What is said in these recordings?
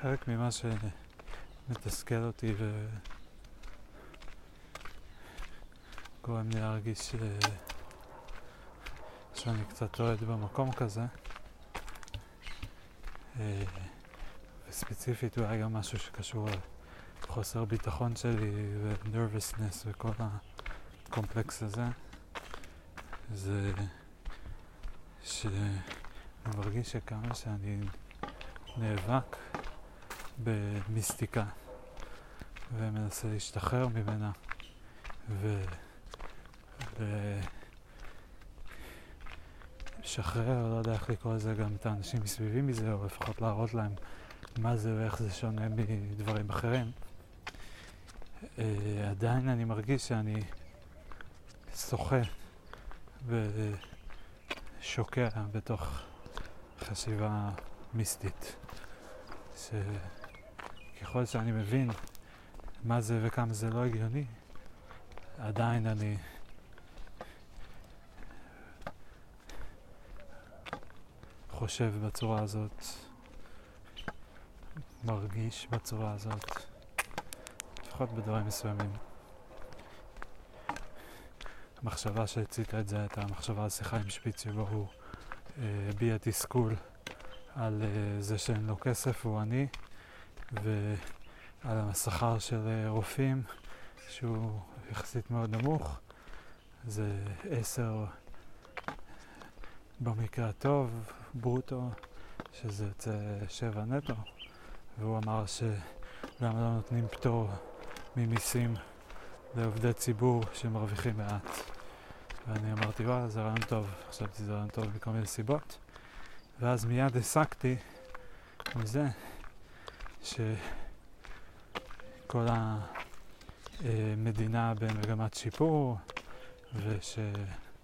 חלק ממה שמתסכל אותי וגורם לי להרגיש שאני קצת לא עד במקום כזה, וספציפית אולי גם משהו שקשור לחוסר ביטחון שלי ו-nervousness וכל הקומפלקס הזה, זה שאני מרגיש שכמה שאני נאבק במיסטיקה ומנסה להשתחרר ממנה ולשחרר, לא יודע איך לקרוא לזה, גם את האנשים מסביבי מזה, או לפחות להראות להם מה זה ואיך זה שונה מדברים אחרים. עדיין אני מרגיש שאני שוחה ושוקע בתוך חשיבה מיסטית, שככל שאני מבין מה זה וכמה זה לא הגיוני, עדיין אני חושב בצורה הזאת, מרגיש בצורה הזאת, לפחות בדברים מסוימים. המחשבה שהציתה את זה הייתה המחשבה על שיחה עם שפיץ, שבו הוא הביע תסכול על זה שאין לו כסף, הוא עני, ועל השכר של רופאים שהוא יחסית מאוד נמוך, זה 10 במקרה הטוב ברוטו, שזה יוצא 7 נטו, והוא אמר שלמה לא נותנים פטור ממיסים לעובדי ציבור שמרוויחים מעט. ואני אמרתי, וואלה, זה רעיון טוב. חשבתי זה רעיון טוב מכל מיני סיבות. ואז מיד הסקתי מזה שכל המדינה במגמת שיפור, ושזה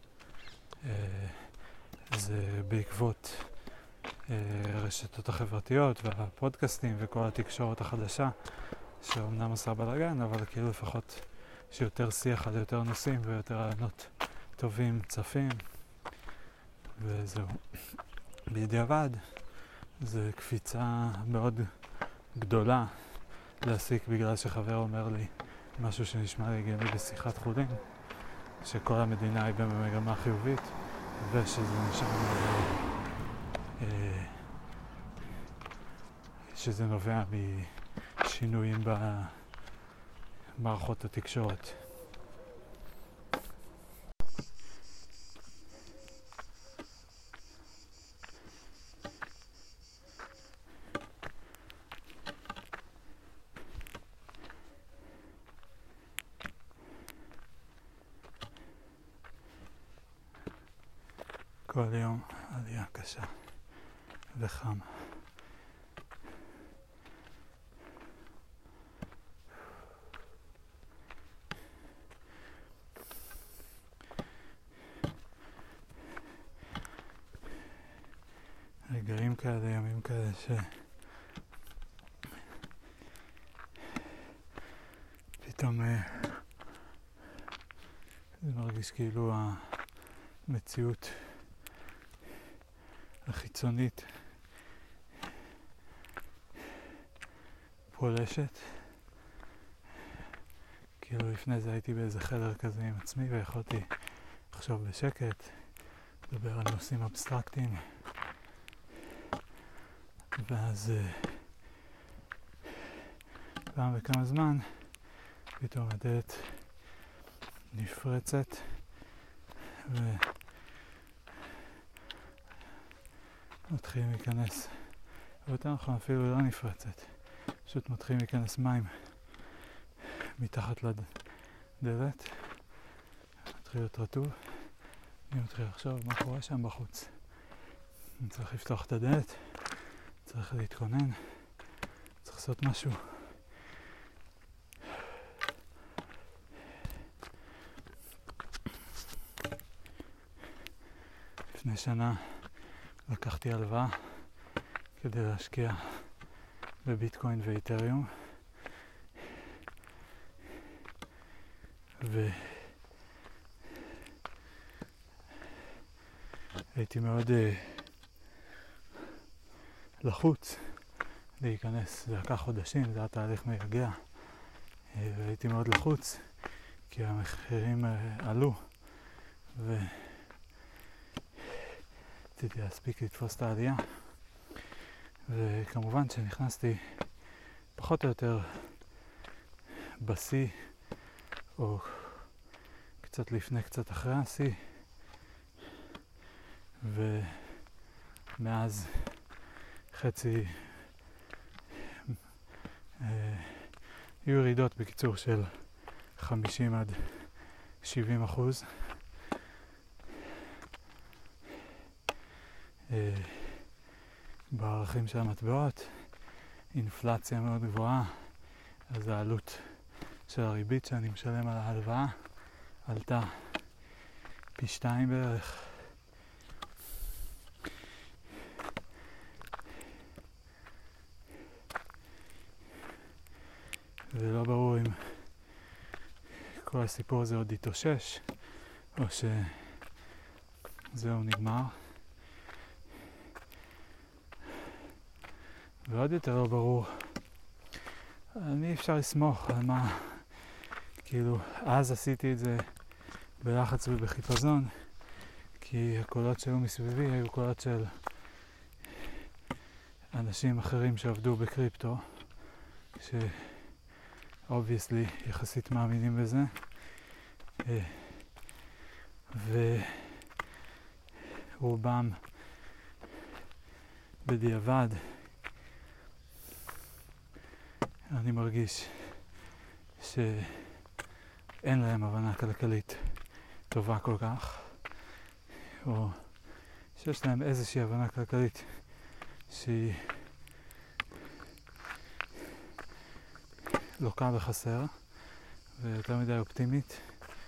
בעקבות הרשתות החברתיות והפודקאסטים וכל התקשורת החדשה, שאומנם עושה בלגן, אבל כאילו לפחות שיותר שיח על יותר נושאים ויותר רעיונות טובים צפים, וזהו. בדיעבד זה קפיצה מאוד גדולה להסיק, בגלל שחבר אומר לי משהו שנשמע לי הגיוני בשיחת חולין, שכל המדינה היא במגמה חיובית, ושזה שזה נובע משינויים במערכות התקשורת. כל יום עלייה קשה וחם. רגעים כאלה, ימים כאלה פתאום זה מרגיש כאילו המציאות החיצונית פולשת. כאילו לפני זה הייתי באיזה חדר כזה עם עצמי ויכולתי לחשוב בשקט, לדבר על נושאים אבסטרקטיים, ואז פעם בכמה זמן פתאום הדלת נפרצת ומתחילים להיכנס, או יותר נכון אפילו לא נפרצת, פשוט מתחילים להיכנס מים מתחת לדלת, מתחיל להיות רטוב. אני מתחיל לחשוב מה קורה שם בחוץ. אני צריך לפתוח את הדלת, צריך להתכונן, צריך לעשות משהו. לפני שנה לקחתי הלוואה כדי להשקיע בביטקוין ואיתריום, והייתי מאוד לחוץ להיכנס. זה לקח חודשים, זה היה תהליך מייגע, והייתי מאוד לחוץ כי המחירים עלו ורציתי להספיק לתפוס את העלייה. וכמובן שנכנסתי פחות או יותר בשיא, או קצת לפני, קצת אחרי השיא, ומאז חצי יהיו ירידות בקיצור של 50-70%. בערכים של המטבעות, אינפלציה מאוד גבוהה, אז העלות של הריבית שאני משלם על ההלוואה עלתה פי 2 בערך. ולא ברור אם כל הסיפור הזה עוד יתאושש או שזהו נגמר. ועוד יותר לא ברור, אני אפשר לסמוך על מה, כאילו אז עשיתי את זה בלחץ ובחיפזון, כי הקולות שהיו מסביבי היו קולות של אנשים אחרים שעבדו בקריפטו, obviously יחסית מאמינים בזה, ורובם בדיעבד אני מרגיש שאין להם הבנה כלכלית טובה כל כך, או שיש להם איזושהי הבנה כלכלית שהיא לוקה בחסר ויותר מדי אופטימית.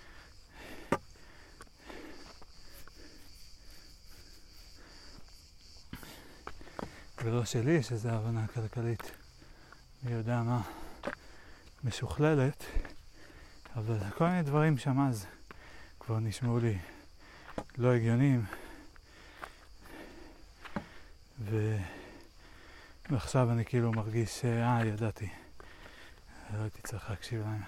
ולא שלי שזה הבנה כלכלית מי יודע מה משוכללת, אבל כל מיני דברים שם אז כבר נשמעו לי לא הגיוניים, ועכשיו אני כאילו מרגיש ידעתי, לא הייתי צריך להקשיב להם.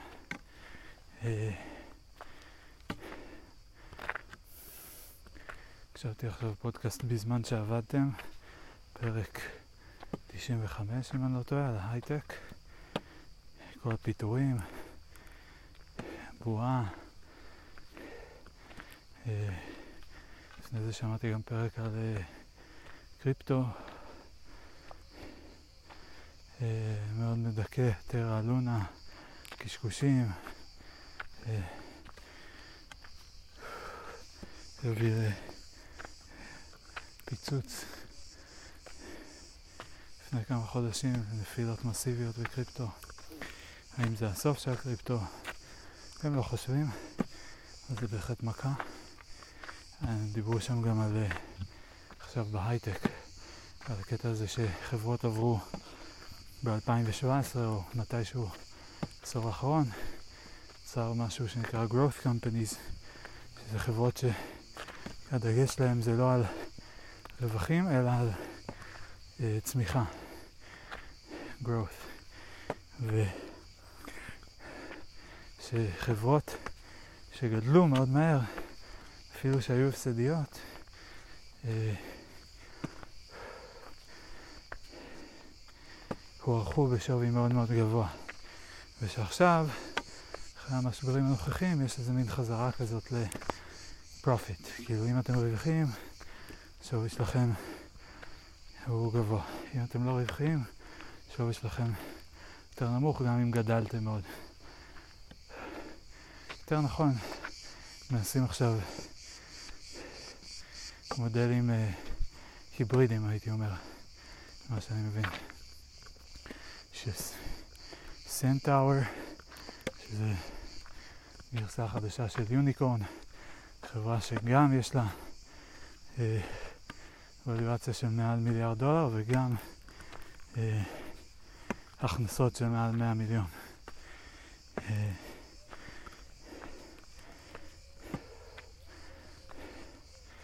הקשבתי עכשיו פודקאסט בזמן שעבדתם, פרק 95 אם אני לא טועה, על ההייטק, כל הפיתורים, בועה. לפני זה שמעתי גם פרק על קריפטו, מאוד מדכא, טרה לונה, קשקושים, הביא פיצוץ לפני כמה חודשים, נפילות מסיביות בקריפטו. האם זה הסוף של הקריפטו? הם לא חושבים, אז זה בהחלט מכה. דיברו שם גם על עכשיו בהייטק, על הקטע הזה שחברות עברו ב-2017 או מתישהו בעשור האחרון, צר משהו שנקרא growth companies, שזה חברות שהדגש להם זה לא על רווחים אלא על צמיחה, growth, ושחברות שגדלו מאוד מהר, אפילו שהיו הפסדיות, הוערכו בשווי מאוד מאוד גבוה, ושעכשיו אחרי המשברים הנוכחים יש איזה מין חזרה כזאת לפרופיט, כאילו אם אתם רווחים שווי שלכם הוא גבוה, אם אתם לא רווחים שווי שלכם יותר נמוך גם אם גדלתם מאוד. יותר נכון, מנסים עכשיו מודלים היברידים הייתי אומר, מה שאני מבין, סנטאור, שזה גרסה חדשה של יוניקורן, חברה שגם יש לה וליואציה של מעל $1 מיליארד וגם הכנסות של מעל 100 מיליון.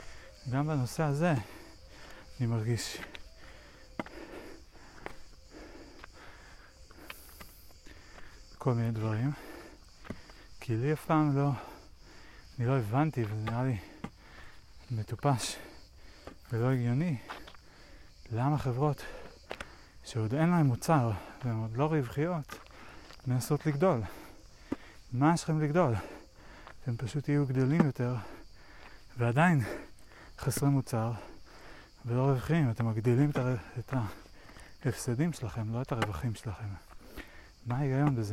גם בנושא הזה אני מרגיש כל מיני דברים, כי לי אף פעם אני לא הבנתי, וזה נראה לי מטופש ולא הגיוני, למה חברות שעוד אין להם מוצר והן עוד לא רווחיות מנסות לגדול. מה יש לכם לגדול? אתם פשוט יהיו גדולים יותר ועדיין חסרי מוצר ולא רווחיים. אתם מגדילים את ההפסדים שלכם, לא את הרווחים שלכם. מה ההיגיון בזה?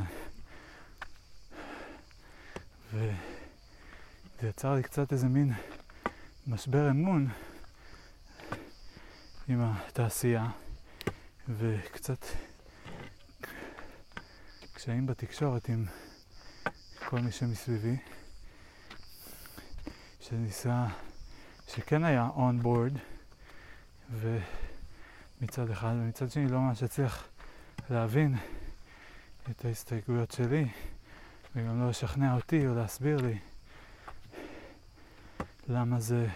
וזה יצר לי קצת איזה מין משבר אמון עם התעשייה וקצת קשיים בתקשורת עם כל מי שמסביבי שכן היה on board ומצד אחד, ומצד שני לא ממש הצליח להבין את ההסתייגויות שלי וגם לא לשכנע אותי או להסביר לי למה זה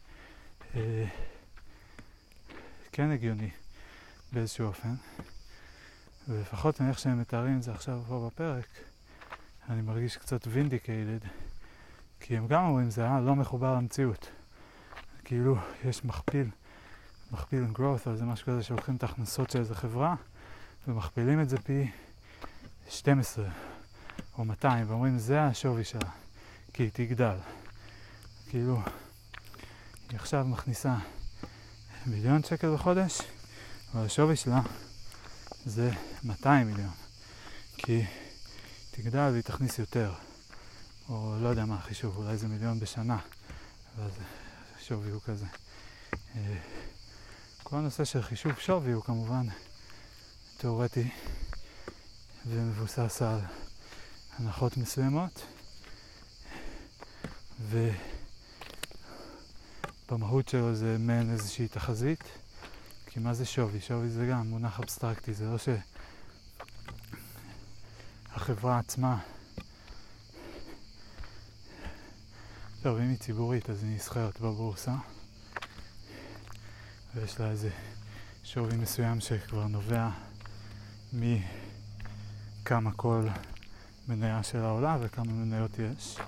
כן הגיוני באיזשהו אופן. ולפחות מאיך שהם מתארים את זה עכשיו פה בפרק, אני מרגיש קצת vindicated, כי הם גם אומרים זה לא מחובר למציאות. כאילו יש מכפיל growth, או זה משהו כזה שלוקחים את ההכנסות של איזה חברה ומכפילים את זה פי 12 או 200 ואומרים זה השווי שלה, כי היא תגדל. כאילו היא עכשיו מכניסה $1,000,000 בחודש, אבל השווי שלה זה 200 מיליון, כי תגדל והיא תכניס יותר, או לא יודע מה החישוב, אולי זה 1,000,000 בשנה, אבל השווי הוא כזה. כל הנושא של חישוב שווי הוא כמובן תיאורטי ומבוסס על הנחות מסוימות, ובמהות שלו זה מעין איזושהי תחזית. כי מה זה שווי? שווי זה גם מונח אבסטרקטי, זה לא שהחברה עצמה, טוב, אם היא ציבורית אז היא נסחרת בבורסה ויש לה איזה שווי מסוים שכבר נובע מכמה כל מניה של העולה וכמה מניות יש,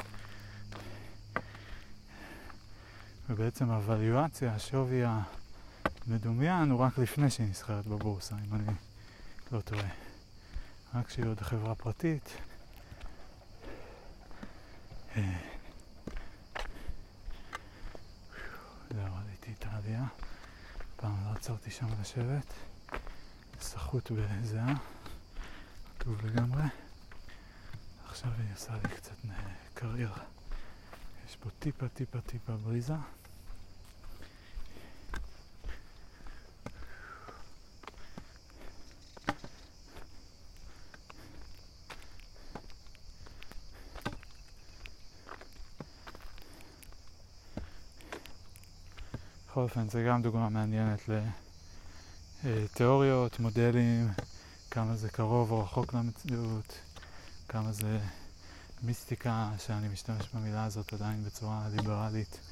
ובעצם הוואליואציה, השווי מדומיין הוא רק לפני שהיא נסחרת בבורסה, אם אני לא טועה. רק שהיא עוד חברה פרטית. זהו, עליתי את העלייה. פעם לא עצרתי שם לשבת. סחוט בזהה. טוב לגמרי. עכשיו היא עושה לי קצת קריירה. יש פה טיפה בריזה. בכל אופן, זה גם דוגמה מעניינת לתיאוריות, מודלים, כמה זה קרוב או רחוק למציאות, כמה זה מיסטיקה, שאני משתמש במילה הזאת עדיין בצורה ליברלית,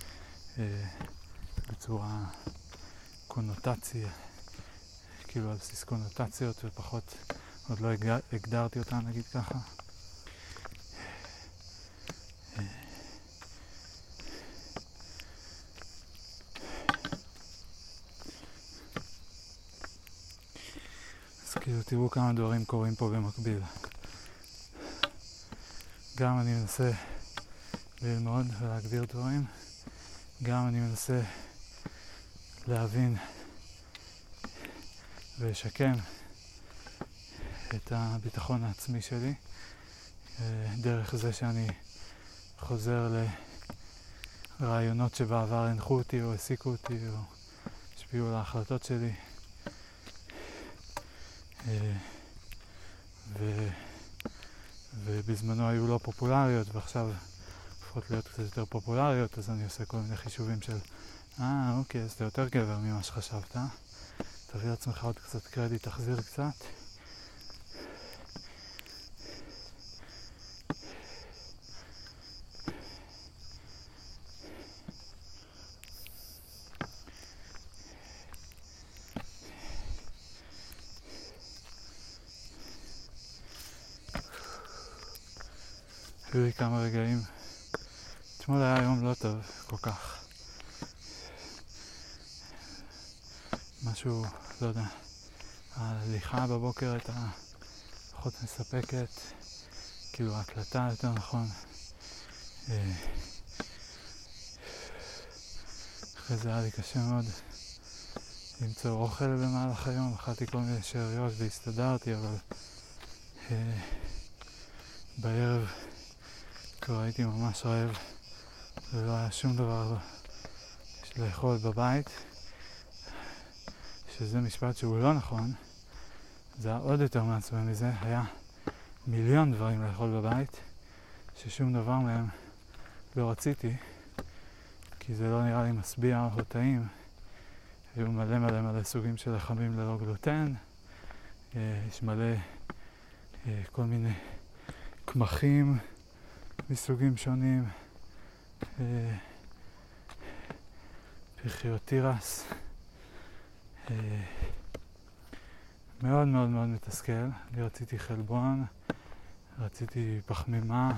בצורה קונוטציה, כאילו על בסיס קונוטציות, ופחות, עוד לא הגדרתי אותה, נגיד ככה. כאילו תראו כמה דברים קורים פה במקביל. גם אני מנסה ללמוד ולהגדיר דברים, גם אני מנסה להבין ולשקם את הביטחון העצמי שלי דרך זה שאני חוזר לרעיונות שבעבר הנחו אותי או העסיקו אותי או השפיעו על ההחלטות שלי, ובזמנו היו לא פופולריות ועכשיו הופכות להיות קצת יותר פופולריות, אז אני עושה כל מיני חישובים של אוקיי, אז אתה יותר גבר ממה שחשבת, תביא לעצמך עוד קצת קרדיט, תחזיר קצת. היו לי כמה רגעים. אתמול היה יום לא טוב כל כך. משהו, לא יודע, ההליכה בבוקר הייתה פחות מספקת, כאילו ההקלטה יותר נכון. אחרי זה היה לי קשה מאוד למצוא אוכל במהלך היום, אכלתי כל מיני שאריות והסתדרתי, אבל בערב כבר הייתי ממש רעב ולא היה שום דבר לאכול בבית, שזה משפט שהוא לא נכון. זה היה עוד יותר מעצבן מזה, היה מיליון דברים לאכול בבית ששום דבר מהם לא רציתי, כי זה לא נראה לי משביע או טעים. היו מלא סוגים של לחמים ללא גלוטן, יש מלא כל מיני קמחים מסוגים שונים, פרחיות תירס, מאוד מאוד מאוד מתסכל. אני רציתי חלבון, רציתי פחמימה,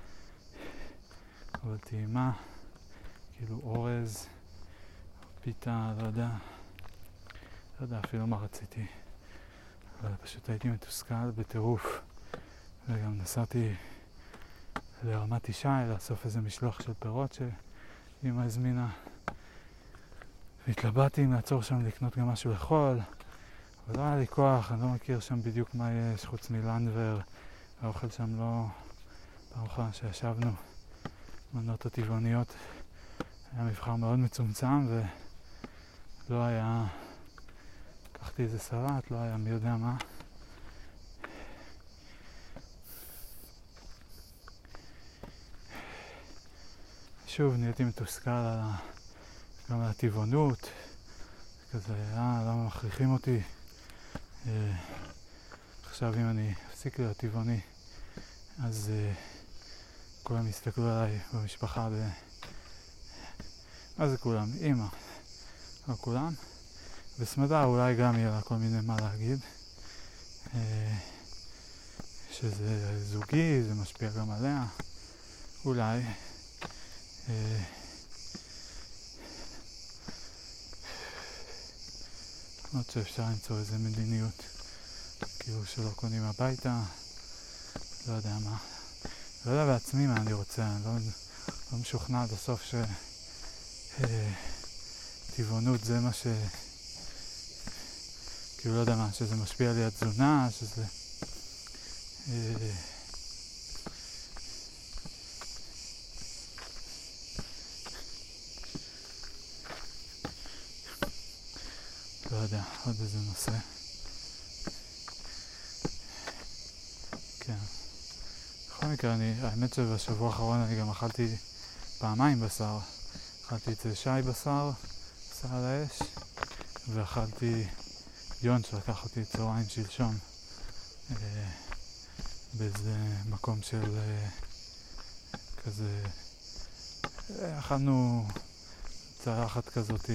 אבל טעימה, כאילו אורז, פיתה, לא יודע אפילו מה רציתי, אבל פשוט הייתי מתוסכל בטירוף. וגם נסעתי לרמת ישי לאסוף איזה משלוח של פירות שאמא הזמינה, והתלבטתי אם לעצור שם לקנות גם משהו לאכול, אבל לא היה לי כוח. אני לא מכיר שם בדיוק מה יש חוץ מלנדבר, האוכל שם לא... פעם אחרונה שישבנו מנות הטבעוניות היה מבחר מאוד מצומצם ולא היה... לקחתי איזה סלט, לא היה מי יודע מה. שוב נהייתי מתוסכל גם על הטבעונות, כזה, למה מכריחים אותי? עכשיו אם אני אפסיק להיות טבעוני, אז כולם יסתכלו עליי במשפחה מה זה כולם? אמא, לא כולם. וסמדה אולי גם יהיה לה כל מיני מה להגיד, שזה זוגי, זה משפיע גם עליה, אולי. עוד שאפשר למצוא איזה מדיניות כאילו שלא קונים הביתה, לא יודע מה, לא יודע בעצמי מה אני רוצה. אני לא משוכנע עד הסוף טבעונות זה מה כאילו לא יודע מה, שזה משפיע לי התזונה, שזה לא יודע, עוד איזה נושא. כן. בכל מקרה, האמת שבשבוע האחרון אני גם אכלתי פעמיים בשר. אכלתי אצל שי בשר על האש, ואכלתי יון שלקח אותי צהריים שלשום באיזה מקום של כזה, אכלנו צלחת כזאת,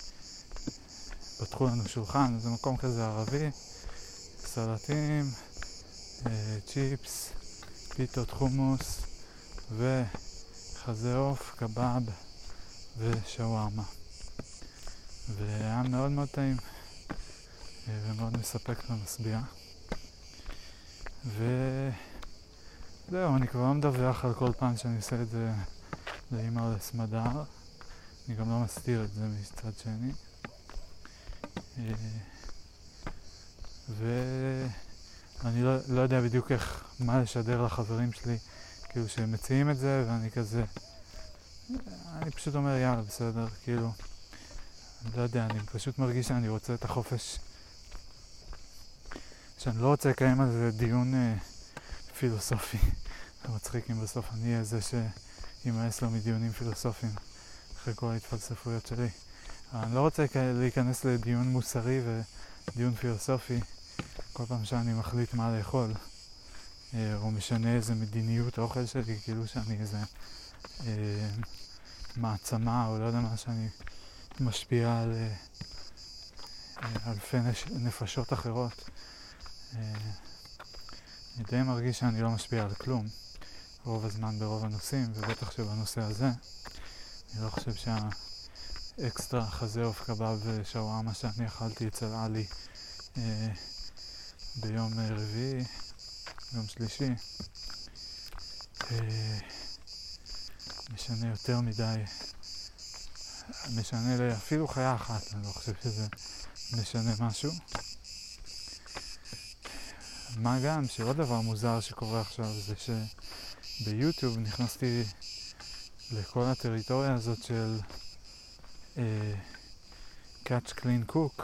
פתחו לנו שולחן, זה מקום כזה ערבי, סלטים, צ'יפס, פיתות, חומוס וחזה עוף, קבב ושווארמה, והיה מאוד מאוד טעים ומאוד מספק ומשביע. וזהו, אני כבר לא מדווח על כל פעם שאני עושה את זה לאמא או לסמדר, אני גם לא מסתיר את זה מצד שני. ואני לא יודע בדיוק מה לשדר לחברים שלי, כאילו שהם מציעים את זה, ואני כזה, אני פשוט אומר יאללה בסדר, כאילו לא יודע, אני פשוט מרגיש שאני רוצה את החופש, שאני לא רוצה לקיים על זה דיון פילוסופי. זה מצחיק אם בסוף אני אהיה זה שימאס לו מדיונים פילוסופיים אחרי כל ההתפלספויות שלי. אני לא רוצה להיכנס לדיון מוסרי ודיון פילוסופי כל פעם שאני מחליט מה לאכול, או משנה איזה מדיניות אוכל שלי, כאילו שאני איזה מעצמה או לא יודע מה, שאני משפיע על אלפי נפשות אחרות. אני די מרגיש שאני לא משפיע על כלום, רוב הזמן ברוב הנושאים, ובטח שבנושא הזה. אני לא חושב שהאקסטרה חזה עוף קבב ושווארמה שאני אכלתי אצל עלי ביום רביעי, יום שלישי, משנה יותר מדי, משנה לי אפילו חיה אחת, אני לא חושב שזה משנה משהו. מה גם שעוד דבר מוזר שקורה עכשיו זה שביוטיוב נכנסתי לכל הטריטוריה הזאת של Catch Clean Cook,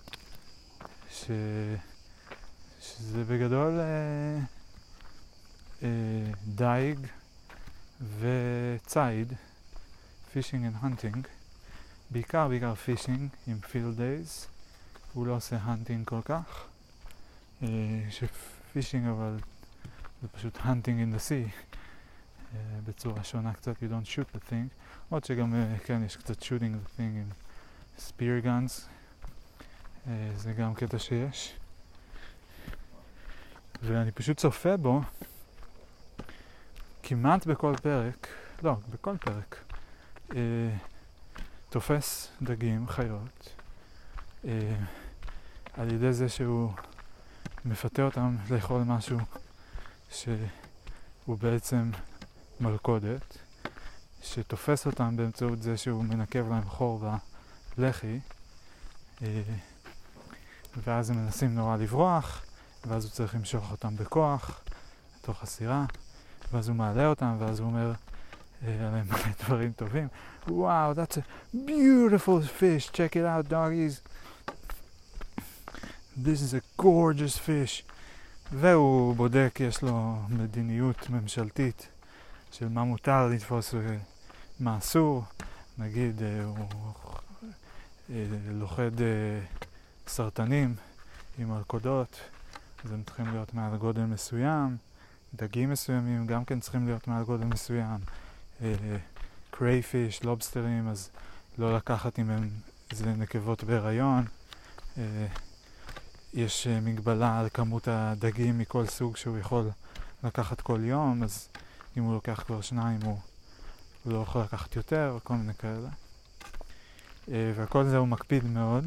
שזה בגדול דייג וציד, פישינג and hunting, בעיקר פישינג עם field days, הוא לא עושה hunting כל כך, שפישינג אבל זה פשוט hunting in the sea, בצורה שונה קצת, you don't shoot the thing, עוד שגם כן יש קצת shooting the thing עם spear guns, זה גם קטע שיש, ואני פשוט צופה בו כמעט בכל פרק, לא, בכל פרק, תופס דגים, חיות, על ידי זה שהוא מפתה אותם לאכול משהו שהוא בעצם מלכודת, שתופס אותם באמצעות זה שהוא מנקב להם חור בלחי, ואז הם מנסים נורא לברוח, ואז הוא צריך למשוך אותם בכוח לתוך הסירה, ואז הוא מעלה אותם, ואז הוא אומר עליהם מלא דברים טובים. Wow, that's a beautiful fish. Check it out, doggies. This is a gorgeous fish. והוא בודק, יש לו מדיניות ממשלתית של מה מותר לתפוס ומה אסור. נגיד, הוא לוכד סרטנים עם מלכודות, אז הם צריכים להיות מעל גודל מסוים. דגים מסוימים גם כן צריכים להיות מעל גודל מסוים. crayfish, לובסטרים, אז לא לקחת אם הם זה נקבות בהיריון. יש מגבלה על כמות הדגים מכל סוג שהוא יכול לקחת כל יום, אז אם הוא לוקח כבר 2 הוא לא יכול לקחת יותר, כל מיני כאלה. והכל זה הוא מקפיד מאוד.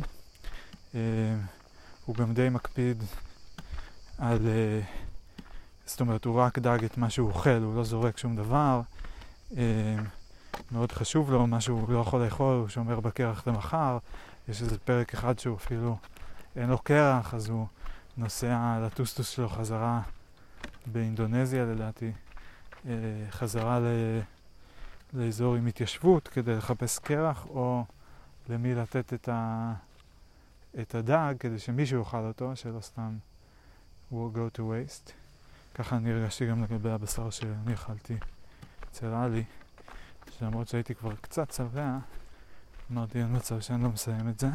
הוא גם די מקפיד על, זאת אומרת, הוא רק דג את מה שהוא אוכל, הוא לא זורק שום דבר. מאוד חשוב לו, מה שהוא לא יכול לאכול, הוא שומר בקרח למחר. יש איזה פרק אחד שהוא אפילו אין לו קרח, אז הוא נוסע לטוסטוס שלו חזרה באינדונזיה לדעתי, חזרה לאזור עם התיישבות כדי לחפש קרח, או למי לתת את הדג כדי שמישהו יאכל אותו, שלא סתם will go to waste. ככה אני הרגשתי גם לגבי הבשר שאני אכלתי אצל עלי, שלמרות שהייתי כבר קצת צבע, אמרתי אין מצב שאני לא מסיים את זה.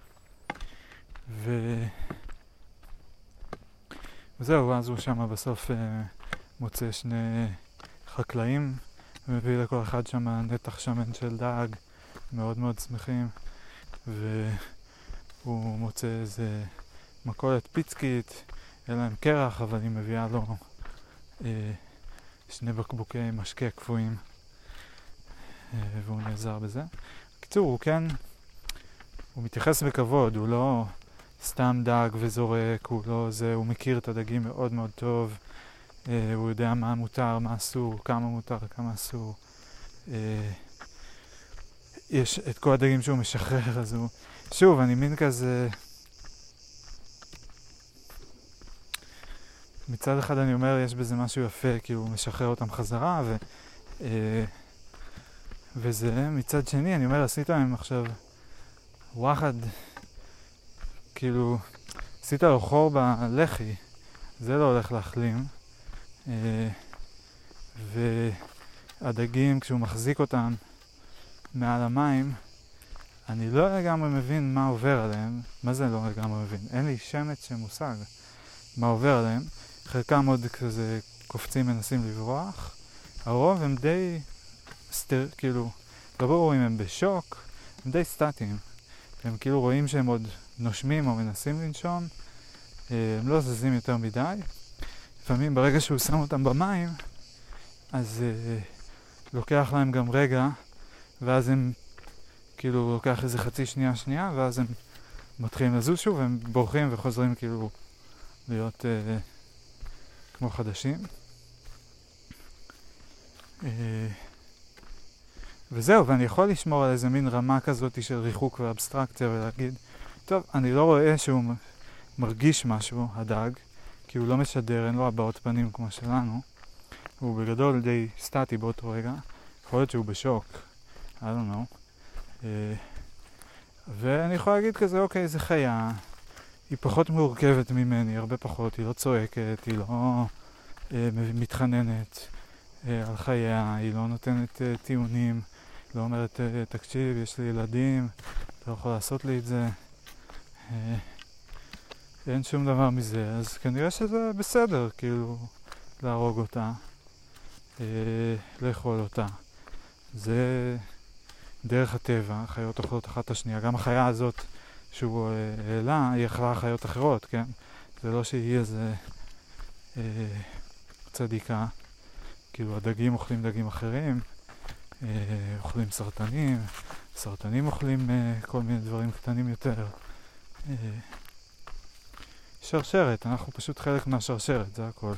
וזהו, אז הוא שם בסוף מוצא 2 חקלאים ומביא לכל אחד שם נתח שמן של דג, מאוד מאוד שמחים, והוא מוצא איזה מכולת פיצקית, אין להם קרח, אבל היא מביאה לו 2 בקבוקי משקה קפואים, והוא נעזר בזה. בקיצור, הוא מתייחס בכבוד, הוא לא סתם דג וזורק, הוא מכיר את הדגים מאוד מאוד טוב, הוא יודע מה מותר, מה אסור, כמה מותר, כמה אסור. יש את כל הדגים שהוא משחרר, אז הוא... שוב, אני מין כזה... מצד אחד אני אומר, יש בזה משהו יפה, כי הוא משחרר אותם חזרה, וזה, מצד שני, אני אומר, עשית להם עכשיו וואחד, כאילו, עשית לו חור בלחי, זה לא הולך להחלים, והדגים, כשהוא מחזיק אותם מעל המים, אני לא לגמרי מבין מה עובר עליהם. מה זה לא לגמרי מבין? אין לי שמץ שמושג מה עובר עליהם. חלקם עוד כזה קופצים, מנסים לברוח. הרוב הם די כאילו, לא ברור אם הם בשוק, הם די סטטיים. הם כאילו רואים שהם עוד נושמים או מנסים לנשום. הם לא זזים יותר מדי. לפעמים ברגע שהוא שם אותם במים, אז לוקח להם גם רגע, ואז הם כאילו לוקח איזה חצי שנייה, ואז הם מתחילים לזוז שוב, והם בורחים וחוזרים כאילו להיות כמו חדשים. וזהו, ואני יכול לשמור על איזה מין רמה כזאת של ריחוק ואבסטרקציה ולהגיד, טוב, אני לא רואה שהוא מרגיש משהו, הדג, כי הוא לא משדר, אין לו הבעות פנים כמו שלנו. הוא בגדול די סטטי באותו רגע. יכול להיות שהוא בשוק, I don't know. ואני יכול להגיד כזה, אוקיי, זה חיה, היא פחות מורכבת ממני, הרבה פחות, היא לא צועקת, היא לא מתחננת על חייה, היא לא נותנת טיעונים, לא אומרת, תקשיב, יש לי ילדים, אתה לא יכול לעשות לי את זה. אין שום דבר מזה, אז כנראה שזה בסדר, כאילו, להרוג אותה, לאכול אותה. זה דרך הטבע, חיות אוכלות אחת את השנייה. גם החיה הזאת שהוא העלה, היא אכלה חיות אחרות, כן? זה לא שהיא איזה צדיקה. כאילו, הדגים אוכלים דגים אחרים, אוכלים סרטנים, סרטנים אוכלים כל מיני דברים קטנים יותר. שרשרת, אנחנו פשוט חלק מהשרשרת, זה הכל.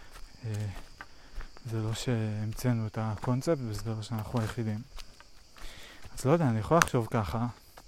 זה לא שהמצאנו את הקונספט, וזה לא שאנחנו היחידים. אז לא יודע, אני יכול לחשוב ככה.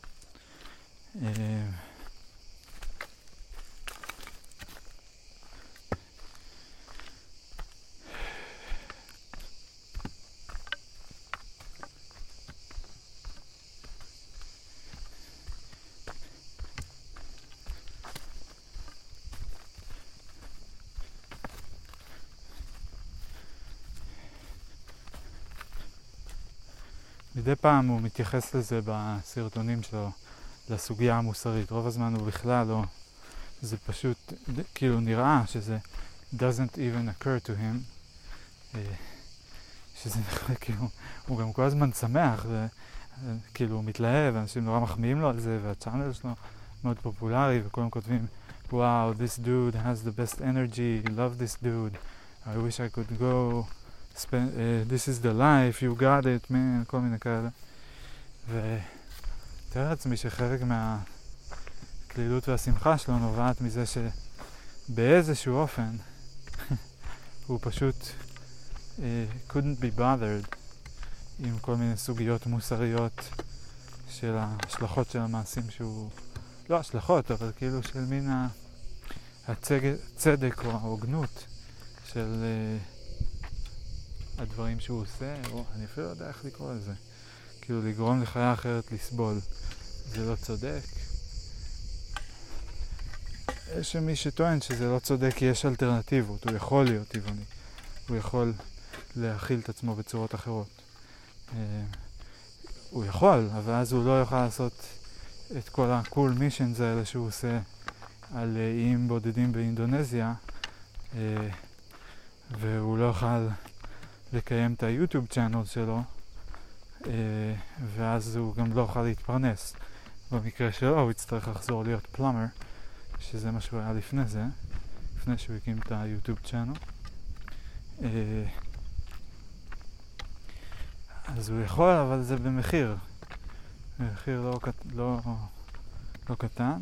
מדי פעם הוא מתייחס לזה בסרטונים שלו, לסוגיה המוסרית. רוב הזמן הוא בכלל לא, זה פשוט כאילו נראה שזה doesn't even occur to him, שזה כאילו, הוא גם כל הזמן שמח, וכאילו הוא מתלהב, אנשים נורא מחמיאים לו על זה, והצ'אנל שלו מאוד פופולרי, וכולם כותבים, wow, this dude has the best energy, love this dude, I wish I could go, this is the life, you got it, man, כל מיני כאלה. ותאר לעצמי שחלק מהכלילות והשמחה שלו נובעת מזה שבאיזשהו אופן הוא פשוט couldn't be bothered עם כל מיני סוגיות מוסריות של ההשלכות של המעשים שהוא, לא השלכות, אבל כאילו של מין הצדק או ההוגנות של הדברים שהוא עושה, או אני אפילו לא יודע איך לקרוא לזה, כאילו לגרום לחיה אחרת לסבול, זה לא צודק. יש מי שטוען שזה לא צודק כי יש אלטרנטיבות, הוא יכול להיות טבעוני, הוא יכול להכיל את עצמו בצורות אחרות. הוא יכול, אבל אז הוא לא יוכל לעשות את כל הקול מישנס האלה שהוא עושה על איים בודדים באינדונזיה, והוא לא יוכל לקיים את היוטיוב צ'אנל שלו, ואז הוא גם לא יוכל להתפרנס. במקרה שלו הוא יצטרך לחזור להיות פלאמר, שזה מה שהוא היה לפני זה, לפני שהוא הקים את היוטיוב צ'אנל. אז הוא יכול, אבל זה במחיר. במחיר לא קטן.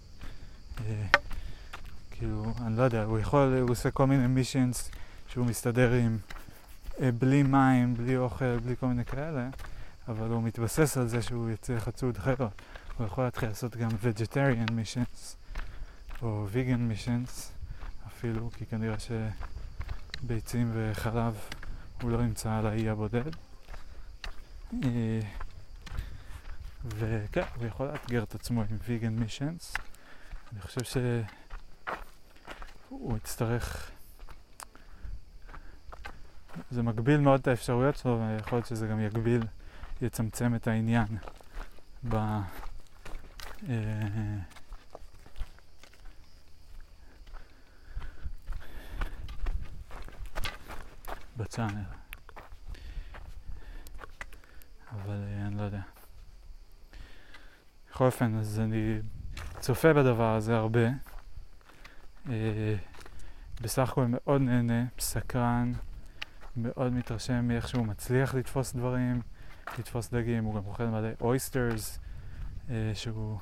כאילו, אני לא יודע, הוא יכול, הוא עושה כל מיני מישנס שהוא מסתדר עם בלי מים, בלי אוכל, בלי כל מיני כאלה, אבל הוא מתבסס על זה שהוא יצא חצוד חיות. הוא יכול להתחיל לעשות גם vegetarian missions, או vegan missions, אפילו, כי כנראה שביצים וחלב הוא לא נמצא על האי הבודד. וכן, הוא יכול לאתגר את עצמו עם vegan missions. אני חושב שהוא יצטרך, זה מגביל מאוד את האפשרויות שלו, ויכול להיות שזה גם יצמצם את העניין בצ'אנל. אבל אני לא יודע. בכל אופן, אז אני צופה בדבר הזה הרבה. בסך הכל מאוד נהנה, סקרן, מאוד מתרשם מאיך שהוא מצליח לתפוס דברים, לתפוס דגים. הוא גם אוכל מלא אויסטרס, שהוא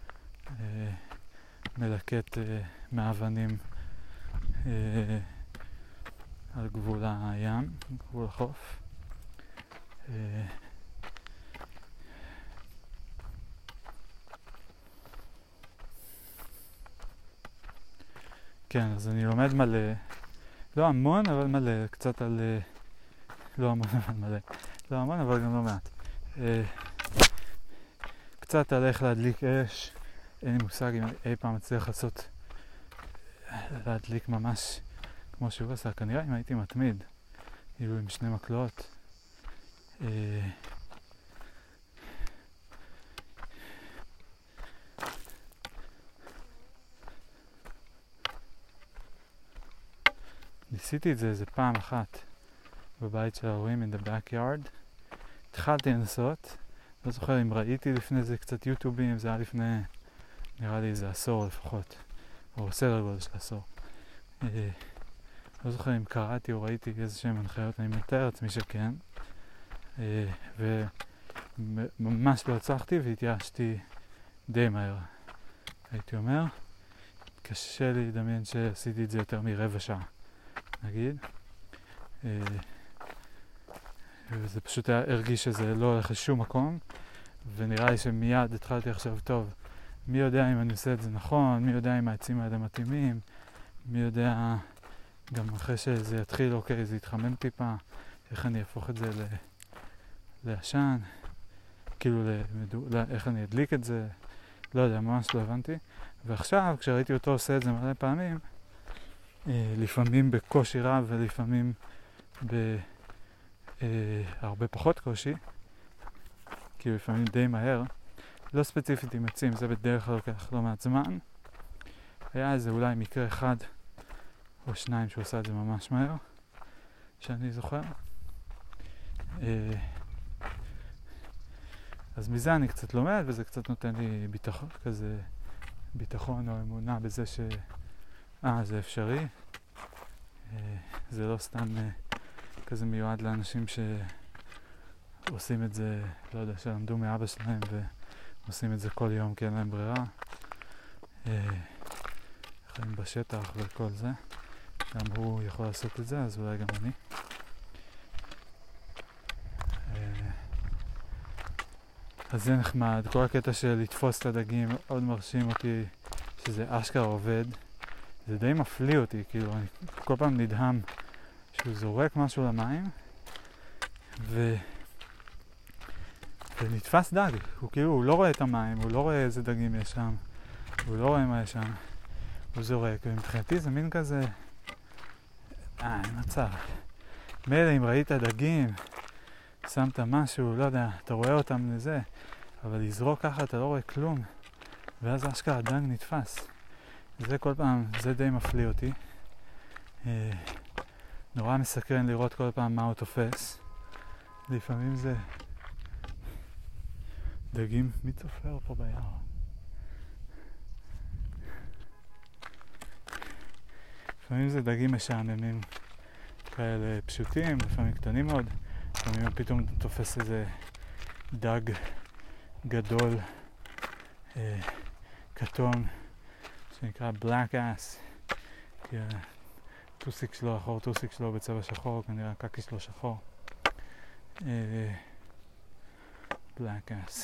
מלקט מאבנים על גבול הים, גבול החוף. כן, אז אני לומד מלא, לא המון, אבל מלא, קצת על, לא המון, אבל מלא, לא המון, אבל גם לא מעט. קצת על איך להדליק אש. אין לי מושג אם אי פעם אצליח להדליק ממש כמו שהוא עשה. כנראה אם הייתי מתמיד, כאילו עם 2 מקלות. ניסיתי את זה איזה פעם אחת בבית של ההורים in the backyard. התחלתי לנסות, לא זוכר אם ראיתי לפני זה קצת יוטיובים, זה היה לפני נראה לי איזה עשור לפחות, או סדר גודל של עשור. לא זוכר אם קראתי או ראיתי איזה שהם הנחיות, אני מתאר עצמי שכן. וממש לא הצלחתי והתייאשתי די מהר, הייתי אומר. קשה לי לדמיין שעשיתי את זה יותר מ15 שעה, נגיד. וזה פשוט הרגיש שזה לא הולך לשום מקום, ונראה לי שמיד התחלתי עכשיו, טוב, מי יודע אם אני עושה את זה נכון, מי יודע אם העצים האלה מתאימים, מי יודע גם אחרי שזה יתחיל, אוקיי, זה יתחמם טיפה, איך אני אהפוך את זה לעשן, כאילו איך אני אדליק את זה, לא יודע, ממש לא הבנתי. ועכשיו, כשראיתי אותו עושה את זה מלא פעמים, לפעמים בקושי רב ולפעמים הרבה פחות קושי, כאילו לפעמים די מהר, לא ספציפית עם עצים, זה בדרך כלל לוקח לא מעט זמן. היה איזה אולי מקרה אחד או 2 שהוא עושה את זה ממש מהר, שאני זוכר. אז מזה אני קצת לומד, וזה קצת נותן לי ביטחון, כזה ביטחון או אמונה בזה זה אפשרי. זה לא סתם כזה מיועד לאנשים שעושים את זה, לא יודע, שלמדו מאבא שלהם ועושים את זה כל יום כי אין להם ברירה. חיים בשטח וכל זה. גם הוא יכול לעשות את זה, אז אולי גם אני. אז זה נחמד. כל הקטע של לתפוס את הדגים מאוד מרשים אותי שזה אשכרה עובד. זה די מפליא אותי, כאילו אני כל פעם נדהם שהוא זורק משהו למים ונתפס דג. הוא כאילו, הוא לא רואה את המים, הוא לא רואה איזה דגים יש שם, הוא לא רואה מה יש שם, הוא זורק. ומבחינתי זה מין כזה, אין מצב. מילא אם ראית דגים, שמת משהו, לא יודע, אתה רואה אותם לזה, אבל לזרוק ככה אתה לא רואה כלום, ואז אשכרה הדג נתפס. זה כל פעם, זה די מפליא אותי. נורא מסקרן לראות כל פעם מה הוא תופס. לפעמים זה דגים, מי צופר פה ביער? לפעמים זה דגים משעממים כאלה פשוטים, לפעמים קטנים מאוד. לפעמים פתאום תופס איזה דג גדול, כתום, שנקרא black ass, כי הטוסיק שלו, החור טוסיק שלו בצבע שחור, כנראה הקקי שלו שחור. black ass.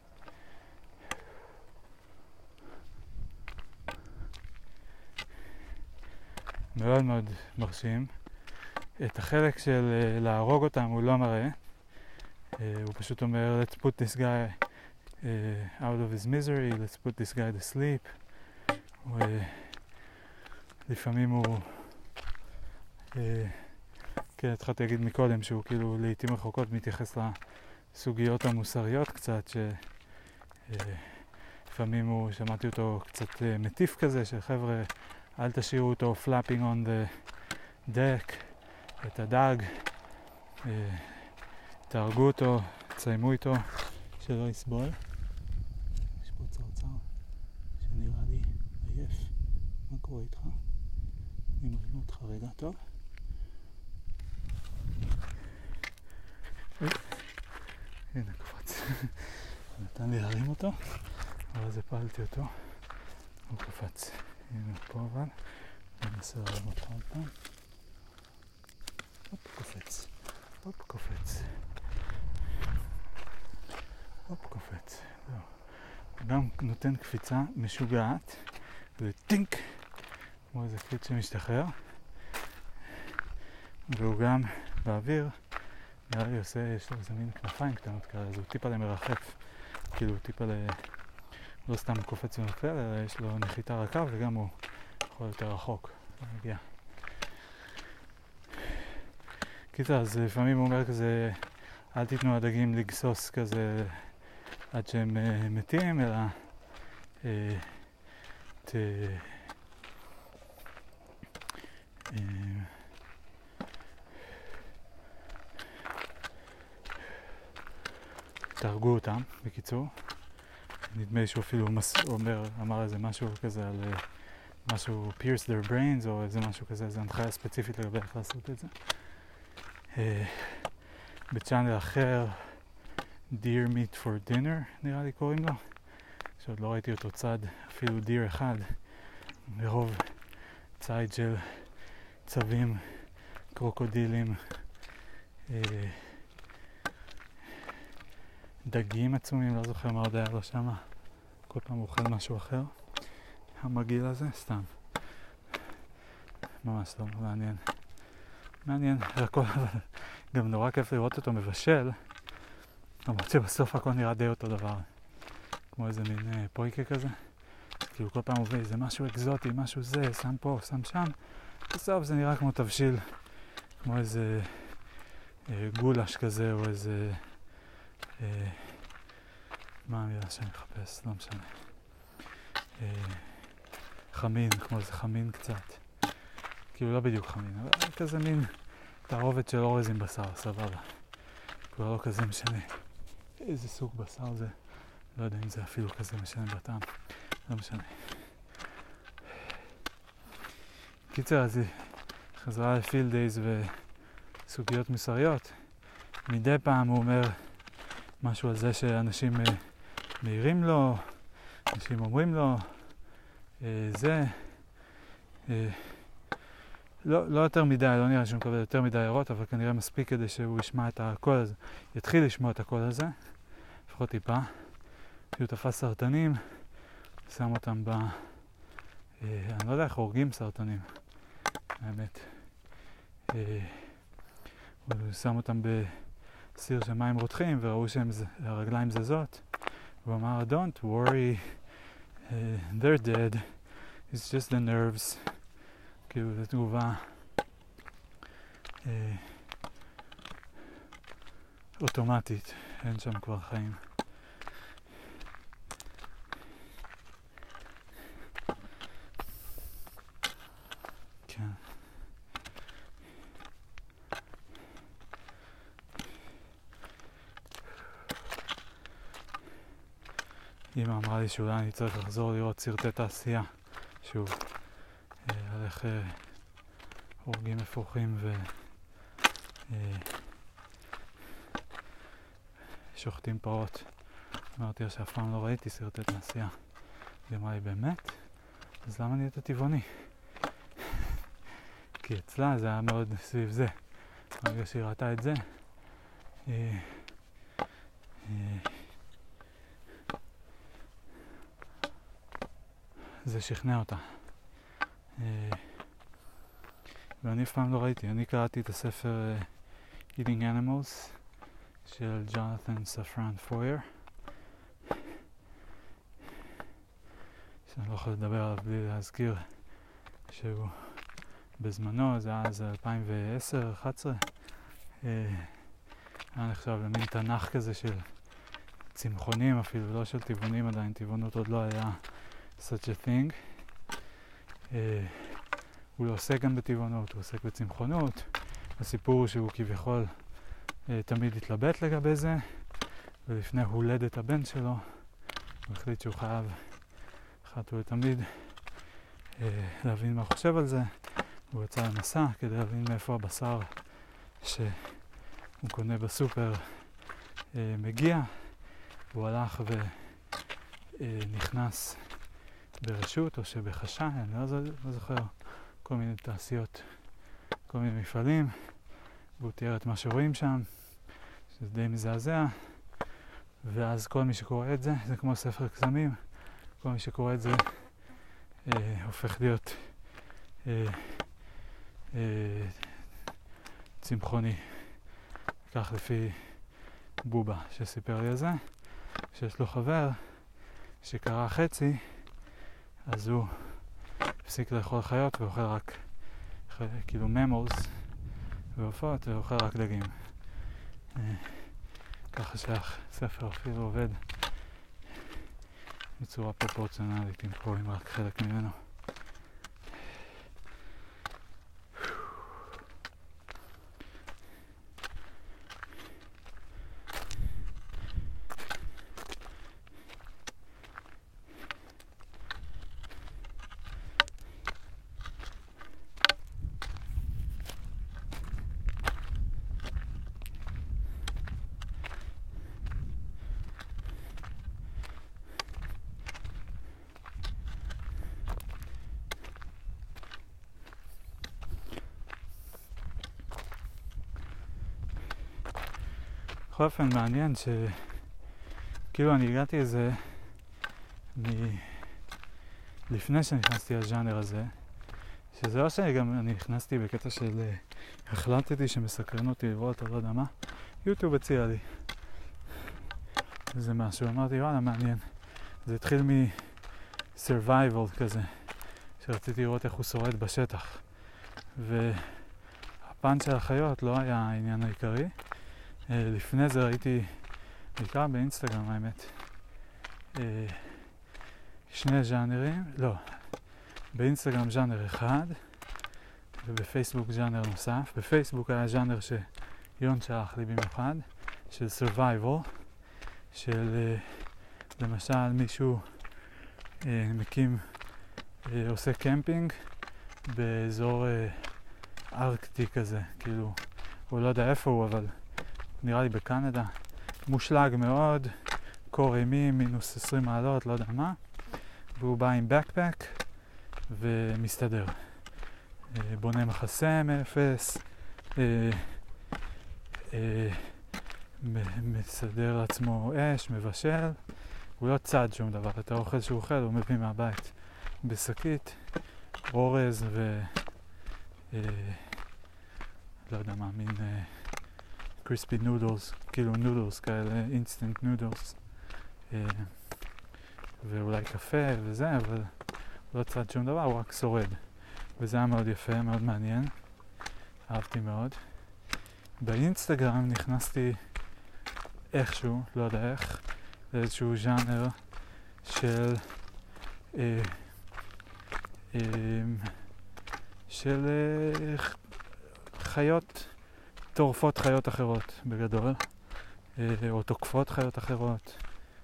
מאוד מאוד מרשים. את החלק של להרוג אותם הוא לא מראה. הוא פשוט אומר, let's put this guy out of his misery, let's put this guy to sleep. לפעמים הוא, כן, התחלתי להגיד מקודם שהוא כאילו לעתים רחוקות מתייחס לסוגיות המוסריות קצת, שלפעמים הוא, שמעתי אותו קצת מטיף כזה, שחבר'ה, אל תשאירו אותו flapping on the deck, את הדג, תהרגו אותו, תסיימו איתו, שלא יסבול. יש פה צרצר שנראה לי עייף. מה קורה איתך? אני מבין אותך רגע, טוב? הנה קפץ. נתן לי להרים אותו, אבל אז הפלתי אותו. הוא קפץ. הנה פה אבל. ננסה להרים אותו עוד פעם. הופ, קופץ. הופ, קופץ. הופ, קופץ. זהו. גם נותן קפיצה משוגעת. זה טינק. כמו איזה קפיץ שמשתחרר. והוא גם באוויר. נראה לי עושה, יש לו איזה מין כנפיים קטנות כאלה, אז הוא טיפה למרחף. כאילו הוא טיפה לא סתם קופץ ונופל, אלא יש לו נחיתה רכה וגם הוא יכול יותר רחוק. זה מגיע. קיצר, אז לפעמים הוא אומר כזה, אל תיתנו הדגים לגסוס כזה עד שהם מתים, אלא תהרגו אותם, בקיצור. נדמה לי שהוא אפילו אמר איזה משהו כזה על משהו pierce their brains או איזה משהו כזה, איזו הנחיה ספציפית לגבי איך לעשות את זה. בצ'אנל אחר, deer meat for dinner נראה לי קוראים לו, שעוד לא ראיתי אותו צד, אפילו deer אחד, מרוב ציד של צבים, קרוקודילים, דגים עצומים, לא זוכר מה עוד היה לו שמה, כל פעם הוא אוכל משהו אחר, המגעיל הזה, סתם, ממש לא מעניין, הכל, גם נורא כיף לראות אותו מבשל, למרות שבסוף הכל נראה די אותו דבר, כמו איזה מין פויקה כזה, כאילו כל פעם עובד איזה משהו אקזוטי, משהו זה, שם פה, שם שם, בסוף זה נראה כמו תבשיל, כמו איזה גולש כזה, או איזה מה המילה שאני מחפש? לא משנה. חמין, כמו איזה חמין קצת. כאילו לא בדיוק חמין, אבל כזה מין תערובת של אורז עם בשר, סבבה. כבר לא כזה משנה איזה סוג בשר זה. לא יודע אם זה אפילו כזה משנה בטעם. לא משנה. קיצר, אז היא חזרה לפילד דייז וסוגיות מוסריות. מדי פעם הוא אומר משהו על זה שאנשים מעירים לו, אנשים אומרים לו, זה, לא יותר מדי, לא נראה שהוא מקבל יותר מדי הערות, אבל כנראה מספיק כדי שהוא ישמע את הקול הזה, יתחיל לשמוע את הקול הזה, לפחות טיפה, שהוא תפס סרטנים, שם אותם אני לא יודע איך הורגים סרטנים, האמת, הוא שם אותם סיר של מים רותחים וראו שהרגליים זזות והוא אמר don't worry they're dead it's just the nerves כאילו זו תגובה אוטומטית, אין שם כבר חיים. כן. אמא אמרה לי שאולי אני צריך לחזור לראות סרטי תעשייה, שוב, על איך הורגים אפרוחים ושוחטים פרות. אמרתי לה שאף פעם לא ראיתי סרטי תעשייה. היא אמרה לי, באמת? אז למה נהיית טבעוני? כי אצלה זה היה מאוד סביב זה. ברגע שהיא ראתה את זה, זה שכנע אותה. ואני אף פעם לא ראיתי. אני קראתי את הספר Eating Animals של ג'ונת'ן ספרן פויר, שאני לא יכול לדבר עליו בלי להזכיר שהוא בזמנו, זה היה אז 2010-2011, היה נחשב למין תנ"ך כזה של צמחונים, אפילו לא של טבעונים עדיין, טבעונות עוד לא היה such a thing. הוא לא עוסק גם בטבעונות, הוא עוסק בצמחונות. הסיפור הוא שהוא כביכול תמיד התלבט לגבי זה, ולפני הולדת הבן שלו הוא החליט שהוא חייב אחת ולתמיד להבין מה הוא חושב על זה. הוא יצא למסע כדי להבין מאיפה הבשר שהוא הוא קונה בסופר, מגיע, הוא הלך ונכנס ברשות או שבחשאי, אני לא זוכר, כל מיני תעשיות, כל מיני מפעלים, והוא תיאר את מה שרואים שם, שזה די מזעזע, ואז כל מי שקורא את זה, זה כמו ספר קסמים, כל מי שקורא את זה הופך להיות צמחוני. כך לפי בובה שסיפר לי על זה, שיש לו חבר שקרא חצי, אז הוא הפסיק לאכול חיות ואוכל רק כאילו ממורס ועופות ואוכל רק דגים. ככה שהספר אפילו עובד בצורה פרופורציונלית אם קוראים רק חלק ממנו. בכל אופן מעניין שכאילו אני הגעתי לזה לפני שנכנסתי לז'אנר הזה, שזה לא אני נכנסתי בקטע של החלטתי שמסקרן אותי לראות או לא יודע מה, יוטיוב הציע לי זה משהו, אמרתי וואלה מעניין, זה התחיל מ-survival כזה, שרציתי לראות איך הוא שורד בשטח, והפן של החיות לא היה העניין העיקרי. לפני זה ראיתי, בעיקר באינסטגרם האמת, שני ז'אנרים, לא, באינסטגרם ז'אנר אחד ובפייסבוק ז'אנר נוסף. בפייסבוק היה ז'אנר שיון שלח לי במיוחד, של survival, של למשל מישהו מקים, עושה קמפינג באזור ארקטי כזה, כאילו הוא לא יודע איפה הוא, אבל נראה לי בקנדה, מושלג מאוד, קור אימים, מינוס 20 מעלות, לא יודע מה, והוא בא עם בקפק ומסתדר. בונה מחסה מאפס, מסדר לעצמו אש, מבשל, הוא לא צד שום דבר, את האוכל שהוא אוכל הוא מביא מהבית בשקית, אורז לא יודע מה, מין קריספי נודלס, כאילו נודלס כאלה, אינסטנט נודלס, ואולי קפה וזה, אבל לא צד שום דבר, הוא רק שורד. וזה היה מאוד יפה, מאוד מעניין, אהבתי מאוד. באינסטגרם נכנסתי איכשהו, לא יודע איך, לאיזשהו ז'אנר של חיות, טורפות חיות אחרות בגדול, או תוקפות חיות אחרות,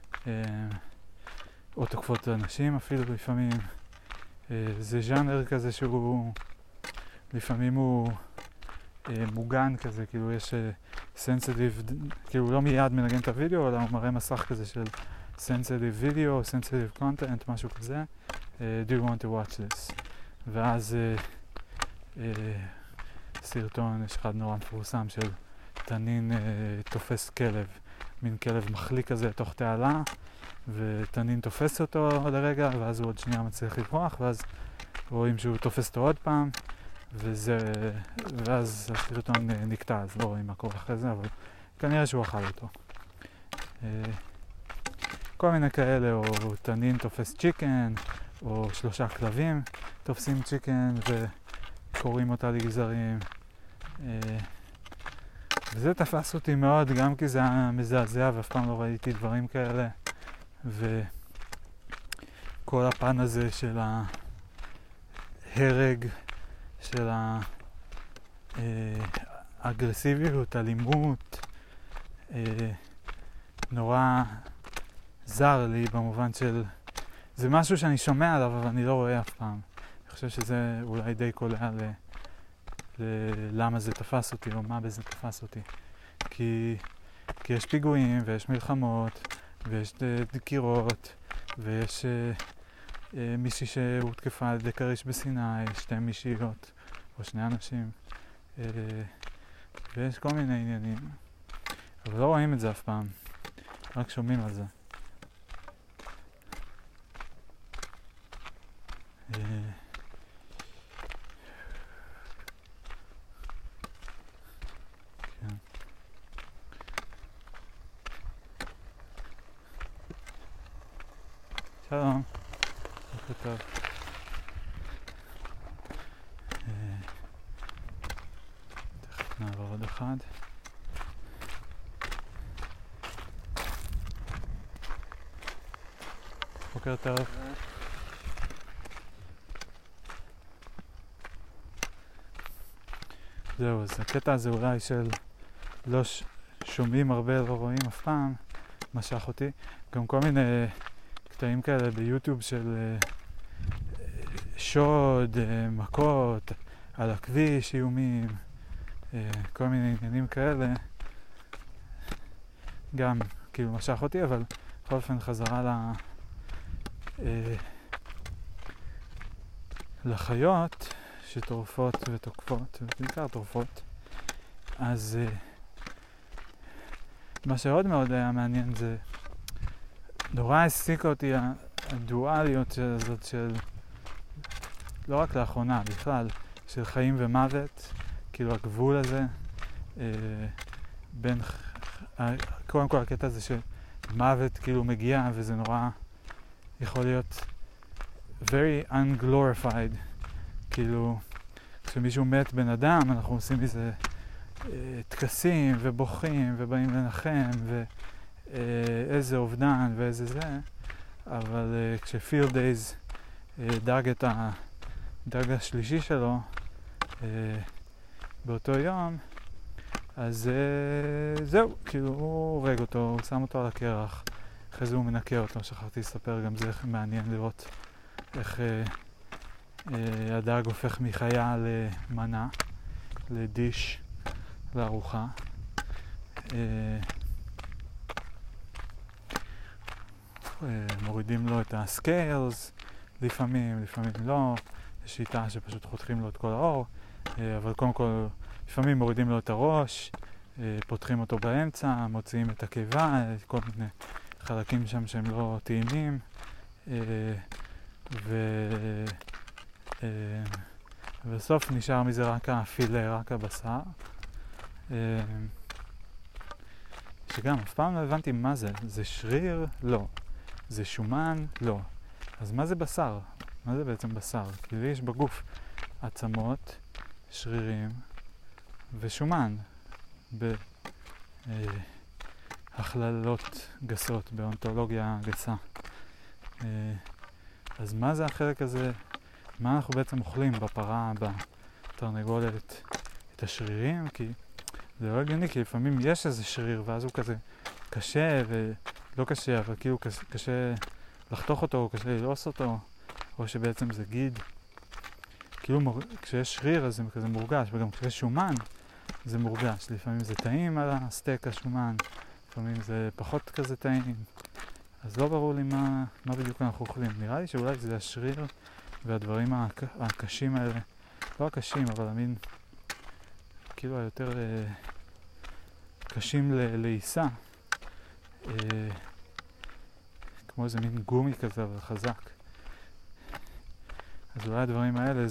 או תוקפות אנשים אפילו לפעמים. זה ז'אנר כזה שהוא לפעמים הוא מוגן כזה, כאילו יש סנסיטיב, כאילו לא מיד מנגן את הוידאו, אלא הוא מראה מסך כזה של סנסיטיב וידאו, סנסיטיב קונטנט, משהו כזה. Do you want to watch this? ואז סרטון, יש אחד נורא מפורסם של תנין תופס כלב, מין כלב מחליק כזה תוך תעלה, ותנין תופס אותו לרגע, ואז הוא עוד שנייה מצליח לברוח, ואז רואים שהוא תופס אותו עוד פעם, ואז הסרטון נקטע, אז לא רואים מה קורה אחרי זה, אבל כנראה שהוא אכל אותו. כל מיני כאלה, או תנין תופס צ'יקן, או 3 כלבים תופסים צ'יקן וקוראים אותה לגזרים. וזה תפס אותי מאוד, גם כי זה היה מזעזע ואף פעם לא ראיתי דברים כאלה. וכל הפן הזה של ההרג, של האגרסיביות, אלימות, נורא זר לי במובן של, זה משהו שאני שומע עליו אבל אני לא רואה אף פעם. אני חושב שזה אולי די קולע למה זה תפס אותי או מה בזה תפס אותי. כי יש פיגועים ויש מלחמות ויש דקירות ויש מישהי שהותקפה על ידי כריש בסיני, 2 מישהיות או 2 אנשים, ויש כל מיני עניינים, אבל לא רואים את זה אף פעם, רק שומעים על זה. שלום, בוקר טוב. תכף נעבור עוד אחד. בוקר טוב. זהו, אז הקטע הזה אולי של לא שומעים הרבה, לא רואים אף פעם, משך אותי. גם כל מיני קטעים כאלה ביוטיוב של שוד, מכות, על הכביש, איומים, כל מיני עניינים כאלה, גם כאילו משך אותי, אבל בכל אופן חזרה לחיות שטורפות ותוקפות, ובעיקר טורפות. אז מה שעוד מאוד היה מעניין זה נורא העסיקה אותי הדואליות הזאת של, לא רק לאחרונה, בכלל, של חיים ומוות, כאילו הגבול הזה, בין, קודם כל הקטע הזה שמוות כאילו מגיע וזה נורא יכול להיות very unglorified, כאילו כשמישהו מת בן אדם אנחנו עושים מזה תקסים ובוכים ובאים לנחם ואיזה אובדן ואיזה זה, אבל כשפיל דייז דאג את הדאג השלישי שלו באותו יום, אז זהו, כאילו הוא הורג אותו, הוא שם אותו על הקרח, אחרי זה הוא מנקה אותו. שכחתי לספר גם זה מעניין לראות איך הדג הופך מחיה למנה, לדיש, לארוחה. מורידים לו את הסקיילס, לפעמים לא, יש שיטה שפשוט חותכים לו את כל האור, אבל קודם כל לפעמים מורידים לו את הראש, פותחים אותו באמצע, מוציאים את הקיבה, כל מיני חלקים שם שהם לא טעימים, ובסוף נשאר מזה רק הפילה, רק הבשר, שגם אף פעם לא הבנתי מה זה. זה שריר? לא. זה שומן? לא. אז מה זה בשר? מה זה בעצם בשר? כאילו יש בגוף עצמות, שרירים ושומן בהכללות גסות, באונתולוגיה גסה. אז מה זה החלק הזה? מה אנחנו בעצם אוכלים בפרה, בתרנגולת, את השרירים? כי זה לא הגיוני, כי לפעמים יש איזה שריר ואז הוא כזה קשה ולא קשה, אבל כאילו קשה לחתוך אותו או קשה ללעוס אותו, או שבעצם זה גיד. כאילו כשיש שריר אז זה כזה מורגש, וגם כשיש שומן זה מורגש. לפעמים זה טעים על הסטייק השומן, לפעמים זה פחות כזה טעים. אז לא ברור לי מה בדיוק אנחנו אוכלים. נראה לי שאולי זה השריר והדברים הקשים האלה, לא הקשים, אבל המין כאילו היותר קשים לעיסה, כמו איזה מין גומי כזה אבל חזק. אז אולי הדברים האלה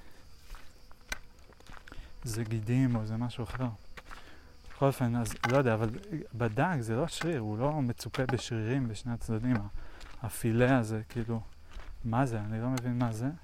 זה גידים או זה משהו אחר. בכל אופן, אז לא יודע, אבל בדג זה לא שריר, הוא לא מצופה בשרירים בשני הצדדים. הפילה הזה, כאילו, מה זה? אני לא מבין מה זה.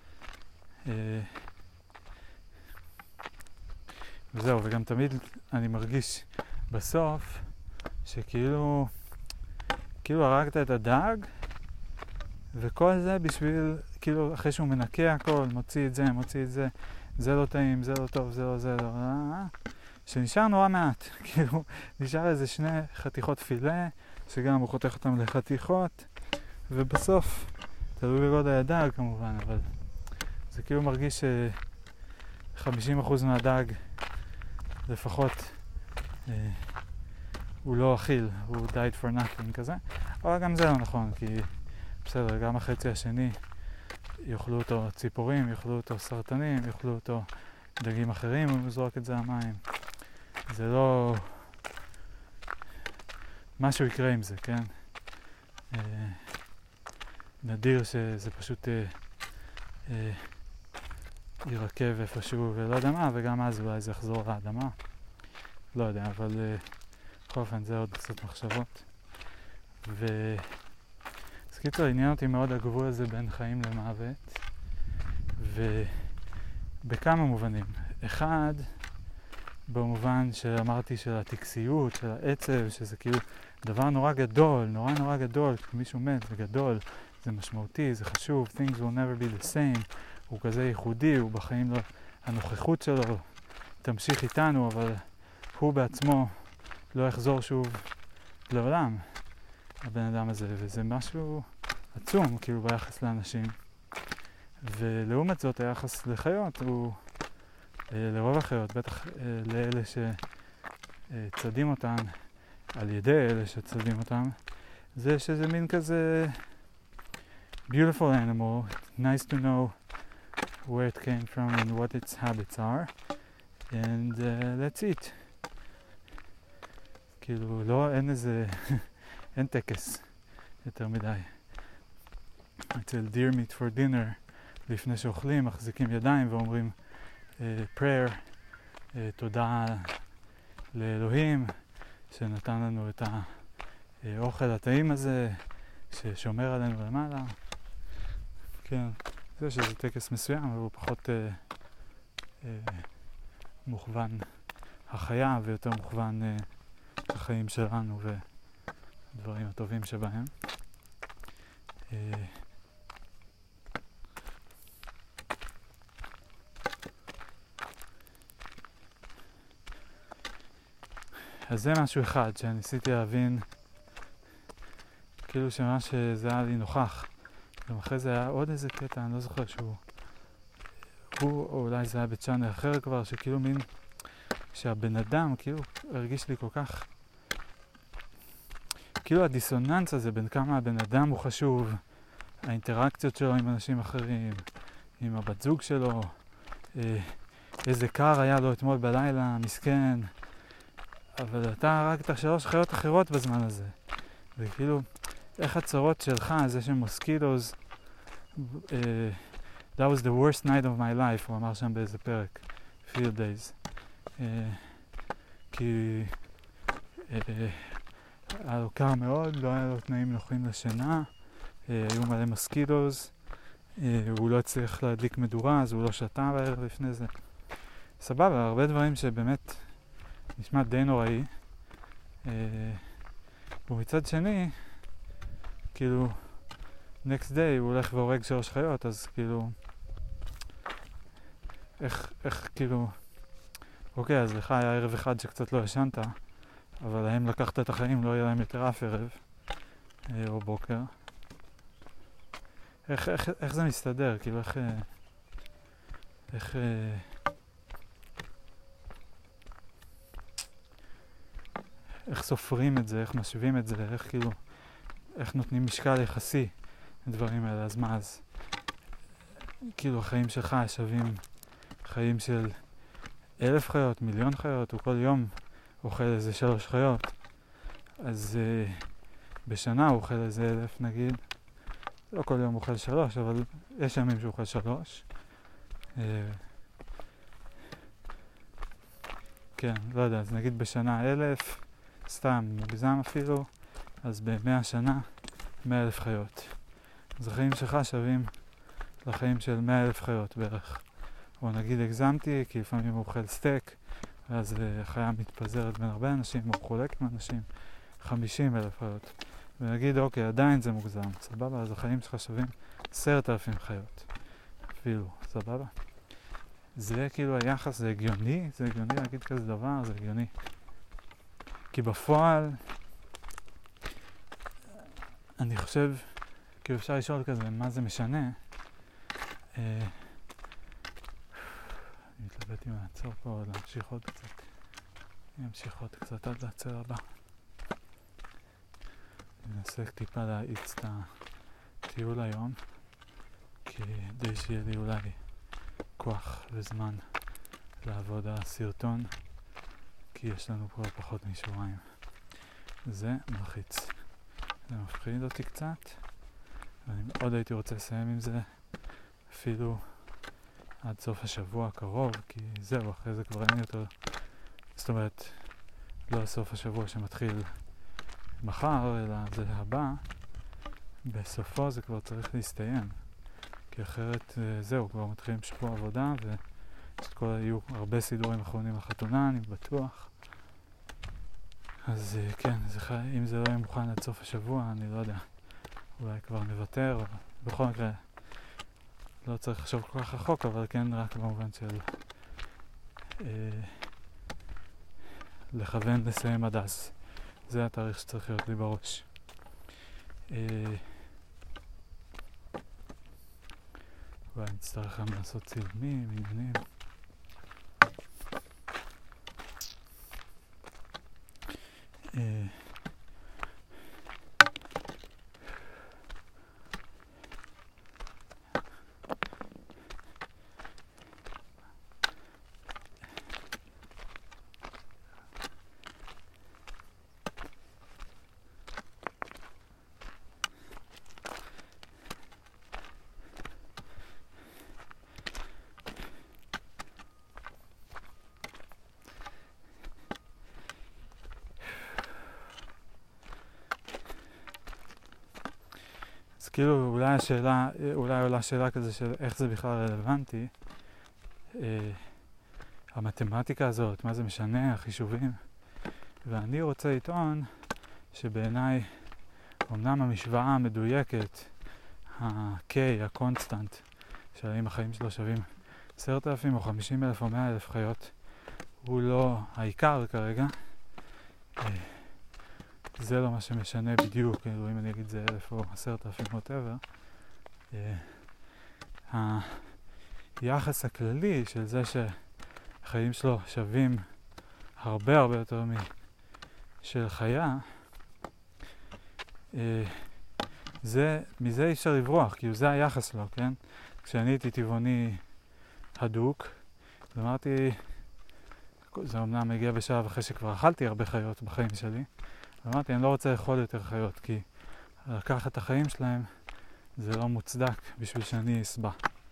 וזהו, וגם תמיד אני מרגיש בסוף שכאילו הרגת את הדג, וכל זה בשביל, כאילו אחרי שהוא מנקה הכל, מוציא את זה, זה לא טעים, זה לא טוב, זה לא, שנשאר נורא מעט, כאילו נשאר איזה 2 חתיכות פילה, שגם הוא חותך אותם לחתיכות, ובסוף, תלוי בגודל הדג כמובן, אבל זה כאילו מרגיש ש50% מהדג לפחות הוא לא אכיל, הוא died for nothing כזה, אבל גם זה לא נכון, כי בסדר, גם החצי השני יאכלו אותו ציפורים, יאכלו אותו סרטנים, יאכלו אותו דגים אחרים, הוא מזרוק את זה המים. זה לא... משהו יקרה עם זה, כן? נדיר שזה פשוט יירקב איפשהו ולא יודע מה, וגם אז אולי זה יחזור לאדמה. לא יודע, אבל בכל אופן זה עוד קצת מחשבות. אז קיצור, עניין אותי מאוד הגבול הזה בין חיים למוות, ובכמה מובנים. אחד, במובן שאמרתי של הטקסיות, של העצב, שזה כאילו דבר נורא גדול, נורא גדול, כשמישהו מת, זה גדול, זה משמעותי, זה חשוב, things will never be the same, הוא כזה ייחודי, הוא בחיים לא, הנוכחות שלו תמשיך איתנו, אבל הוא בעצמו לא יחזור שוב לעולם, הבן אדם הזה, וזה משהו עצום, כאילו, ביחס לאנשים. ולעומת זאת, היחס לחיות הוא, לרוב החיות, בטח לאלה שצדים אותן, על ידי אלה שצדים אותן, זה שזה מין כזה beautiful animal, nice to know where it came from and what its habits are, and let's eat. כאילו, לא, אין איזה, אין טקס יותר מדי. אצל deer meat for dinner, לפני שאוכלים, מחזיקים ידיים ואומרים prayer, תודה לאלוהים שנתן לנו את האוכל הטעים הזה, ששומר עלינו למעלה. כן, זה שזה טקס מסוים, אבל הוא פחות מוכוון החיה ויותר מוכוון החיים שלנו ודברים הטובים שבהם. אז זה משהו אחד שניסיתי להבין, כאילו שממש זה היה לי נוכח. גם אחרי זה היה עוד איזה קטע, אני לא זוכר שהוא, או אולי זה היה בצ'אנל אחר כבר, שכאילו מין, שהבן אדם כאילו הרגיש לי כל כך, כאילו הדיסוננס הזה בין כמה הבן אדם הוא חשוב, האינטראקציות שלו עם אנשים אחרים, עם הבת זוג שלו, איזה קר היה לו אתמול בלילה, מסכן, אבל אתה הרגת 3 חיות אחרות בזמן הזה. וכאילו, איך הצרות שלך, זה שמוסקיטוס, that was the worst night of my life, הוא אמר שם באיזה פרק, field days. כי היה לו קר מאוד, לא היה לו תנאים נוחים לשינה, היו מלא מוסקיטוס, הוא לא הצליח להדליק מדורה, אז הוא לא שתה בערב לפני זה. סבבה, הרבה דברים שבאמת נשמע די נוראי. ומצד שני, כאילו, next day הוא הולך והורג 3 חיות, אז כאילו, איך כאילו, אוקיי, אז לך היה ערב אחד שקצת לא ישנת, אבל להם לקחת את החיים, לא יהיה להם יותר אף ערב, או בוקר. איך זה מסתדר? כאילו, איך סופרים את זה, איך משווים את זה, איך נותנים משקל יחסי לדברים האלה. אז מה, אז כאילו החיים שלך שווים חיים של 1,000 חיות, 1,000,000 חיות, הוא כל יום אוכל איזה 3 חיות, אז בשנה הוא אוכל איזה 1,000 נגיד, לא כל יום הוא אוכל 3, אבל יש ימים שהוא אוכל 3. כן, לא יודע, אז נגיד בשנה 1,000, סתם, מוגזם אפילו, אז ב100 שנה, 100,000 חיות. אז החיים שלך שווים לחיים של 100,000 חיות בערך. או נגיד הגזמתי, כי לפעמים הוא אוכל סטייק, ואז החיה מתפזרת בין הרבה אנשים, הוא חולק עם אנשים, 50,000 חיות. ונגיד, אוקיי, עדיין זה מוגזם, סבבה? אז החיים שלך שווים 10,000 חיות. אפילו, סבבה? זה כאילו היחס, זה הגיוני? זה הגיוני להגיד כזה דבר? זה הגיוני. כי בפועל, אני חושב, כאילו אפשר לשאול כזה, מה זה משנה? אני מתלבט אם לעצור פה או להמשיך עוד קצת. אני אמשיך עוד קצת עד לצל הבא. אני אנסה טיפה להאיץ את הטיול היום, כדי שיהיה לי אולי כוח וזמן לעבוד על הסרטון, כי יש לנו פה פחות משבועיים. זה מלחיץ. זה מפחיד אותי קצת, ואני מאוד הייתי רוצה לסיים עם זה אפילו עד סוף השבוע הקרוב, כי זהו, אחרי זה כבר אין יותר, זאת אומרת, לא סוף השבוע שמתחיל מחר, אלא זה הבא, בסופו זה כבר צריך להסתיים, כי אחרת זהו, כבר מתחילים שבוע עבודה, יהיו הרבה סידורים אחרונים לחתונה, אני בטוח. אז כן, אם זה לא יהיה מוכן עד סוף השבוע, אני לא יודע, אולי כבר נוותר, בכל מקרה לא צריך לחשוב כל כך רחוק, אבל כן רק במובן של לכוון לסיים עד אז. זה התאריך שצריך להיות לי בראש. אולי נצטרך גם לעשות צילומים, עניינים. כאילו אולי עולה שאלה כזה של איך זה בכלל רלוונטי, המתמטיקה הזאת, מה זה משנה, החישובים. ואני רוצה לטעון שבעיניי, אמנם המשוואה המדויקת, ה-K, הקונסטנט, של האם החיים שלו שווים 10,000 או 50,000 או 100,000 חיות, הוא לא העיקר כרגע. זה לא מה שמשנה בדיוק, כאילו אם אני אגיד זה 1,000 או 10,000 whatever. היחס הכללי של זה שהחיים שלו שווים הרבה יותר של חיה, מזה אי אפשר לברוח, כאילו זה היחס לו, כן? כשאני הייתי טבעוני הדוק, אמרתי, זה אמנם מגיע בשלב אחרי שכבר אכלתי הרבה חיות בחיים שלי, אמרתי, אני לא רוצה לאכול יותר חיות, כי לקחת את החיים שלהם זה לא מוצדק בשביל שאני אסבע.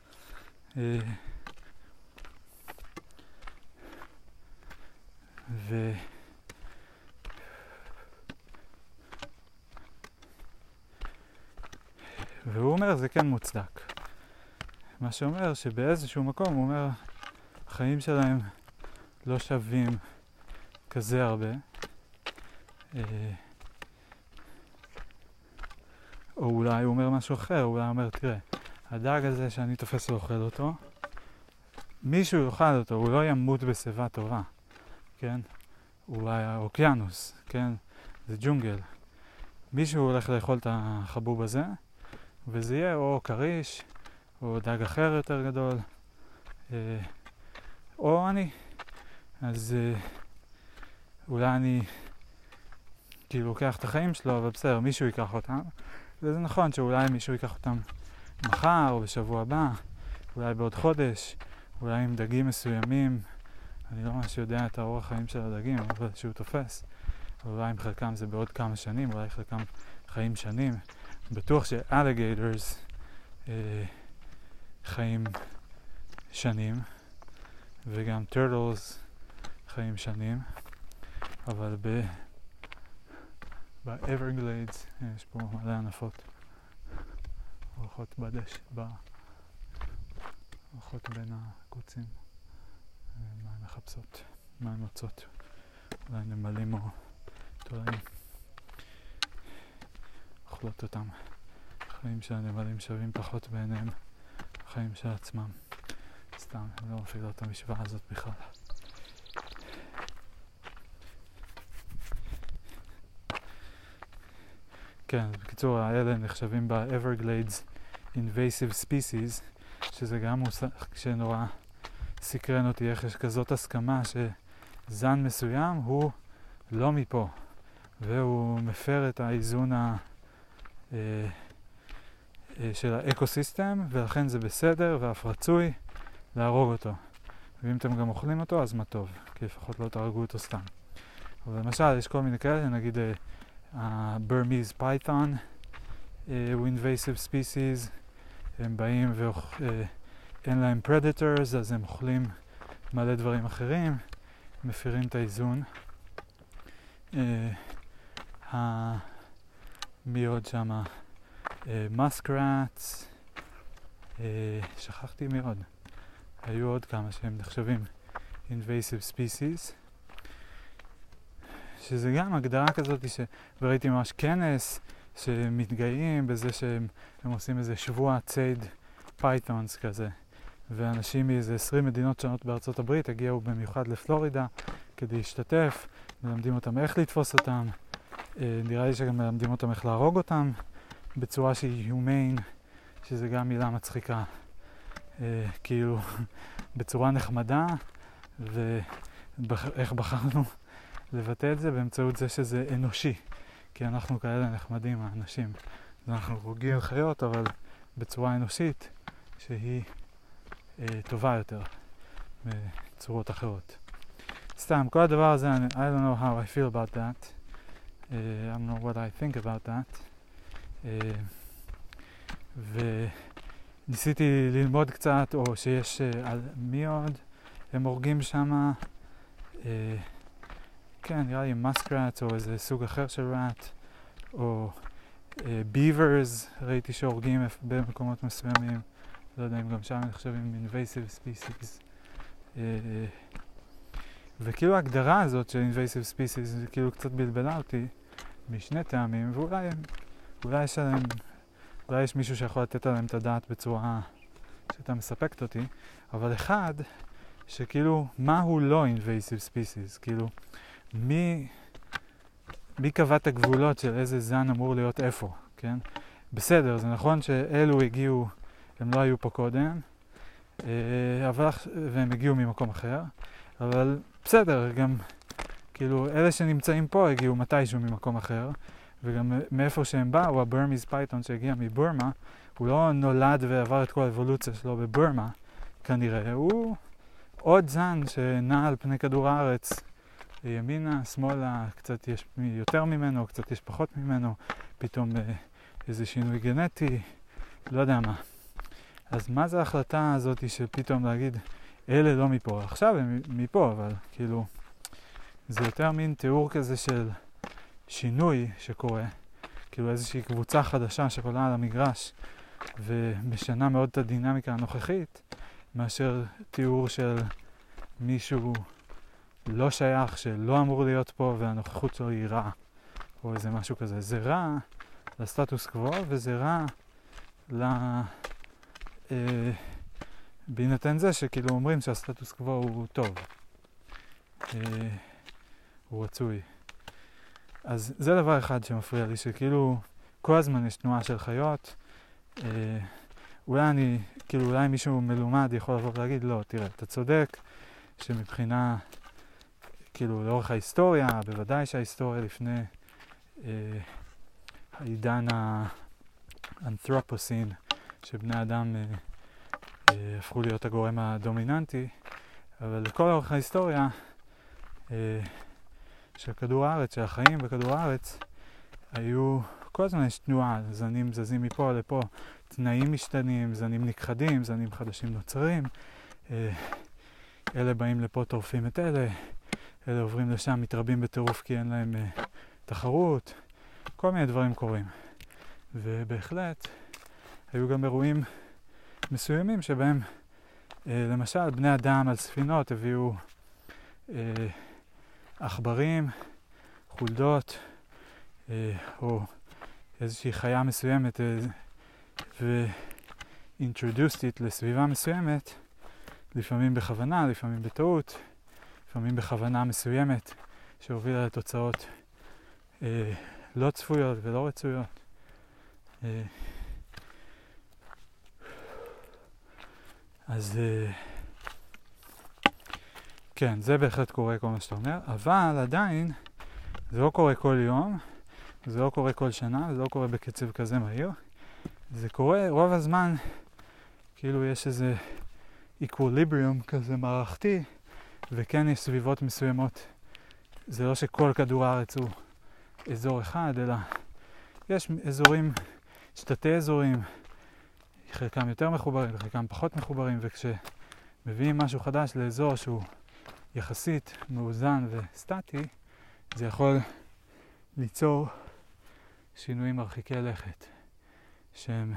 והוא אומר, זה כן מוצדק. מה שאומר שבאיזשהו מקום, הוא אומר, החיים שלהם לא שווים כזה הרבה. או אולי הוא אומר משהו אחר, אולי הוא אומר, תראה, הדג הזה שאני תופס ואוכל אותו, מישהו יאכל אותו, הוא לא ימות בשיבה טובה, כן? אולי האוקיינוס, כן? זה ג'ונגל. מישהו הולך לאכול את החבוב הזה, וזה יהיה או קריש, או דג אחר יותר גדול, או אני. אז אולי אני כאילו לוקח את החיים שלו, אבל בסדר, מישהו ייקח אותם. וזה נכון שאולי מישהו ייקח אותם מחר או בשבוע הבא, אולי בעוד חודש, אולי עם דגים מסוימים. אני לא ממש יודע את האורח חיים של הדגים, אבל שהוא תופס. אולי עם חלקם זה בעוד כמה שנים, אולי חלקם חיים שנים. בטוח שאלגייטרס חיים שנים, וגם טרטלס חיים שנים, אבל באברגליידס יש פה מלא ענפות, הולכות בדש, הולכות בין הקוצים, מה הן מחפשות, מה הן מוצאות, אולי נמלים או תולעים, אוכלות אותם. החיים של הנמלים שווים פחות בעיניהם, החיים של עצמם. סתם, הם לא מפעילות את המשוואה הזאת בכלל. כן, בקיצור, האלה נחשבים ב-Everglades Invasive Species, שזה גם מושג שנורא סקרן אותי איך יש כזאת הסכמה זן מסוים הוא לא מפה, והוא מפר את האיזון של האקוסיסטם, ולכן זה בסדר ואף רצוי להרוג אותו. ואם אתם גם אוכלים אותו, אז מה טוב, כי לפחות לא תהרגו אותו סתם. אבל למשל, יש כל מיני כאלה, נגיד Burmese python, הוא invasive species, הם באים ואין להם predators, אז הם אוכלים מלא דברים אחרים, מפירים את האיזון. מי עוד שמה? muskrats, שכחתי מי עוד. היו עוד כמה שהם נחשבים invasive species, שזה גם הגדרה כזאת וראיתי ממש כנס שמתגאים בזה שהם עושים איזה שבוע ציד פייתונס כזה, ואנשים מאיזה 20 מדינות שונות בארצות הברית הגיעו במיוחד לפלורידה כדי להשתתף, מלמדים אותם איך לתפוס אותם, נראה לי שגם מלמדים אותם איך להרוג אותם בצורה שהיא humane, שזה גם מילה מצחיקה, כאילו בצורה נחמדה, ואיך בחרנו לבטא את זה באמצעות זה שזה אנושי, כי אנחנו כאלה נחמדים האנשים, אנחנו הורגים חיות אבל בצורה אנושית שהיא טובה יותר בצורות אחרות. סתם, כל הדבר הזה, I don't know how I feel about that, I don't know what I think about that, וניסיתי ללמוד קצת, או שיש על מי עוד הם הורגים שמה, כן, נראה לי muskrats או איזה סוג אחר של rat, או beavers, ראיתי שהורגים במקומות מסוימים, לא יודע אם גם שם נחשבים invasive species. וכאילו ההגדרה הזאת של invasive species זה כאילו קצת בלבלה אותי משני טעמים, ואולי יש מישהו שיכול לתת עליהם את הדעת בצורה שהייתה מספקת אותי, אבל אחד, שכאילו מהו לא invasive species, כאילו מי קבע את הגבולות של איזה זן אמור להיות איפה, כן? בסדר, זה נכון שאלו הגיעו, הם לא היו פה קודם, והם הגיעו ממקום אחר, אבל בסדר, גם כאילו אלה שנמצאים פה הגיעו מתישהו ממקום אחר, וגם מאיפה שהם באו, הברמיז פייתון שהגיע מבורמה, הוא לא נולד ועבר את כל האבולוציה שלו בבורמה, כנראה, הוא עוד זן שנע על פני כדור הארץ, ימינה, שמאלה, קצת יש יותר ממנו, קצת יש פחות ממנו, פתאום איזה שינוי גנטי, לא יודע מה. אז מה זה ההחלטה הזאת של פתאום להגיד, אלה לא מפה, עכשיו הם מפה, אבל כאילו, זה יותר מין תיאור כזה של שינוי שקורה, כאילו איזושהי קבוצה חדשה שקולה על המגרש, ומשנה מאוד את הדינמיקה הנוכחית, מאשר תיאור של מישהו לא שייך, שלא אמור להיות פה, והנוכחות שלו היא רע, או איזה משהו כזה. זה רע לסטטוס קוו, וזה רע בהינתן זה שכאילו אומרים שהסטטוס קוו הוא טוב, הוא רצוי. אז זה דבר אחד שמפריע לי, שכאילו כל הזמן יש תנועה של חיות, אולי מישהו מלומד יכול לבוא ולהגיד, לא, תראה, אתה צודק, שמבחינה, כאילו, לאורך ההיסטוריה, בוודאי שההיסטוריה לפני העידן האנתרופוסין, שבני אדם הפכו להיות הגורם הדומיננטי, אבל לכל אורך ההיסטוריה של כדור הארץ, של החיים בכדור הארץ, היו, כל הזמן יש תנועה, זנים זזים מפה לפה, תנאים משתנים, זנים נכחדים, זנים חדשים נוצרים, אלה באים לפה טורפים את אלה עוברים לשם, מתרבים בטירוף כי אין להם תחרות, כל מיני דברים קורים. ובהחלט היו גם אירועים מסוימים שבהם למשל בני אדם על ספינות הביאו עכברים, חולדות או איזושהי חיה מסוימת ו-introduced it לסביבה מסוימת, לפעמים בכוונה, לפעמים בטעות, לפעמים בכוונה מסוימת שהובילה לתוצאות לא צפויות ולא רצויות. אז כן, זה בהחלט קורה כל מה שאתה אומר, אבל עדיין זה לא קורה כל יום, זה לא קורה כל שנה, זה לא קורה בקצב כזה מהיר. זה קורה רוב הזמן, כאילו יש איזה איקווליבריום כזה מערכתי, וכן יש סביבות מסוימות. זה לא שכל כדור הארץ הוא אזור אחד, אלא יש אזורים, שתתי אזורים, חלקם יותר מחוברים וחלקם פחות מחוברים, וכשמביאים משהו חדש לאזור שהוא יחסית מאוזן וסטטי, זה יכול ליצור שינויים מרחיקי לכת, שהם...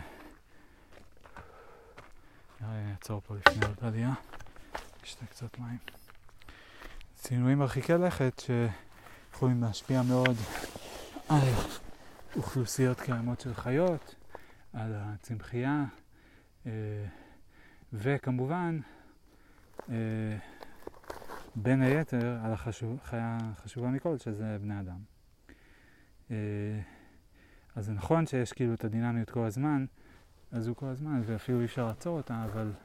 אני אעצור פה לפני עוד עלייה, אשתה קצת מים. שינויים מרחיקי לכת שיכולים להשפיע מאוד על אוכלוסיות קיימות של חיות, על הצמחייה, וכמובן, בין היתר, על החיה החשובה מכל, שזה בני אדם. אז זה נכון שיש כאילו את הדינמיות כל הזמן, אז הוא כל הזמן, ואפילו אי אפשר לעצור אותה,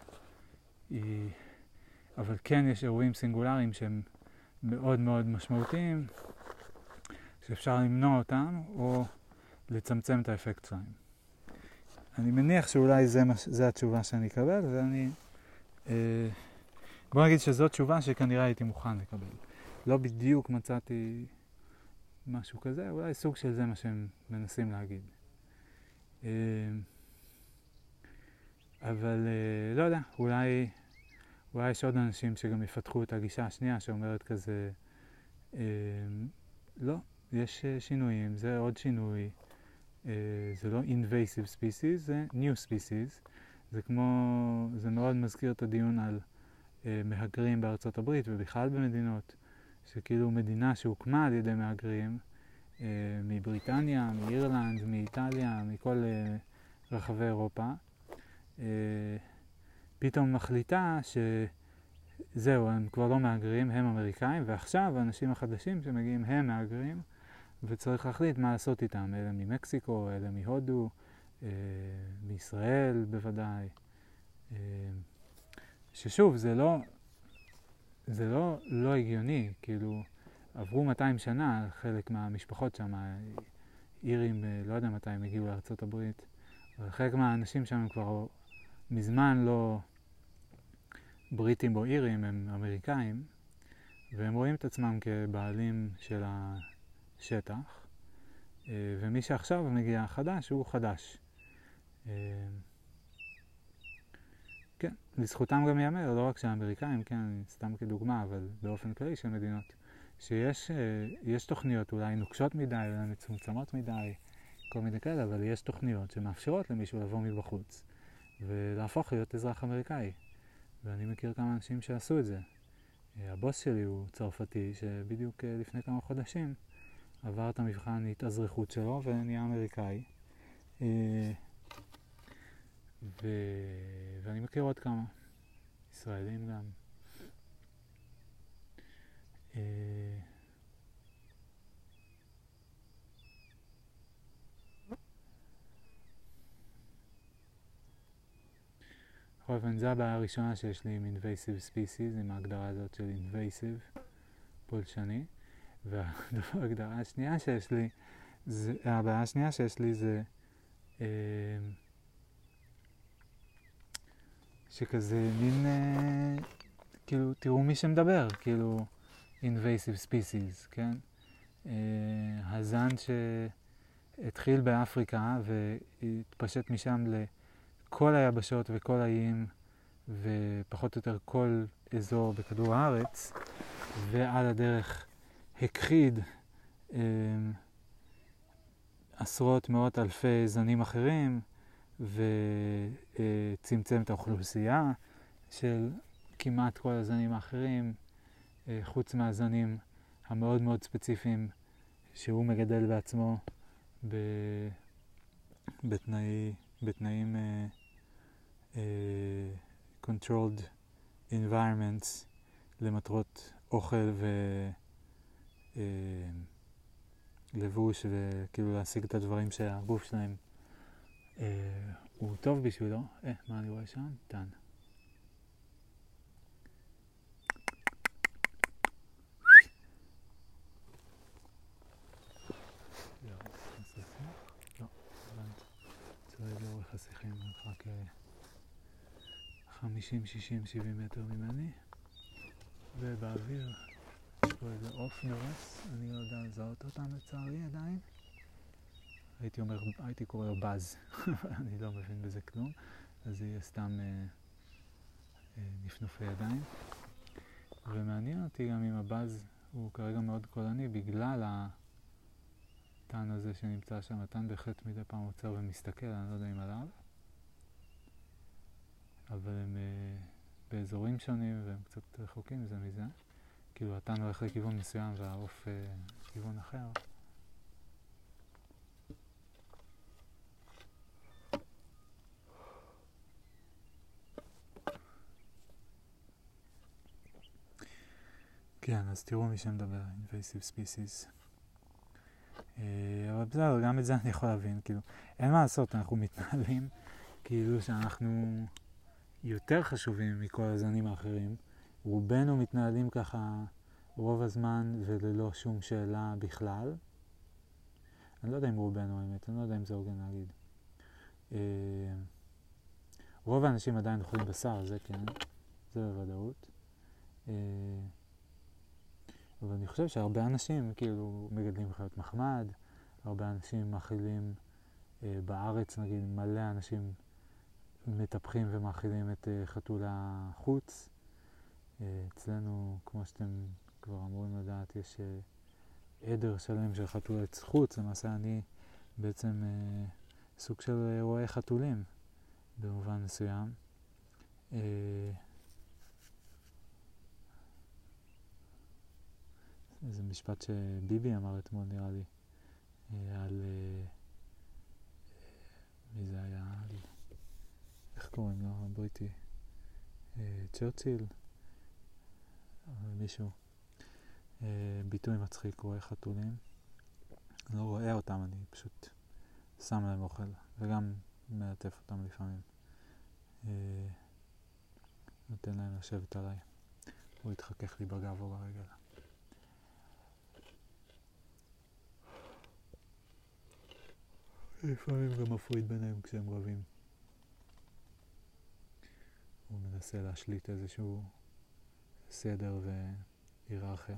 אבל כן יש אירועים סינגולריים שהם מאוד מאוד משמעותיים, שאפשר למנוע אותם או לצמצם את האפקט שלהם. אני מניח שאולי זה התשובה שאני אקבל, ואני... בוא נגיד שזאת תשובה שכנראה הייתי מוכן לקבל. לא בדיוק מצאתי משהו כזה, אולי סוג של זה מה שהם מנסים להגיד. אבל לא יודע, אולי יש עוד אנשים שגם יפתחו את הגישה השנייה שאומרת כזה, לא, יש שינויים, זה עוד שינוי, זה לא invasive species, זה new species, זה מאוד מזכיר את הדיון על מהגרים בארצות הברית ובכלל במדינות, שכאילו מדינה שהוקמה על ידי מהגרים, מבריטניה, מאירלנד, מאיטליה, מכל רחבי אירופה, פתאום מחליטה שזהו, הם כבר לא מהגרים, הם אמריקאים, ועכשיו האנשים החדשים שמגיעים הם מהגרים, וצריך להחליט מה לעשות איתם, אלה ממקסיקו, אלה מהודו, מישראל בוודאי. ששוב, זה לא הגיוני, כאילו עברו 200 שנה, חלק מהמשפחות שם, אירים, לא יודע מתי הם הגיעו לארצות הברית, אבל חלק מהאנשים שם הם כבר מזמן לא בריטים או אירים, הם אמריקאים, והם רואים את עצמם כבעלים של השטח, ומי שעכשיו מגיע חדש הוא חדש. כן, לזכותם גם יאמר, לא רק שהאמריקאים, כן, סתם כדוגמה, אבל באופן כללי של מדינות, שיש תוכניות אולי נוקשות מדי, אולי מצומצמות מדי, כל מיני כאלה, אבל יש תוכניות שמאפשרות למישהו לבוא מבחוץ ולהפוך להיות אזרח אמריקאי. ואני מכיר כמה אנשים שעשו את זה. הבוס שלי הוא צרפתי, שבדיוק לפני כמה חודשים עבר את המבחן התאזרחות שלו ונהיה אמריקאי. ואני מכיר עוד כמה, ישראלים גם. בכל אופן, זו הבעיה הראשונה שיש לי עם invasive species, עם ההגדרה הזאת של invasive, פולשני. וההגדרה השנייה שיש לי, הבעיה השנייה שיש לי זה שכזה מין, כאילו, תראו מי שמדבר, כאילו, invasive species, כן? הזן שהתחיל באפריקה והתפשט משם לכל היבשות וכל האיים ופחות או יותר כל אזור בכדור הארץ, ועל הדרך הכחיד עשרות מאות אלפי זנים אחרים וצמצם את האוכלוסייה של כמעט כל הזנים האחרים, חוץ מהזנים המאוד מאוד ספציפיים שהוא מגדל בעצמו בתנאים controlled environments למטרות אוכל ולבוש וכאילו להשיג את הדברים שהגוף שלהם הוא טוב בשבילו. מה אני רואה שם? טן. 50, 60, 70 מטר ממני, ובאוויר יש פה איזה עוף דורס, אני לא יודע לזהות אותם לצערי עדיין. הייתי קורא לו באז, אני לא מבין בזה כלום, אז זה יהיה סתם נפנופי ידיים. ומעניין אותי גם אם הבאז הוא כרגע מאוד קולני בגלל הטן הזה שנמצא שם. הטן בהחלט מדי פעם עוצר ומסתכל, אני לא יודע אם עליו, אבל הם באזורים שונים והם קצת רחוקים זה מזה. כאילו הטן הולך לכיוון מסוים והעוף לכיוון אחר. כן, אז תראו מי שמדבר, invasive species. אבל בסדר, גם את זה אני יכול להבין, כאילו, אין מה לעשות, אנחנו מתנהלים כאילו שאנחנו יותר חשובים מכל הזנים האחרים. רובנו מתנהלים ככה רוב הזמן וללא שום שאלה בכלל. אני לא יודע אם רובנו האמת, אני לא יודע אם זה הוגן להגיד. רוב האנשים עדיין אוכלים בשר, זה כן, זה בוודאות. אבל אני חושב שהרבה אנשים כאילו מגדלים חיות מחמד, הרבה אנשים מאכילים בארץ, נגיד מלא אנשים מטפחים ומאכילים את חתול החוץ. אצלנו, כמו שאתם כבר אמורים לדעת, יש עדר שלם של חתולי חוץ. למעשה אני בעצם סוג של רואה חתולים במובן מסוים. זה משפט שביבי אמר אתמול נראה לי, על מי זה היה? איך קוראים לו? הבריטי? צ'רציל? מישהו. ביטוי מצחיק, רואה חתולים. אני לא רואה אותם, אני פשוט שם להם אוכל, וגם מלטף אותם לפעמים. נותן להם לשבת עליי. הוא יתחכך לי בגב או ברגל. לפעמים גם מפריד ביניהם כשהם רבים. הוא מנסה להשליט איזשהו סדר והיררכיה.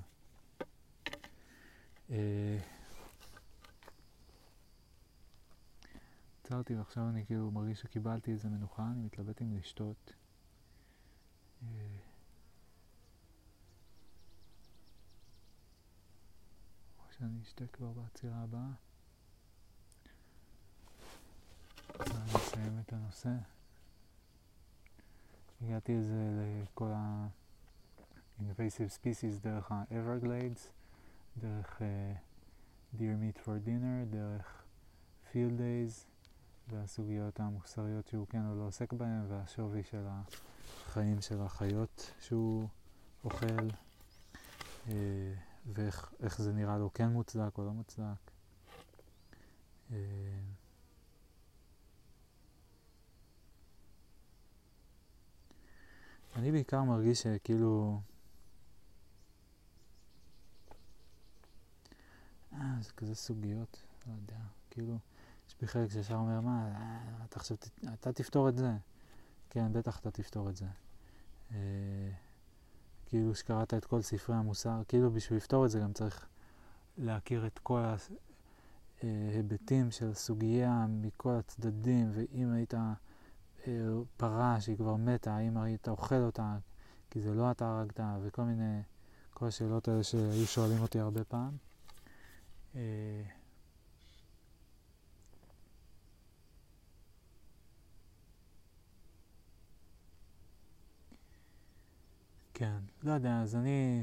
עצרתי ועכשיו אני כאילו מרגיש שקיבלתי איזה מנוחה, אני מתלבט אם לשתות. או שאני אשתה כבר בעצירה הבאה. אני אסיים את הנושא. הגעתי לכל ה-invasive species דרך ה-Everglades, דרך Deer Meat for Dinner, דרך Field Days, והסוגיות המוסריות שהוא כן או לא עוסק בהן, והשווי של החיים של החיות שהוא אוכל, ואיך זה נראה לו כן מוצדק או לא מוצדק. אני בעיקר מרגיש שכאילו זה כזה סוגיות, לא יודע, כאילו יש בי חלק שישר אומר אתה תפתור את זה. כן, בטח אתה תפתור את זה. כאילו שקראת את כל ספרי המוסר, כאילו בשביל לפתור את זה גם צריך להכיר את כל ההיבטים של סוגיה מכל הצדדים, ואם היית פרה שהיא כבר מתה, האם היית אוכל אותה כי זה לא אתה הרגת, וכל מיני, כל השאלות האלה שהיו שואלים אותי הרבה פעם. כן, לא יודע, אז אני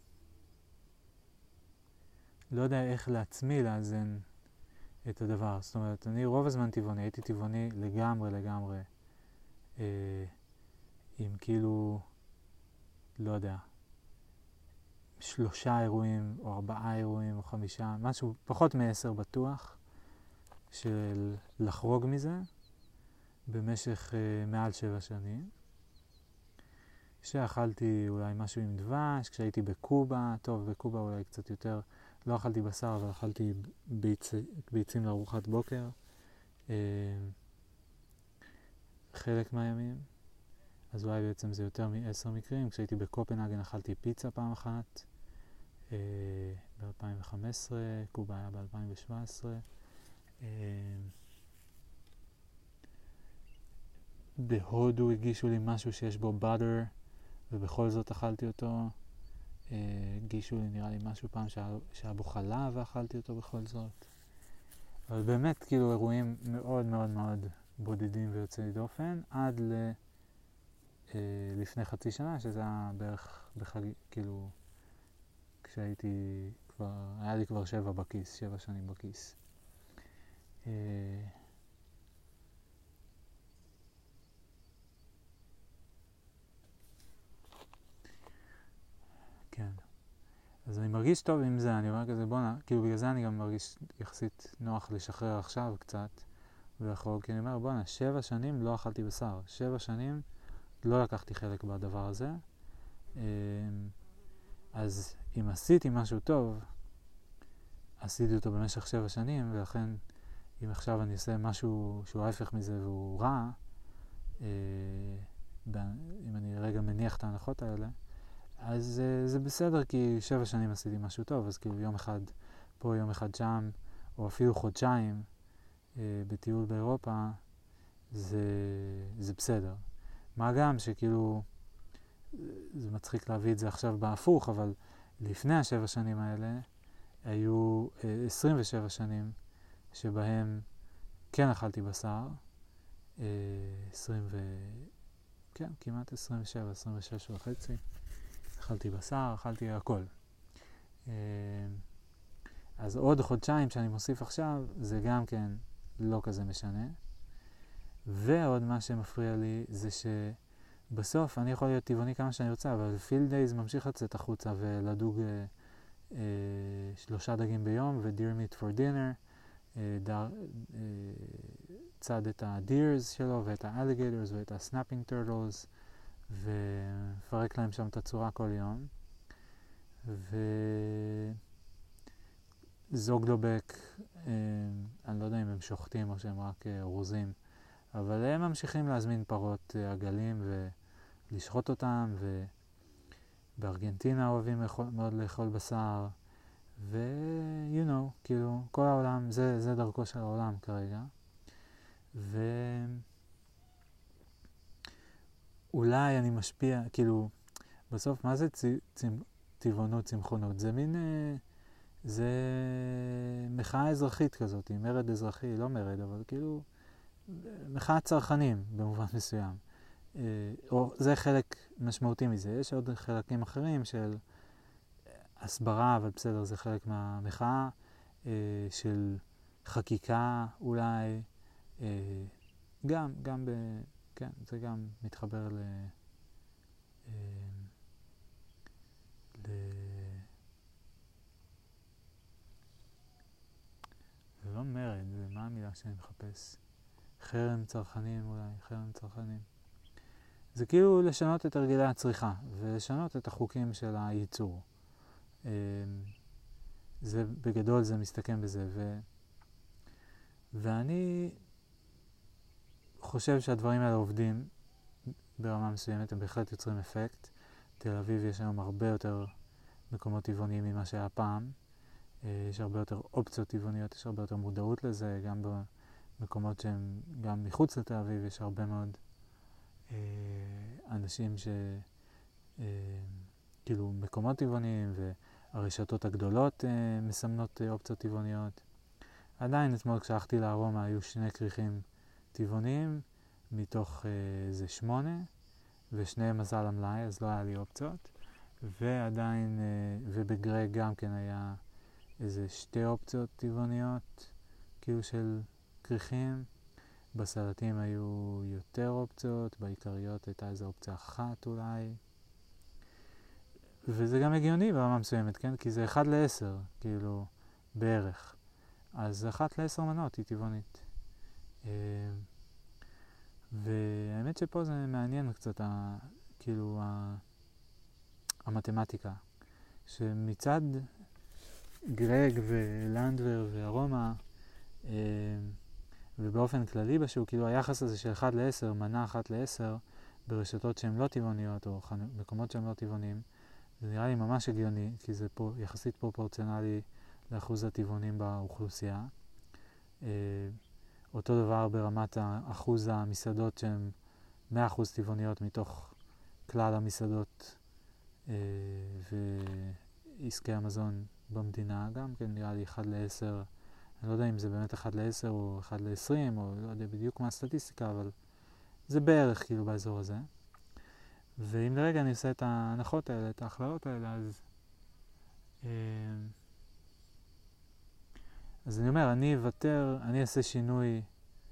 לא יודע איך לעצמי לאזן את הדבר. זאת אומרת, אני רוב הזמן טבעוני, הייתי טבעוני לגמרי. עם כאילו, לא יודע, 3 אירועים או 4 אירועים או 5, משהו פחות מ10 בטוח, של לחרוג מזה במשך מעל 7 שנים. שאכלתי אולי משהו עם דבש, כשהייתי בקובה, טוב, בקובה אולי קצת יותר, לא אכלתי בשר, אבל אכלתי ביצים לארוחת בוקר, חלק מהימים. אז אולי בעצם זה יותר מ10 מקרים. כשהייתי בקופנהגן אכלתי פיצה פעם אחת, ב-2015, קובה היה ב-2017. בהודו הגישו לי משהו שיש בו butter, ובכל זאת אכלתי אותו. הגישו לי נראה לי משהו פעם שהיה בו חלב ואכלתי אותו בכל זאת. אבל באמת כאילו אירועים מאוד מאוד מאוד בודדים ויוצאי דופן, עד לפני חצי שנה, שזה היה בערך כאילו כשהייתי כבר, היה לי כבר 7 שנים בכיס. כן. אז אני מרגיש טוב עם זה, אני אומר כזה בונה, כאילו בגלל זה אני גם מרגיש יחסית נוח לשחרר עכשיו קצת ולחרוג, כי אני אומר בונה, 7 שנים לא אכלתי בשר, 7 שנים לא לקחתי חלק בדבר הזה, אז אם עשיתי משהו טוב, עשיתי אותו במשך 7 שנים, ולכן אם עכשיו אני עושה משהו שהוא ההפך מזה והוא רע, אם אני רגע מניח את ההנחות האלה, אז זה בסדר, כי 7 שנים עשיתי משהו טוב, אז כאילו יום אחד פה, יום אחד שם, או אפילו חודשיים בטיול באירופה, זה בסדר. מה גם שכאילו, זה מצחיק להביא את זה עכשיו בהפוך, אבל לפני 7 שנים האלה, היו 27 שנים שבהם כן אכלתי בשר, כן, כמעט 27, 26 וחצי. אכלתי בשר, אכלתי הכל. אז עוד חודשיים שאני מוסיף עכשיו, זה גם כן לא כזה משנה. ועוד מה שמפריע לי זה שבסוף אני יכול להיות טבעוני כמה שאני רוצה, אבל פיל דייז ממשיך לצאת החוצה ולדוג 3 דגים ביום ודיר מיט פור דינר, צד את הדירס שלו ואת האליגייטורס ואת הסנאפינג טרטלס, ופרק להם שם את הצורה כל יום. וזוגלובק, אני לא יודע אם הם שוחטים או שהם רק רוזים, אבל הם ממשיכים להזמין פרות עגלים ולשחוט אותם, ובארגנטינה אוהבים מאוד לאכול בשר, כאילו כל העולם, זה דרכו של העולם כרגע. אולי אני משפיע, כאילו, בסוף מה זה טבעונות, צמחונות? זה מין, זה מחאה אזרחית כזאת, מרד אזרחי, לא מרד, אבל כאילו, מחאת צרכנים במובן מסוים. או זה חלק משמעותי מזה. יש עוד חלקים אחרים של הסברה, אבל בסדר, זה חלק מהמחאה, של חקיקה אולי, כן, זה גם מתחבר זה לא מרד, זה מה המילה שאני מחפש? חרם צרכנים אולי, חרם צרכנים. זה כאילו לשנות את הרגלי הצריכה, ולשנות את החוקים של הייצור. זה בגדול זה מסתכם בזה, ואני חושב שהדברים האלה עובדים ברמה מסוימת, הם בהחלט יוצרים אפקט. תל אביב יש היום הרבה יותר מקומות טבעוניים ממה שהיה פעם. יש הרבה יותר אופציות טבעוניות, יש הרבה יותר מודעות לזה, גם במקומות שהם גם מחוץ לתל אביב יש הרבה מאוד אנשים כאילו מקומות טבעוניים, והרשתות הגדולות מסמנות אופציות טבעוניות. עדיין אתמול כשהלכתי לארומה היו 2 כריכים טבעוניים מתוך זה 8, ושניהם מזל המלאי, אז לא היה לי אופציות. ועדיין, ובגרג גם כן היה איזה 2 אופציות טבעוניות, כאילו של כריכים. בסלטים היו יותר אופציות, בעיקריות הייתה איזו אופציה אחת אולי. וזה גם הגיוני ברמה מסוימת, כן? כי זה 1/10, כאילו, בערך. אז 1/10 מנות היא טבעונית. והאמת שפה זה מעניין קצת, כאילו, המתמטיקה. שמצד גרג ולנדבר וארומה, ובאופן כללי בשוק, כאילו היחס הזה של 1/10, מנה 1/10, ברשתות שהן לא טבעוניות או מקומות שהן לא טבעוניים, זה נראה לי ממש הגיוני, כי זה פה יחסית פרופורציונלי לאחוז הטבעונים באוכלוסייה. אותו דבר ברמת אחוז המסעדות שהן 100% טבעוניות מתוך כלל המסעדות ועסקי המזון במדינה גם, כן נראה לי 1 ל-10, אני לא יודע אם זה באמת 1 ל-10 או 1 ל-20 או לא יודע בדיוק מה הסטטיסטיקה, אבל זה בערך כאילו באזור הזה. ואם לרגע אני עושה את ההנחות האלה, את ההכללות האלה, אז אני אומר, אני אוותר, אני אעשה שינוי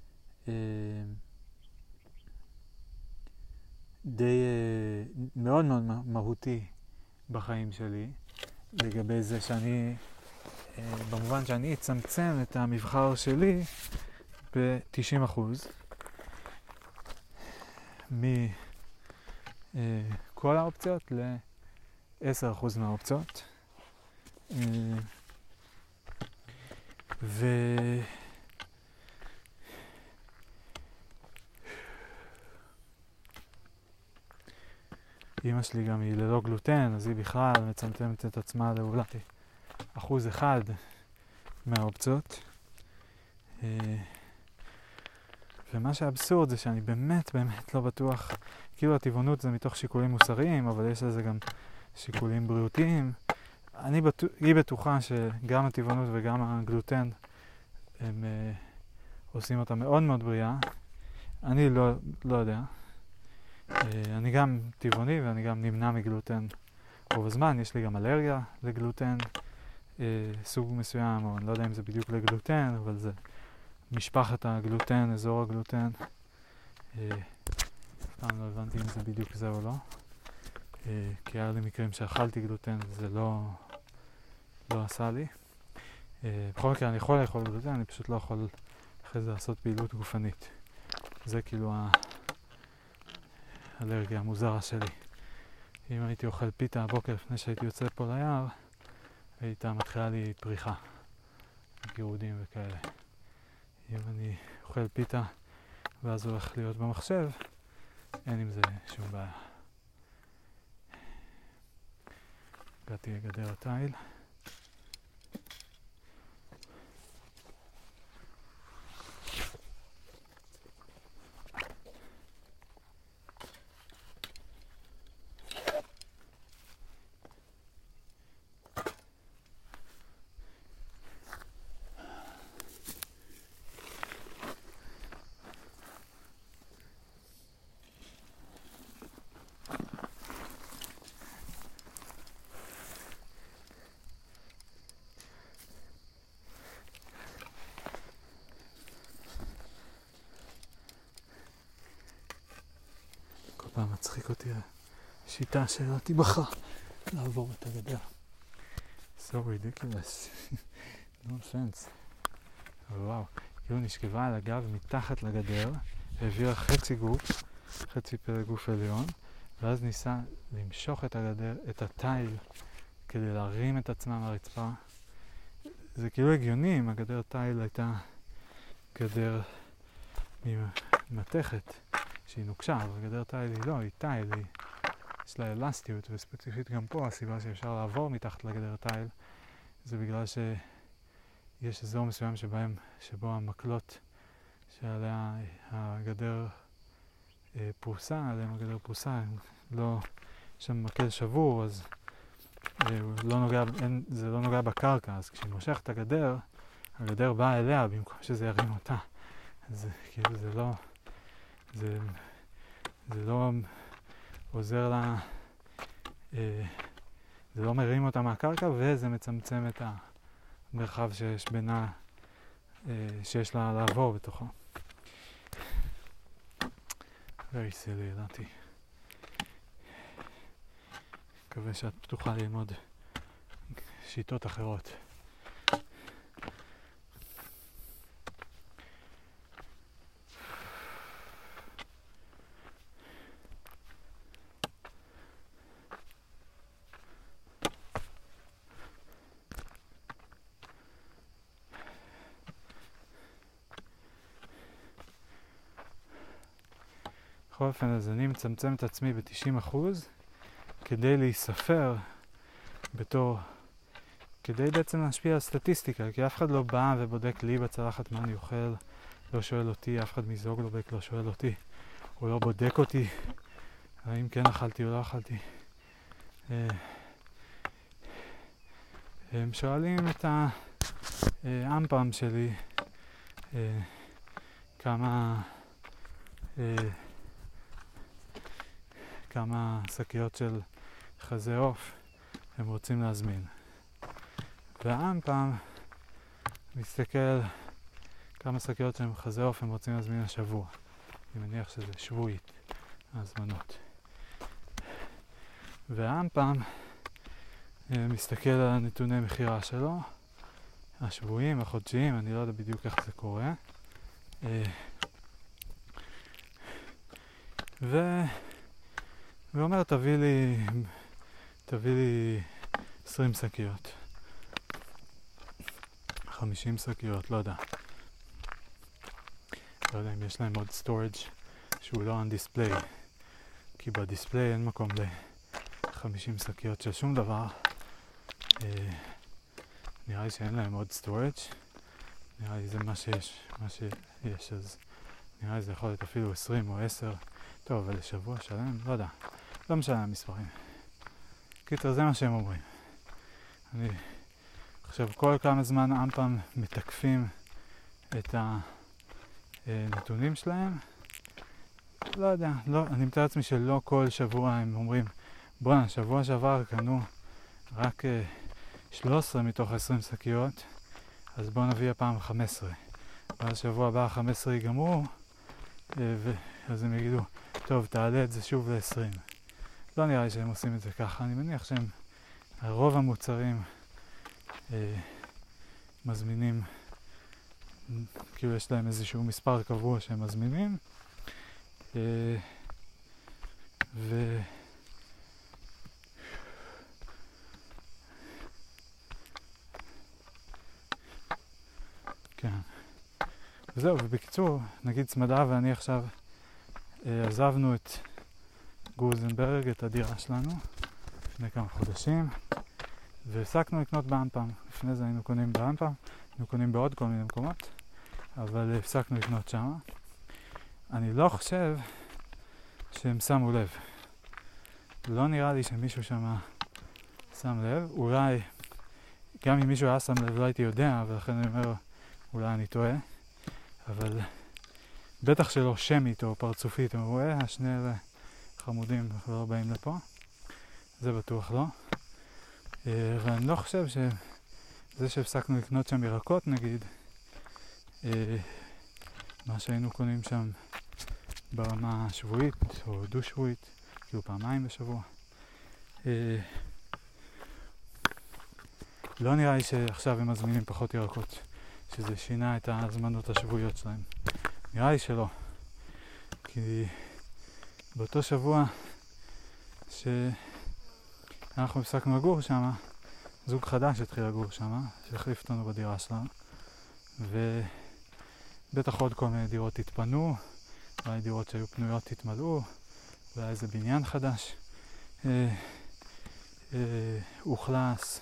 די מאוד מאוד מהותי בחיים שלי, לגבי זה שאני, במובן שאני אצמצם את המבחר שלי ב-90% מכל האופציות ל-10% מהאופציות. אמא שלי גם היא ללא גלוטן, אז היא בכלל מצמצמת את עצמה לאולי 1% מהאופציות. ומה שהאבסורד זה שאני באמת לא בטוח, כאילו הטבעונות זה מתוך שיקולים מוסריים, אבל יש לזה גם שיקולים בריאותיים. היא בטוחה שגם הטבעונות וגם הגלוטן הם עושים אותה מאוד מאוד בריאה. אני לא יודע. אני גם טבעוני ואני גם נמנע מגלוטן רוב הזמן. יש לי גם אלרגיה לגלוטן, סוג מסוים, או אני לא יודע אם זה בדיוק לגלוטן, אבל זה משפחת הגלוטן, אזור הגלוטן. פעם לא הבנתי אם זה בדיוק זה או לא. כי היה לי מקרים שאכלתי גלוטן וזה לא עשה לי. בכל מקרה אני יכול לאכול גלוטן, אני פשוט לא יכול אחרי זה לעשות פעילות גופנית. זה כאילו האלרגיה המוזרה שלי. אם הייתי אוכל פיתה הבוקר לפני שהייתי יוצא פה ליער, הייתה מתחילה לי פריחה, גירודים וכאלה. אם אני אוכל פיתה ואז הולך להיות במחשב, אין עם זה שום בעיה. הגעתי לגדר התיל. מצחיק אותי השיטה שלא תיבחר לעבור את הגדר. So ridiculous. No offense. אבל וואו, כאילו נשכבה על הגב מתחת לגדר, העבירה חצי פרק גוף עליון, ואז ניסה למשוך את הגדר, את התיל, כדי להרים את עצמה מהרצפה. זה כאילו הגיוני אם הגדר תיל הייתה גדר ממתכת. שהיא נוקשה, אבל גדר תיל היא לא, היא תיל, יש לה אלסטיות, וספציפית גם פה הסיבה שאפשר לעבור מתחת לגדר תיל, זה בגלל שיש אזור מסוים שבו המקלות שעליה הגדר פרוסה, עליהם הגדר פרוסה, לא, יש שם מקל שבור, אז זה לא נוגע בקרקע, אז כשהיא מושכת את הגדר באה אליה במקום שזה ירים אותה. אז כאילו זה לא עוזר לה, זה לא מרים אותה מהקרקע, וזה מצמצם את המרחב שיש לה לעבור בתוכו. very silly, ידעתי. מקווה שאת פתוחה ללמוד שיטות אחרות. בכל אופן, אז אני מצמצם את עצמי ב-90% כדי להיספר בתור, כדי בעצם להשפיע על סטטיסטיקה, כי אף אחד לא בא ובודק לי בצלחת מה אני אוכל, לא שואל אותי, אף אחד מזוג לא שואל אותי, הוא לא בודק אותי, האם כן אכלתי או לא אכלתי. הם שואלים את האמפם שלי כמה שקיות של חזה עוף הם רוצים להזמין. והאמפם מסתכל כמה שקיות של חזה עוף הם רוצים להזמין השבוע. אני מניח שזה שבועית, ההזמנות. והאמפם מסתכל על הנתוני מחירה שלו, השבועיים, החודשיים, אני לא יודע בדיוק איך זה קורה. והוא אומר, תביא לי 20 שקיות. 50 שקיות, לא יודע. לא יודע אם יש להם עוד storage שהוא לא on display, כי בדיספליי אין מקום ל-50 שקיות של שום דבר. נראה לי שאין להם עוד storage. נראה לי זה מה שיש, אז נראה לי זה יכול להיות אפילו 20 או 10. טוב, אבל לשבוע שלם, לא יודע. לא משנה המספרים. קיצר, זה מה שהם אומרים. אני חושב כל כמה זמן אמפם מתקפים את הנתונים שלהם. לא יודע, אני מתאר לעצמי שלא כל שבוע הם אומרים, בואנה, שבוע שעבר קנו רק 13 מתוך 20 שקיות, אז בואו נביא הפעם 15. ואז שבוע הבא 15 ייגמרו, אז הם יגידו, טוב, תעלה את זה שוב ל-20. לא נראה לי שהם עושים את זה ככה. אני מניח שהם, רוב המוצרים מזמינים, כאילו יש להם איזשהו מספר קבוע שהם מזמינים. כן. וזהו, ובקיצור, נגיד צמדה ואני עכשיו עזבנו את גוזנברג, את הדירה שלנו, לפני כמה חודשים, והפסקנו לקנות באמפם. לפני זה היינו קונים באמפם, היינו קונים בעוד כל מיני מקומות, אבל הפסקנו לקנות שם. אני לא חושב שהם שמו לב. לא נראה לי שמישהו שם שם לב. אולי, גם אם מישהו היה שם לב, לא הייתי יודע, ולכן אני אומר, אולי אני טועה. אבל בטח שלא שמית או פרצופית, הם רואה, השני אלה חמודים לא באים לפה. זה בטוח לא. ואני לא חושב שזה שהפסקנו לקנות שם ירקות, נגיד, מה שהיינו קונים שם ברמה שבועית או דו-שבועית, כאילו פעמיים בשבוע. לא נראה לי שעכשיו הם מזמינים פחות ירקות, שזה שינה את ההזמנות השבועיות שלהם. נראה לי שלא. כי באותו שבוע שאנחנו הפסקנו לגור שם, זוג חדש התחיל לגור שם, שהחליף אותנו בדירה שלנו, ובטח עוד כל מיני דירות התפנו, אולי דירות שהיו פנויות התמלאו, אולי איזה בניין חדש הוכלס.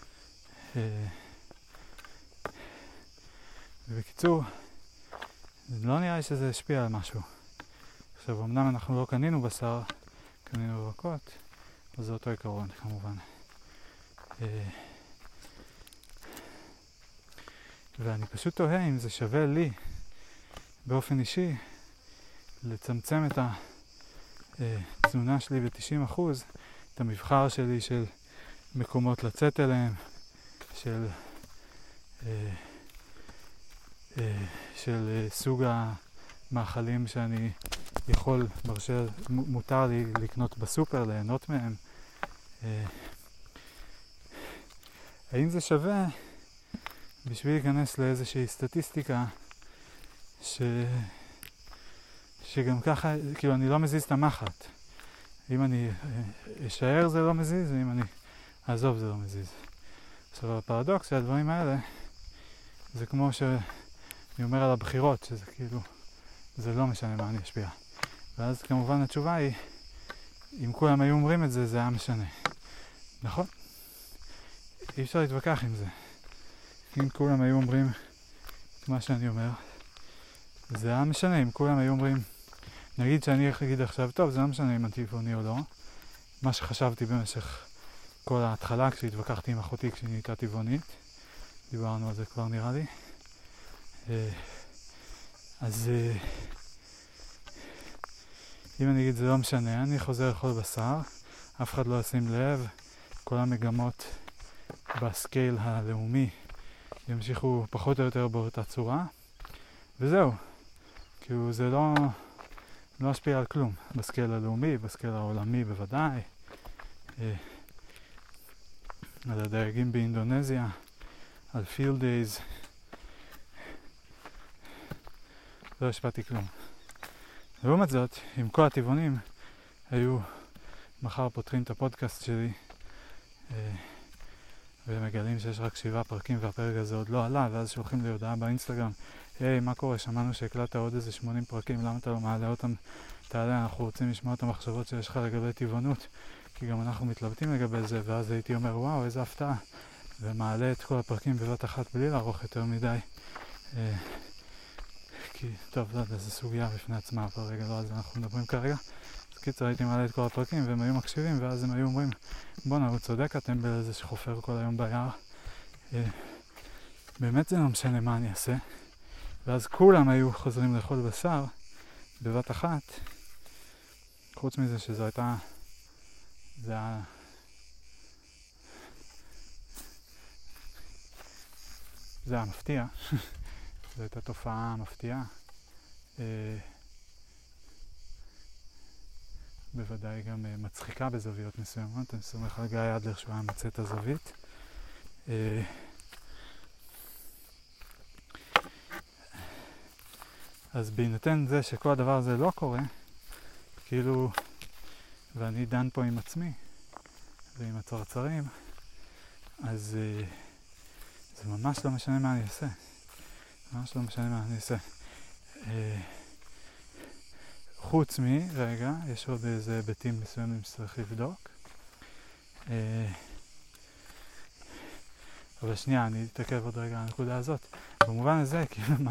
ובקיצור, לא נראה לי שזה השפיע על משהו. עכשיו, אמנם אנחנו לא קנינו בשר, קנינו ירקות, אז זה אותו עיקרון כמובן. ואני פשוט תוהה אם זה שווה לי באופן אישי לצמצם את התזונה שלי ב-90%, את המבחר שלי של מקומות לצאת אליהם, של סוג המאכלים שאני יכול, מותר לי לקנות בסופר, ליהנות מהם. האם זה שווה בשביל להיכנס לאיזושהי סטטיסטיקה שגם ככה, כאילו אני לא מזיז את המחט. אם אני אשאר זה לא מזיז, ואם אני אעזוב זה לא מזיז. עכשיו הפרדוקס שהדברים האלה זה כמו שאני אומר על הבחירות, שזה כאילו, זה לא משנה מה אני אשפיע. ואז כמובן התשובה היא, אם כולם היו אומרים את זה, זה היה משנה. נכון? אי אפשר להתווכח עם זה. אם כולם היו אומרים את מה שאני אומר, זה היה משנה. אם כולם היו אומרים, נגיד שאני אגיד עכשיו, טוב, זה לא משנה אם אני טבעוני או לא. מה שחשבתי במשך כל ההתחלה, כשהתווכחתי עם אחותי כשהיא נהייתה טבעונית, דיברנו על זה כבר נראה לי. אז אם אני אגיד זה לא משנה, אני חוזר לאכול בשר, אף אחד לא ישים לב, כל המגמות בסקייל הלאומי ימשיכו פחות או יותר באותה צורה, וזהו. כאילו זה לא משפיע על כלום, בסקייל הלאומי, בסקייל העולמי בוודאי, על הדייגים באינדונזיה, על פילד דייז, לא השפעתי כלום. לעומת זאת, אם כל הטבעונים היו מחר פותחים את הפודקאסט שלי ומגלים שיש רק 7 פרקים והפרק הזה עוד לא עלה, ואז שולחים לי הודעה באינסטגרם, היי, מה קורה? שמענו שהקלטת עוד איזה 80 פרקים, למה אתה לא מעלה אותם? תעלה, אנחנו רוצים לשמוע את המחשבות שיש לך לגבי טבעונות, כי גם אנחנו מתלבטים לגבי זה, ואז הייתי אומר, וואו, איזה הפתעה, ומעלה את כל הפרקים בבת אחת בלי לערוך יותר מדי. כי, טוב, לא יודע, זו סוגיה בפני עצמה, אבל רגע, לא על זה אנחנו מדברים כרגע. אז קיצר, הייתי מעלה את כל הפרקים, והם היו מקשיבים, ואז הם היו אומרים, בוא'נה, הוא צודק, אתם באיזה שחופר כל היום ביער. באמת זה לא משנה מה אני אעשה. ואז כולם היו חוזרים לאכול בשר, בבת אחת. חוץ מזה שזו הייתה, זה היה מפתיע. זו הייתה תופעה מפתיעה. בוודאי גם מצחיקה בזוויות מסוימות. אני סומך על גיא אדלר שהוא היה מצא את הזווית. אז בהינתן זה שכל הדבר הזה לא קורה, כאילו, ואני דן פה עם עצמי ועם הצרצרים, אז זה ממש לא משנה מה אני אעשה. ממש לא משנה מה אני אעשה. חוץ רגע, יש עוד איזה היבטים מסוימים שצריך לבדוק. אבל שנייה, אני אתעכב עוד רגע על הנקודה הזאת. במובן הזה, כאילו מה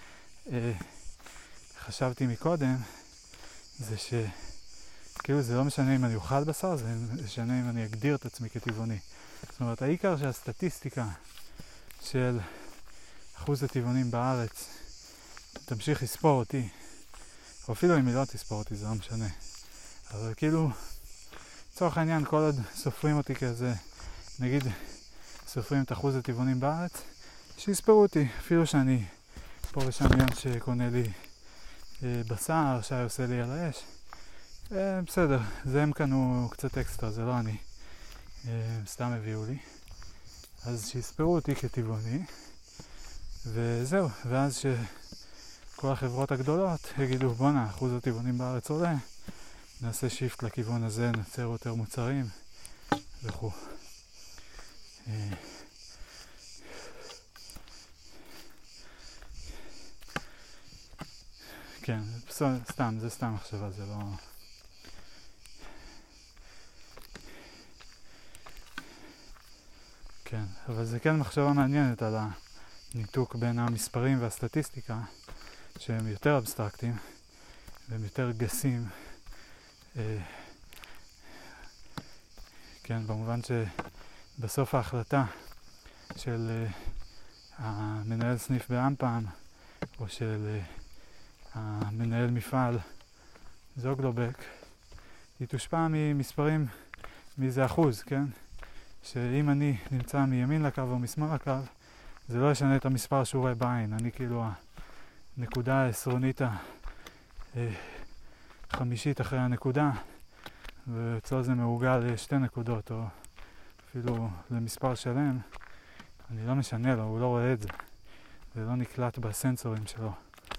שחשבתי מקודם, זה שכאילו זה לא משנה אם אני אוכל בשר, זה משנה אם אני אגדיר את עצמי כטבעוני. זאת אומרת, העיקר שהסטטיסטיקה של אחוז הטבעונים בארץ תמשיך לספור אותי, או אפילו אם היא לא תספור אותי, זה לא משנה. אבל כאילו, לצורך העניין, כל עוד סופרים אותי כזה, נגיד, סופרים את אחוז הטבעונים בארץ, שיספרו אותי, אפילו שאני פה ושם יום שקונה לי בשר, שי עושה לי על האש. בסדר, זה הם קנו קצת אקסטרה, זה לא אני. סתם הביאו לי. אז שיספרו אותי כטבעוני, וזהו, ואז שכל החברות הגדולות יגידו, בונה, אחוז הטבעונים בארץ עולה, נעשה שיפט לכיוון הזה, נצר יותר מוצרים וכו'. כן, זה סתם מחשבה, זה לא... כן, אבל זה כן מחשבה מעניינת על הניתוק בין המספרים והסטטיסטיקה, שהם יותר אבסטרקטיים והם יותר גסים. כן, במובן שבסוף ההחלטה של המנהל סניף באמפם, או של המנהל מפעל זוגלובק, היא תושפע ממספרים, מאיזה אחוז, כן? שאם אני נמצא מימין לקו או משמאל לקו, זה לא ישנה את המספר שהוא רואה בעין. אני כאילו הנקודה העשרונית החמישית אחרי הנקודה, ואצלו זה מעוגל לשתי נקודות, או אפילו למספר שלם. אני לא משנה לו, הוא לא רואה את זה. זה לא נקלט בסנסורים שלו.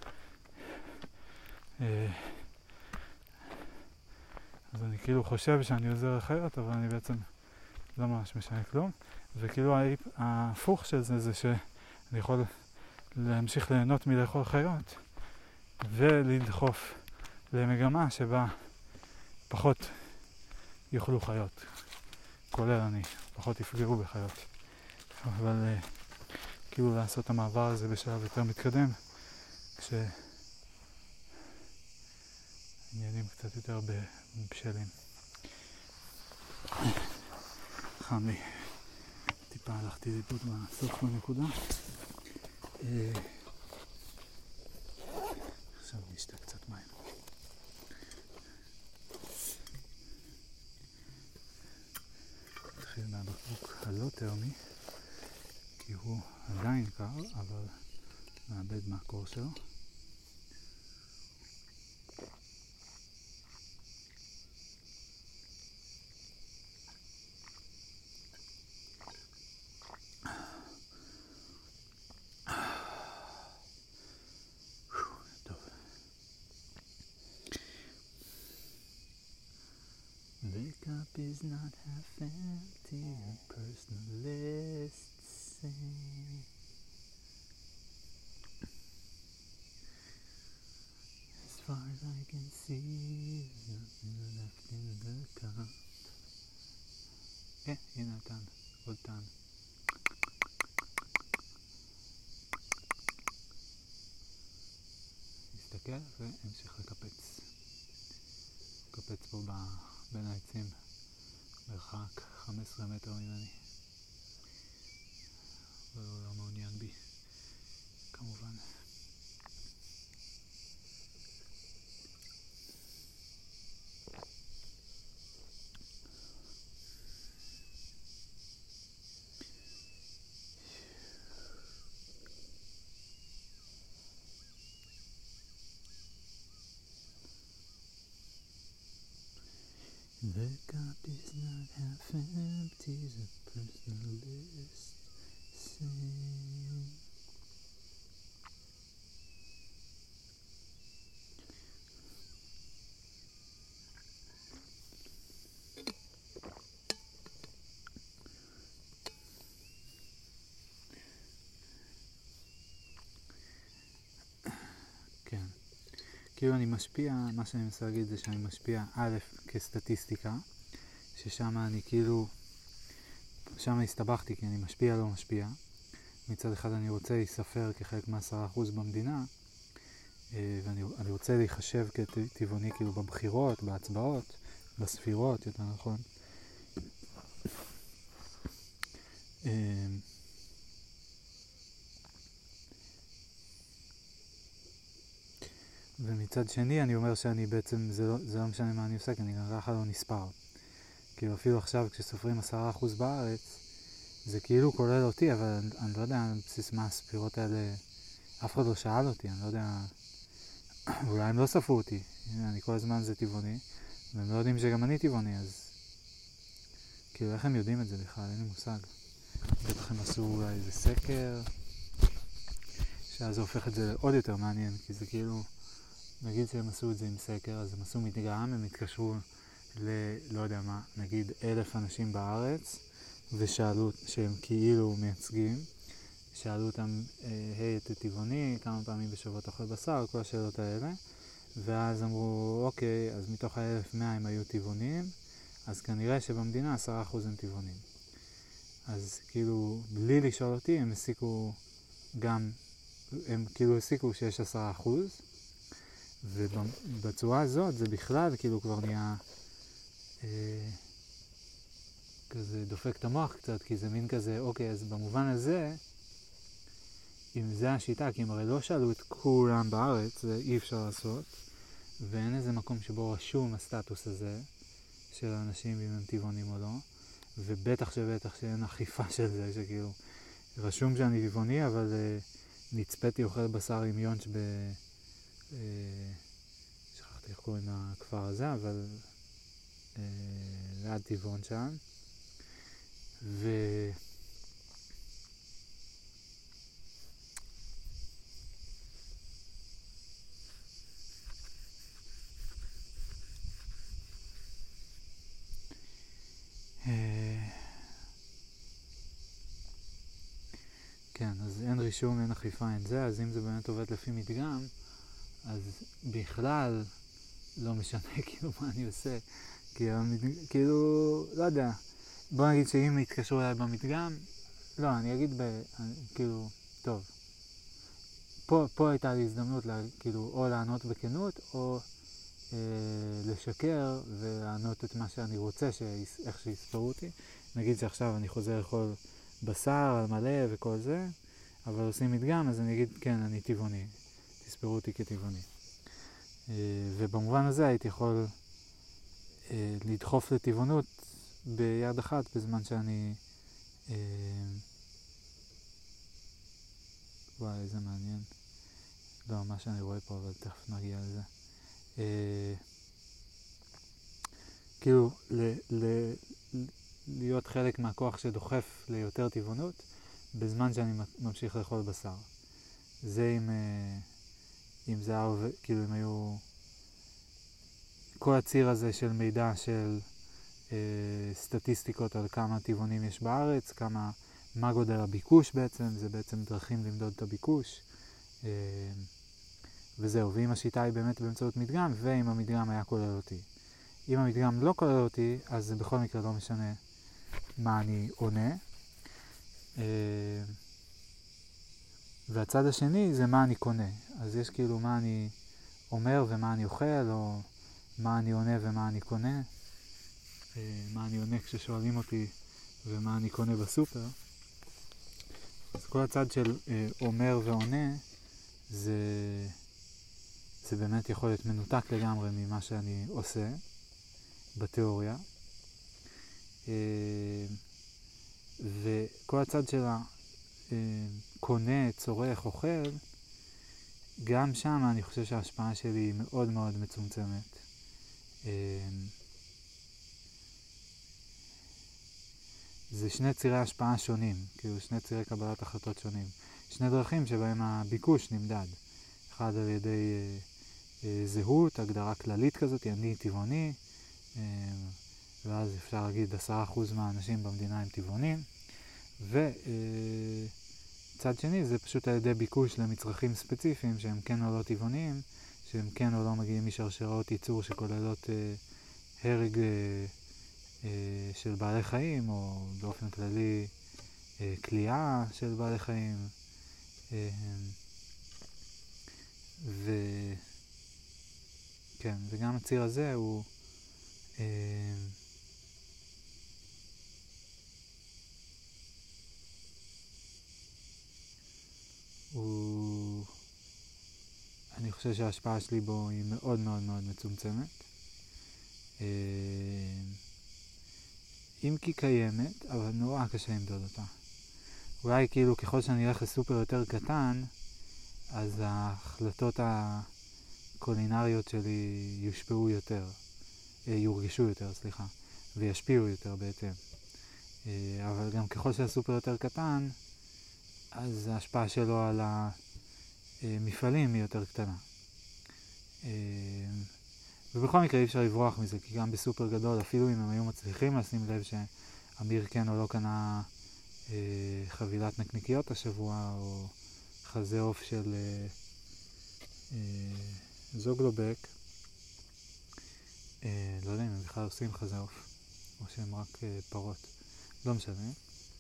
אז אני כאילו חושב שאני עוזר אחרת, אבל אני בעצם לא ממש משנה כלום. וכאילו ההפוך של זה, זה שאני יכול להמשיך ליהנות מלאכול חיות ולדחוף למגמה שבה פחות יאכלו חיות, כולל אני, פחות יפגעו בחיות. אבל כאילו לעשות את המעבר הזה בשלב יותר מתקדם, כשעניינים קצת יותר בשלים. חם לי. טיפה הלכתי לאיבוד בסוף בנקודה. עכשיו נשתה קצת מים. נתחיל מהבקבוק הלא טרמי, כי הוא עדיין קר, אבל מאבד מהקור שלו. The cup is not half empty, personalists say. As far as I can see, nothing left in the cup. הנה הטעם, עוד טעם. נסתכל והמשיך לקפץ. קפץ פה בין העצים, מרחק 15 מטר ממני. והוא לא מעוניין בי, כמובן. The cup is not half empty, the personalist say. כן. כאילו אני משפיע, מה שאני מנסה להגיד זה שאני משפיע א' כסטטיסטיקה, ששם אני כאילו, שם הסתבכתי כי אני משפיע לא משפיע. מצד אחד אני רוצה להיספר כחלק מה10% במדינה, ואני רוצה להיחשב כטבעוני כאילו בבחירות, בהצבעות, בספירות, יותר נכון. ומצד שני אני אומר שאני בעצם, זה לא משנה מה אני עושה, כי אני גם ככה לא נספר. כאילו אפילו עכשיו כשסופרים 10% בארץ, זה כאילו כולל אותי, אבל אני לא יודע על בסיס מה הספירות האלה, אף אחד לא שאל אותי, אני לא יודע, אולי הם לא ספרו אותי, אני כל הזמן זה טבעוני, והם לא יודעים שגם אני טבעוני, אז כאילו איך הם יודעים את זה בכלל, אין לי מושג. בטח הם עשו אולי איזה סקר, שאז זה הופך את זה עוד יותר מעניין, כי זה כאילו, נגיד שהם עשו את זה עם סקר, אז הם עשו מדגם, הם התקשרו לא יודע מה, נגיד 1,000 אנשים בארץ, ושאלו, שהם כאילו מייצגים, שאלו אותם, היי, אתה טבעוני, כמה פעמים בשבוע תאכל בשר, כל השאלות האלה, ואז אמרו, אוקיי, אז מתוך ה1,100 הם היו טבעונים, אז כנראה שבמדינה 10% הם טבעונים. אז כאילו, בלי לשאול אותי, הם הסיקו גם, הם כאילו הסיקו שיש 10%, ובצורה הזאת זה בכלל כאילו כבר נהיה כזה דופק את המוח קצת, כי זה מין כזה, אוקיי, אז במובן הזה, אם זה השיטה, כי הם הרי לא שאלו את כולם בארץ, זה אי אפשר לעשות, ואין איזה מקום שבו רשום הסטטוס הזה, של האנשים אם הם טבעונים או לא, ובטח שאין אכיפה של זה, שכאילו, רשום שאני טבעוני, אבל נצפתי אוכל בשר עם יונץ' שכחתי איך קוראים לכפר הזה, אבל ליד טבעון שם, כן, אז אין רישום, אין אכיפה, אין זה, אז אם זה באמת עובד לפי מדגם, אז בכלל לא משנה כאילו מה אני עושה, כאילו, לא יודע, בוא נגיד שאם יתקשרו אליי במדגם, לא, אני אגיד כאילו, טוב, פה הייתה לי הזדמנות כאילו או לענות בכנות או לשקר ולענות את מה שאני רוצה, איך שיספרו אותי. נגיד שעכשיו אני חוזר לאכול בשר על מלא וכל זה, אבל עושים מדגם, אז אני אגיד כן, אני טבעוני, תספרו אותי כטבעוני. ובמובן הזה הייתי יכול לדחוף לטבעונות ביד אחת בזמן שאני וואי, איזה מעניין. לא, מה שאני רואה פה, אבל תכף נגיע לזה. כאילו, להיות חלק מהכוח שדוחף ליותר טבעונות, בזמן שאני ממשיך לאכול בשר. זה אם זה היה, כאילו, אם היו... כל הציר הזה של מידע של סטטיסטיקות על כמה טבעונים יש בארץ, מה גודל הביקוש בעצם, זה בעצם דרכים למדוד את הביקוש. וזהו, ואם השיטה היא באמת באמצעות מדגם, ואם המדגם היה כולל אותי. אם המדגם לא כולל אותי, אז זה בכל מקרה לא משנה מה אני עונה. והצד השני זה מה אני קונה. אז יש כאילו מה אני אומר ומה אני אוכל, או מה אני עונה ומה אני קונה. מה אני עונה כששואלים אותי ומה אני קונה בסופר. אז כל הצד של אומר ועונה, זה באמת יכול להיות מנותק לגמרי ממה שאני עושה בתיאוריה. וכל הצד של קונה, צורך, אוכל, גם שם אני חושב שההשפעה שלי היא מאוד מאוד מצומצמת. זה שני צירי השפעה שונים, כאילו שני צירי קבלת החלטות שונים. שני דרכים שבהם הביקוש נמדד. אחד על ידי זהות, הגדרה כללית כזאת, אני טבעוני, ואז אפשר להגיד 10% מהאנשים במדינה הם טבעונים. וצד שני זה פשוט על ידי ביקוש למצרכים ספציפיים שהם כן או לא טבעוניים, שהם כן או לא מגיעים משרשראות ייצור שכוללות הרג של בעלי חיים, או באופן כללי כליאה של בעלי חיים. כן, וגם הציר הזה הוא אני חושב שההשפעה שלי בו היא מאוד מאוד מאוד מצומצמת. אם כי קיימת, אבל נורא קשה למדוד אותה. אולי כאילו ככל שאני אלך לסופר יותר קטן, אז ההחלטות הקולינריות שלי יורגשו יותר, וישפיעו יותר בהתאם. אבל גם ככל שהסופר יותר קטן, אז ההשפעה שלו על המפעלים היא יותר קטנה. ובכל מקרה אי אפשר לברוח מזה, כי גם בסופר גדול, אפילו אם הם היו מצליחים לשים לב שאמיר כן או לא קנה חבילת נקניקיות השבוע, או חזה עוף של זוגלובק, לא יודע אם הם בכלל עושים חזה עוף, או שהם רק פרות, לא משנה.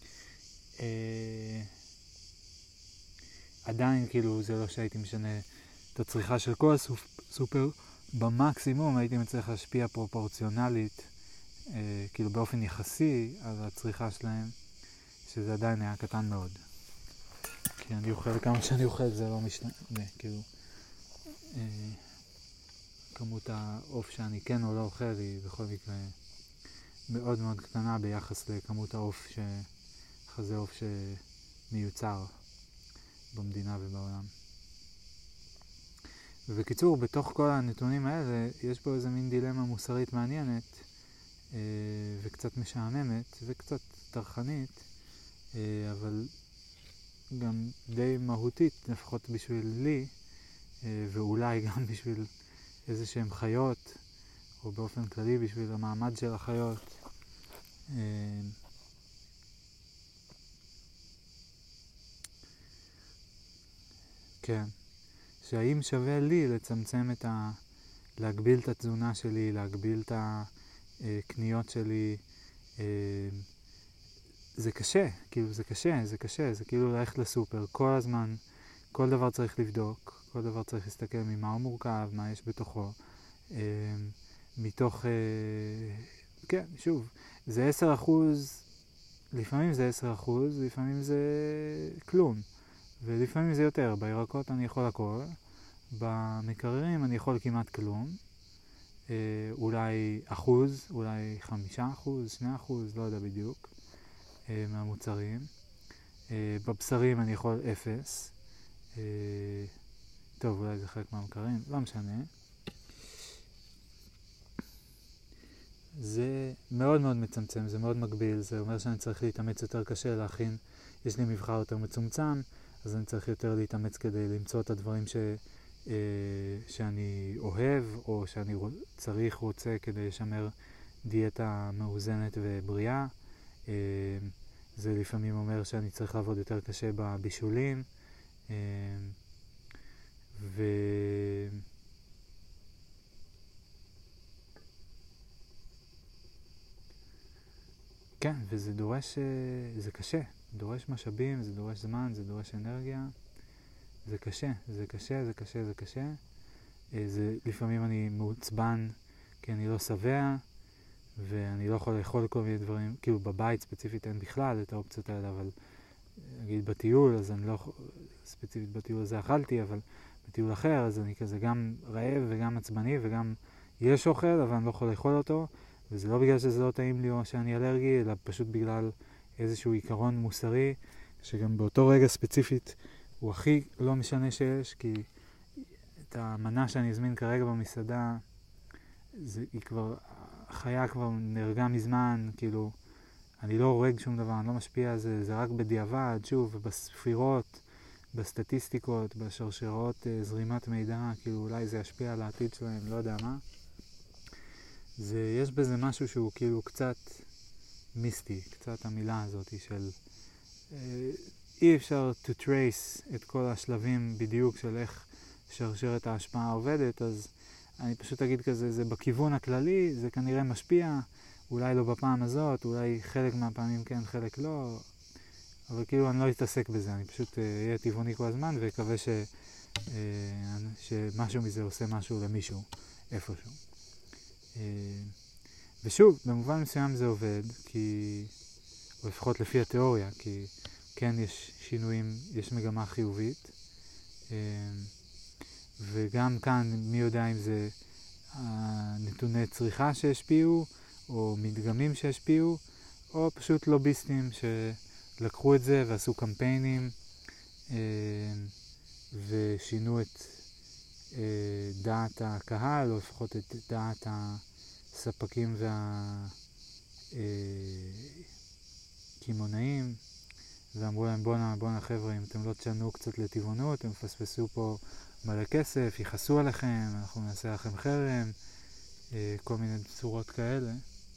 עדיין כאילו זה לא שהייתי משנה את הצריכה של כל הסופר, במקסימום הייתי מצליח להשפיע פרופורציונלית, כאילו באופן יחסי על הצריכה שלהם, שזה עדיין היה קטן מאוד. כי אני אוכל כמה שאני אוכל זה לא משנה, כאילו כמות העוף שאני כן או לא אוכל היא בכל מקרה מאוד מאוד קטנה ביחס לכמות העוף חזה עוף שמיוצר במדינה ובעולם. ובקיצור, בתוך כל הנתונים האלה יש פה איזה מין דילמה מוסרית מעניינת וקצת משעממת וקצת טרחנית, אבל גם די מהותית, לפחות בשביל לי, ואולי גם בשביל איזה שהם חיות, או באופן כללי בשביל המעמד של החיות. כן. שהאם שווה לי לצמצם את להגביל את התזונה שלי, להגביל את הקניות שלי. זה קשה, כאילו זה קשה, זה כאילו ללכת לסופר כל הזמן, כל דבר צריך לבדוק, כל דבר צריך להסתכל ממה הוא מורכב, מה יש בתוכו. מתוך, כן, שוב, זה 10%, לפעמים זה 10%, לפעמים זה כלום, ולפעמים זה יותר. בירקות אני יכול הכל, במקררים אני יכול כמעט כלום, אולי 1%, אולי 5%, 2%, לא יודע בדיוק, מהמוצרים. בבשרים אני יכול 0. טוב, אולי זה חלק מהמקררים, לא משנה. זה מאוד מאוד מצמצם, זה מאוד מגביל, זה אומר שאני צריך להתאמץ יותר קשה להכין, יש לי מבחר יותר מצומצם, אז אני צריך יותר להתאמץ כדי למצוא את הדברים שאני אוהב, או שאני רוצה כדי לשמר דיאטה מאוזנת ובריאה. זה לפעמים אומר שאני צריך לעבוד יותר קשה בבישולים, כן, וזה דורש, זה קשה, דורש משאבים, זה דורש זמן, זה דורש אנרגיה, זה קשה, זה קשה, זה קשה, זה קשה. זה, לפעמים אני מעוצבן כי אני לא שבע, ואני לא יכול לאכול כל מיני דברים, כאילו בבית ספציפית אין בכלל את האופציות האלה, אבל נגיד בטיול, אז אני לא, ספציפית בטיול הזה אכלתי, אבל בטיול אחר, אז אני כזה גם רעב וגם עצבני וגם יש אוכל, אבל אני לא יכול לאכול אותו, וזה לא בגלל שזה לא טעים לי או שאני אלרגי, אלא פשוט בגלל איזשהו עיקרון מוסרי, שגם באותו רגע ספציפית הוא הכי לא משנה שיש, כי את המנה שאני אזמין כרגע במסעדה, היא כבר, החיה כבר נהרגה מזמן, כאילו, אני לא הורג שום דבר, אני לא משפיע על זה, זה רק בדיעבד, שוב, בספירות, בסטטיסטיקות, בשרשרות זרימת מידע, כאילו אולי זה ישפיע על העתיד שלהם, לא יודע מה. יש בזה משהו שהוא כאילו קצת מיסטי, קצת המילה הזאת של אי אפשר to trace את כל השלבים בדיוק של איך שרשרת ההשפעה עובדת, אז אני פשוט אגיד כזה, זה בכיוון הכללי, זה כנראה משפיע, אולי לא בפעם הזאת, אולי חלק מהפעמים כן, חלק לא, אבל כאילו אני לא אתעסק בזה, אני פשוט אהיה טבעוני כל הזמן ואקווה שמשהו מזה עושה משהו למישהו, איפשהו. ושוב, במובן מסוים זה עובד, או לפחות לפי התיאוריה, כי כן יש שינויים, יש מגמה חיובית, וגם כאן מי יודע אם זה נתוני צריכה שהשפיעו, או מדגמים שהשפיעו, או פשוט לוביסטים שלקחו את זה ועשו קמפיינים, ושינו את דעת הקהל, או לפחות את דעת הספקים והכימונאים, ואמרו להם בואנה חבר'ה, אם אתם לא תשנו קצת לטבעונות, אתם פספסו פה מלא כסף, יחסו עליכם, אנחנו נעשה לכם חרם, כל מיני צורות כאלה.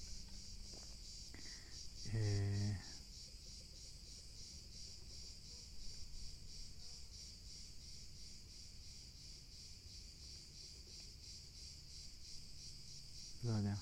לא יודע.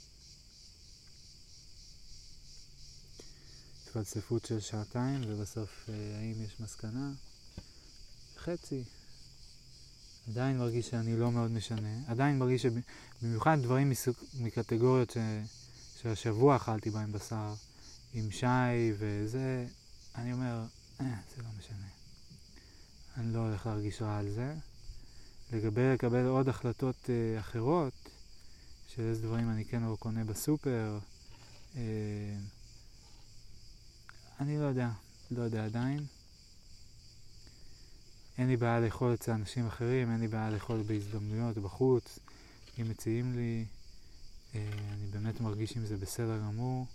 התפלספות של שעתיים, ובסוף האם יש מסקנה? חצי. עדיין מרגיש שאני לא מאוד משנה. עדיין מרגיש שבמיוחד דברים מקטגוריות שהשבוע אכלתי בהם בשר, עם שי וזה, אני אומר, זה לא משנה. אני לא הולך להרגיש רע על זה. לגבי לקבל עוד החלטות אחרות, של איזה דברים אני כן לא קונה בסופר, אני לא יודע עדיין. אין לי בעיה לאכול אצל אנשים אחרים, אין לי בעיה לאכול בהזדמנויות בחוץ, אם מציעים לי, אני באמת מרגיש עם זה בסדר גמור.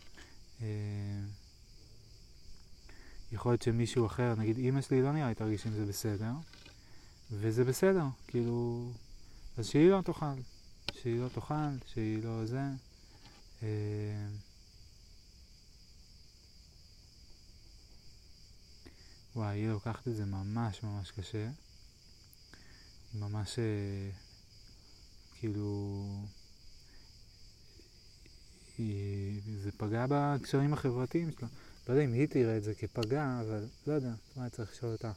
יכול להיות שמישהו אחר, נגיד אמא שלי לא נראה לי תרגיש עם זה בסדר, וזה בסדר, כאילו, אז שהיא לא תאכל, שהיא לא זה. וואי, היא לוקחת את זה ממש ממש קשה. היא ממש כאילו, זה פגע בקשרים החברתיים שלה. לא יודע אם היא תראה את זה כפגע, אבל לא יודע, מה צריך לשאול אותה.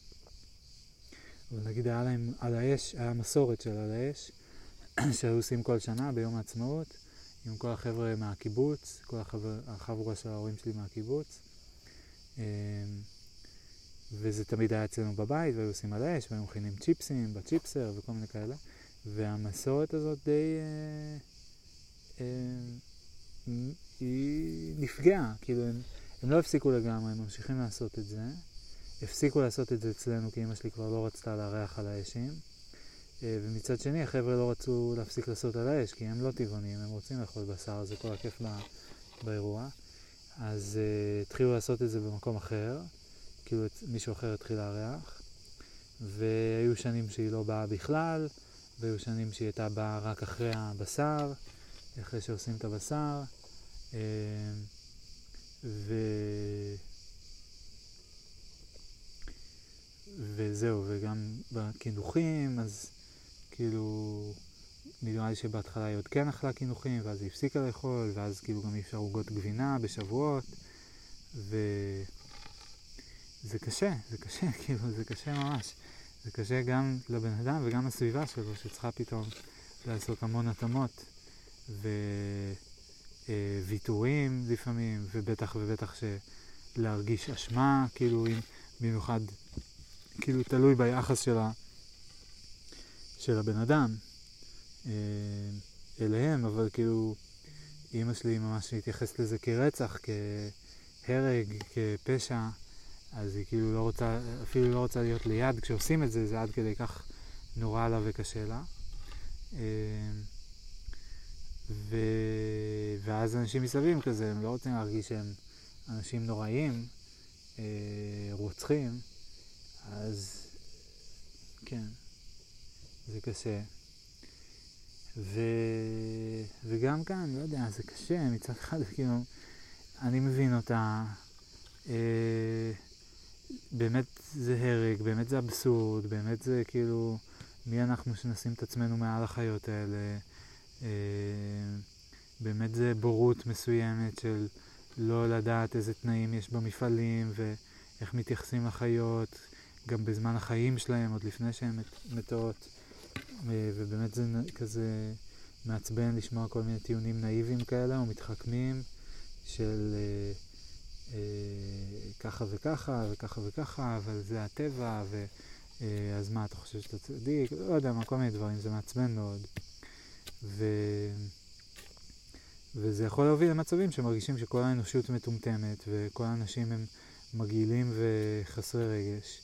אבל נגיד היה להם על האש, היה מסורת של על האש, שהיו עושים כל שנה ביום העצמאות, עם כל החבר'ה מהקיבוץ, כל החבורה של ההורים שלי מהקיבוץ. וזה תמיד היה אצלנו בבית, והיו עושים על האש, והיו מכינים צ'יפסים בצ'יפסר וכל מיני כאלה. והמסורת הזאת די... היא נפגעה, כאילו הם לא הפסיקו לגמרי, הם ממשיכים לעשות את זה. הפסיקו לעשות את זה אצלנו כי אמא שלי כבר לא רצתה להריח על האשים. ומצד שני החבר'ה לא רצו להפסיק לעשות על האש, כי הם לא טבעונים, הם רוצים לאכול בשר, זה כל הכיף באירוע. אז התחילו לעשות את זה במקום אחר, כאילו מישהו אחר התחיל להריח. והיו שנים שהיא לא באה בכלל, והיו שנים שהיא הייתה באה רק אחרי הבשר, אחרי שעושים את הבשר. וזהו, וגם בקינוחים, אז כאילו נראה לי שבהתחלה היא עוד כן אכלה קינוחים, ואז היא הפסיקה לאכול, ואז כאילו גם אי אפשר עוגות גבינה בשבועות, וזה קשה, כאילו זה קשה ממש. זה קשה גם לבן אדם וגם לסביבה שלו, שצריכה פתאום לעשות המון התאמות וויתורים לפעמים, ובטח שלהרגיש אשמה, כאילו במיוחד כאילו תלוי ביחס של הבן אדם אליהם, אבל כאילו אמא שלי ממש התייחסת לזה כרצח, כהרג, כפשע, אז היא כאילו לא רוצה, אפילו לא רוצה להיות ליד כשעושים את זה, זה עד כדי כך נורא לה וקשה לה. ואז אנשים מסביב כזה, הם לא רוצים להרגיש שהם אנשים נוראים, רוצחים, אז כן, זה קשה. וגם כאן, לא יודע, זה קשה, מצד אחד, כאילו, אני מבין אותה, באמת זה הרג, באמת זה אבסורד, באמת זה כאילו, מי אנחנו שנשים את עצמנו מעל החיות האלה, באמת זה בורות מסוימת של לא לדעת איזה תנאים יש במפעלים ואיך מתייחסים לחיות, גם בזמן החיים שלהם, עוד לפני שהן מתות, ובאמת זה כזה מעצבן לשמוע כל מיני טיעונים נאיביים כאלה או מתחכמים של ככה וככה וככה וככה, אבל זה הטבע, אז מה אתה חושב שאתה צדיק? לא יודע מה, כל מיני דברים, זה מעצבן מאוד. וזה יכול להוביל למצבים שמרגישים שכל האנושות מטומטמת וכל האנשים הם מגעילים וחסרי רגש.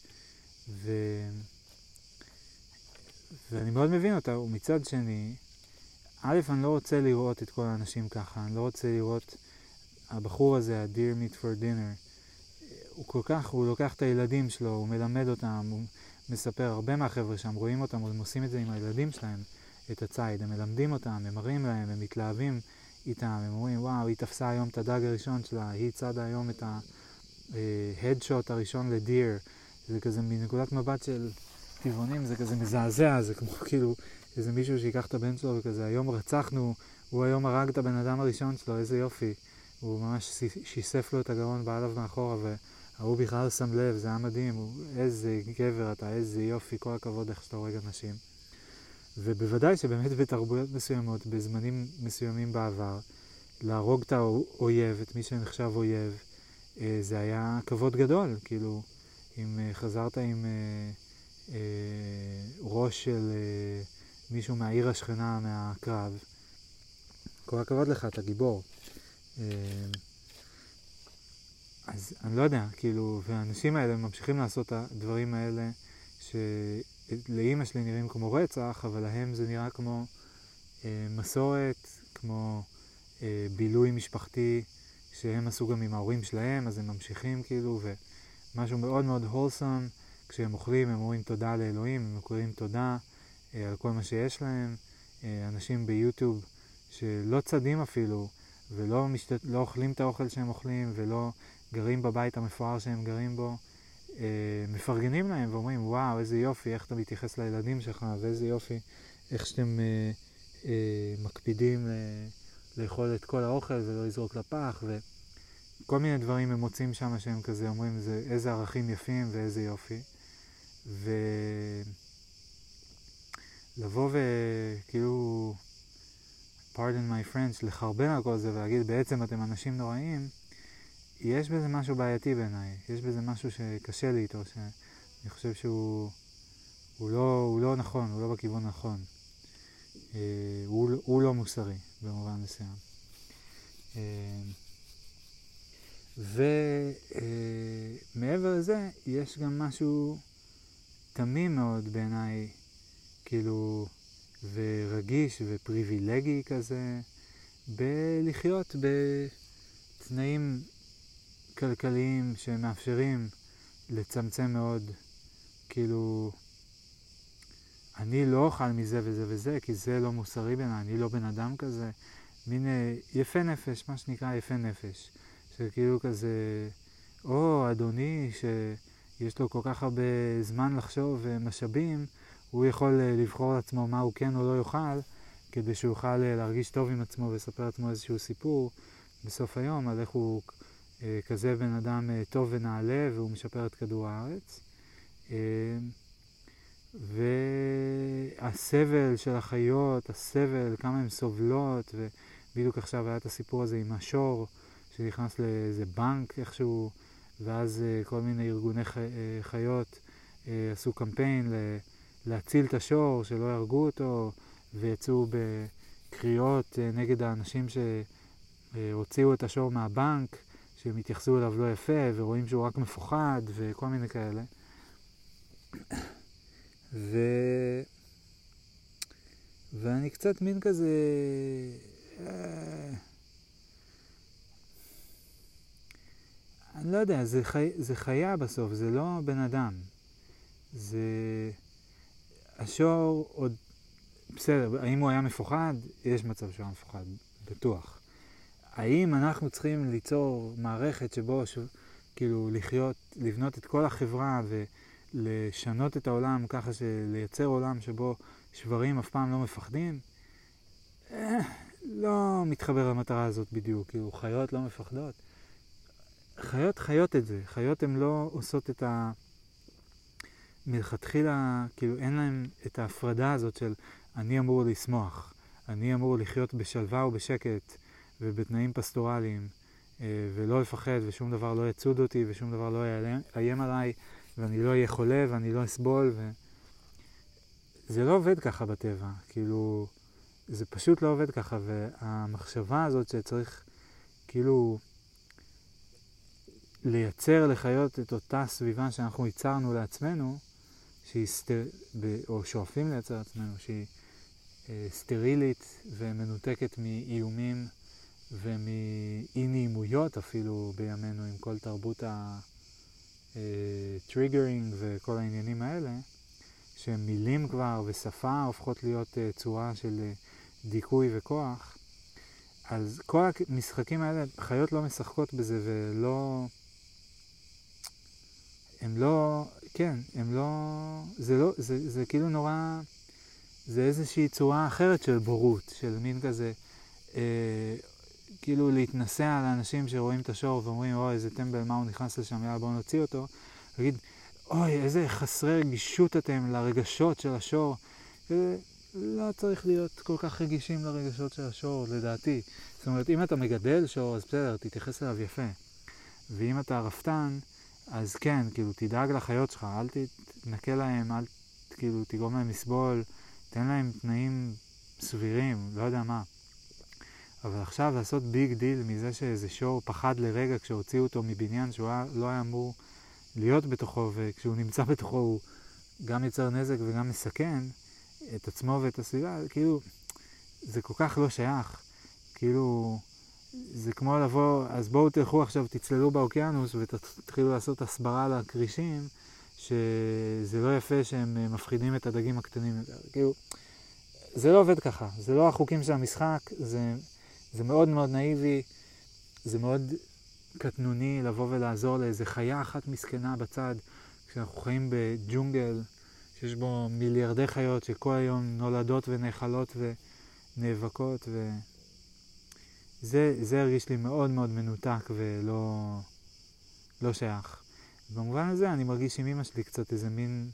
ואני מאוד מבין אותה, ומצד שני, א', אני לא רוצה לראות את כל האנשים ככה, אני לא רוצה לראות הבחור הזה, ה-Deer Meat for Dinner, הוא לוקח את הילדים שלו, הוא מלמד אותם, הוא מספר, הרבה מהחבר'ה שם רואים אותם, הם עושים את זה עם הילדים שלהם, את הציד, הם מלמדים אותם, הם מראים להם, הם מתלהבים איתם, הם אומרים, וואו, היא תפסה היום את הדג הראשון שלה, היא צדה היום את ה-headshot הראשון לדיר, זה כזה מנקודת מבט של טבעונים, זה כזה מזעזע, זה כמו כאילו איזה מישהו שיקח את הבן שלו וכזה, היום רצחנו, הוא היום הרג את הבן אדם הראשון שלו, איזה יופי, הוא ממש שיסף לו את הגרון בעליו מאחורה, והוא בכלל שם לב, זה היה מדהים, איזה גבר אתה, איזה יופי, כל הכבוד איך שאתה הורג אנשים. ובוודאי שבאמת בתרבויות מסוימות, בזמנים מסוימים בעבר, להרוג את האויב, את מי שנחשב אויב, זה היה כבוד גדול, כאילו, אם חזרת עם ראש של מישהו מהעיר השכנה מהקרב, כל הכבוד לך, אתה גיבור. אז אני לא יודע, כאילו, והאנשים האלה ממשיכים לעשות את הדברים האלה שלאמא שלי נראים כמו רצח, אבל להם זה נראה כמו מסורת, כמו בילוי משפחתי שהם עשו גם עם ההורים שלהם, אז הם ממשיכים כאילו, ומשהו מאוד מאוד wholesome, כשהם אוכלים הם אומרים תודה לאלוהים, הם קוראים תודה על כל מה שיש להם. אנשים ביוטיוב שלא צדים אפילו, ולא לא אוכלים את האוכל שהם אוכלים, ולא גרים בבית המפואר שהם גרים בו, מפרגנים להם ואומרים, וואו, איזה יופי, איך אתה מתייחס לילדים שלך, ואיזה יופי, איך שאתם מקפידים לאכול את כל האוכל ולא לזרוק לפח, וכל מיני דברים הם מוצאים שם שהם כזה אומרים איזה ערכים יפים ואיזה יופי. ולבוא וכאילו, pardon my French, לחרבן על כל זה ולהגיד בעצם אתם אנשים נוראים, יש בזה משהו בעייתי בעיניי, יש בזה משהו שקשה לי איתו, שאני חושב שהוא לא נכון, הוא לא בכיוון נכון. הוא לא מוסרי במובן מסוים. ומעבר לזה יש גם משהו תמים מאוד בעיניי, כאילו, ורגיש ופריבילגי כזה, בלחיות בתנאים כלכליים שמאפשרים לצמצם מאוד, כאילו, אני לא אוכל מזה וזה וזה, כי זה לא מוסרי בעיניי, אני לא בן אדם כזה, מין יפה נפש, מה שנקרא יפה נפש, שכאילו כזה, אדוני שיש לו כל כך הרבה זמן לחשוב ומשאבים, הוא יכול לבחור לעצמו מה הוא כן או לא יאכל, כדי שהוא יוכל להרגיש טוב עם עצמו ולספר לעצמו איזשהו סיפור בסוף היום, על איך הוא כזה בן אדם טוב ונעלה והוא משפר את כדור הארץ. והסבל של החיות, הסבל, כמה הן סובלות, ובדיוק עכשיו היה את הסיפור הזה עם השור שנכנס לאיזה בנק איכשהו, ואז כל מיני ארגוני חיות עשו קמפיין להציל את השור, שלא יהרגו אותו, ויצאו בקריאות נגד האנשים שהוציאו את השור מהבנק, שהם התייחסו אליו לא יפה, ורואים שהוא רק מפוחד, וכל מיני כאלה. ואני קצת מין כזה, אני לא יודע, זה חיה בסוף, זה לא בן אדם. זה השור עוד, בסדר, האם הוא היה מפוחד? יש מצב שהוא היה מפוחד, בטוח. האם אנחנו צריכים ליצור מערכת שבו כאילו לבנות את כל החברה ולשנות את העולם ככה שלייצר עולם שבו שברים אף פעם לא מפחדים? לא מתחבר למטרה הזאת בדיוק, כאילו חיות לא מפחדות. חיות את זה, חיות הן לא עושות את מלכתחילה, כאילו אין להם את ההפרדה הזאת של אני אמור לשמוח, אני אמור לחיות בשלווה ובשקט ובתנאים פסטורליים, ולא לפחד ושום דבר לא יצוד אותי ושום דבר לא יאיים עליי ואני לא אהיה חולה ואני לא אסבול זה לא עובד ככה בטבע, כאילו זה פשוט לא עובד ככה, והמחשבה הזאת שצריך כאילו לייצר לחיות את אותה סביבה שאנחנו ייצרנו לעצמנו, או שואפים לייצר לעצמנו, שהיא סטרילית ומנותקת מאיומים ומאי נעימויות אפילו בימינו, עם כל תרבות הטריגרינג וכל העניינים האלה, שמילים כבר ושפה הופכות להיות צורה של דיכוי וכוח. אז כל המשחקים האלה, חיות לא משחקות בזה ולא, הם לא, כן, הם לא, זה כאילו נורא, זה איזושהי צורה אחרת של בורות, של מין כזה, כאילו להתנסה על האנשים שרואים את השור ואומרים, אוי, איזה טמבל, מה הוא נכנס לשם, יאללה, בואו נוציא אותו, להגיד, אוי, איזה חסרי רגישות אתם לרגשות של השור. לא צריך להיות כל כך רגישים לרגשות של השור, לדעתי. זאת אומרת, אם אתה מגדל שור, אז בסדר, תתייחס אליו יפה. ואם אתה רפתן, אז כן, כאילו, תדאג לחיות שלך, אל תתנקה להם, אל כאילו, תגרום להם לסבול, תן להם תנאים סבירים, לא יודע מה. אבל עכשיו לעשות ביג דיל מזה שאיזה שור פחד לרגע כשהוציאו אותו מבניין שהוא לא היה אמור להיות בתוכו, וכשהוא נמצא בתוכו הוא גם יצר נזק וגם מסכן את עצמו ואת הסביבה, כאילו זה כל כך לא שייך, כאילו זה כמו לבוא, אז בואו תלכו עכשיו, תצללו באוקיינוס ותתחילו לעשות הסברה לקרישים, שזה לא יפה שהם מפחידים את הדגים הקטנים, כאילו זה לא עובד ככה, זה לא החוקים של המשחק, זה מאוד מאוד נאיבי, זה מאוד קטנוני לבוא ולעזור לאיזה חיה אחת מסכנה בצד, כשאנחנו חיים בג'ונגל שיש בו מיליארדי חיות שכל היום נולדות ונאכלות נאבקות, וזה הרגיש לי מאוד מאוד מנותק ולא לא שייך. במובן הזה אני מרגיש עם אמא שלי קצת איזה מין,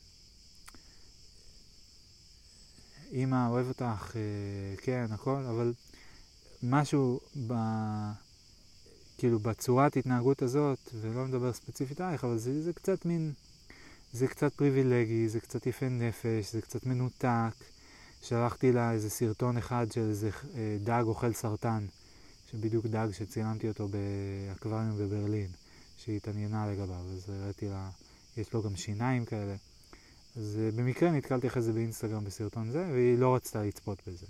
אמא אוהב אותך, כן, הכל, אבל משהו כאילו בצורת התנהגות הזאת, ולא מדבר ספציפית עליך, אבל זה קצת מין, זה קצת פריבילגי, זה קצת יפה נפש, זה קצת מנותק. שלחתי לה איזה סרטון אחד של איזה דג אוכל סרטן, שבדיוק דג שצילמתי אותו באקווריום בברלין, שהיא התעניינה לגביו, אז ראיתי לה, יש לו גם שיניים כאלה. אז במקרה נתקלתי אחרי זה באינסטגרם בסרטון זה, והיא לא רצתה לצפות בזה.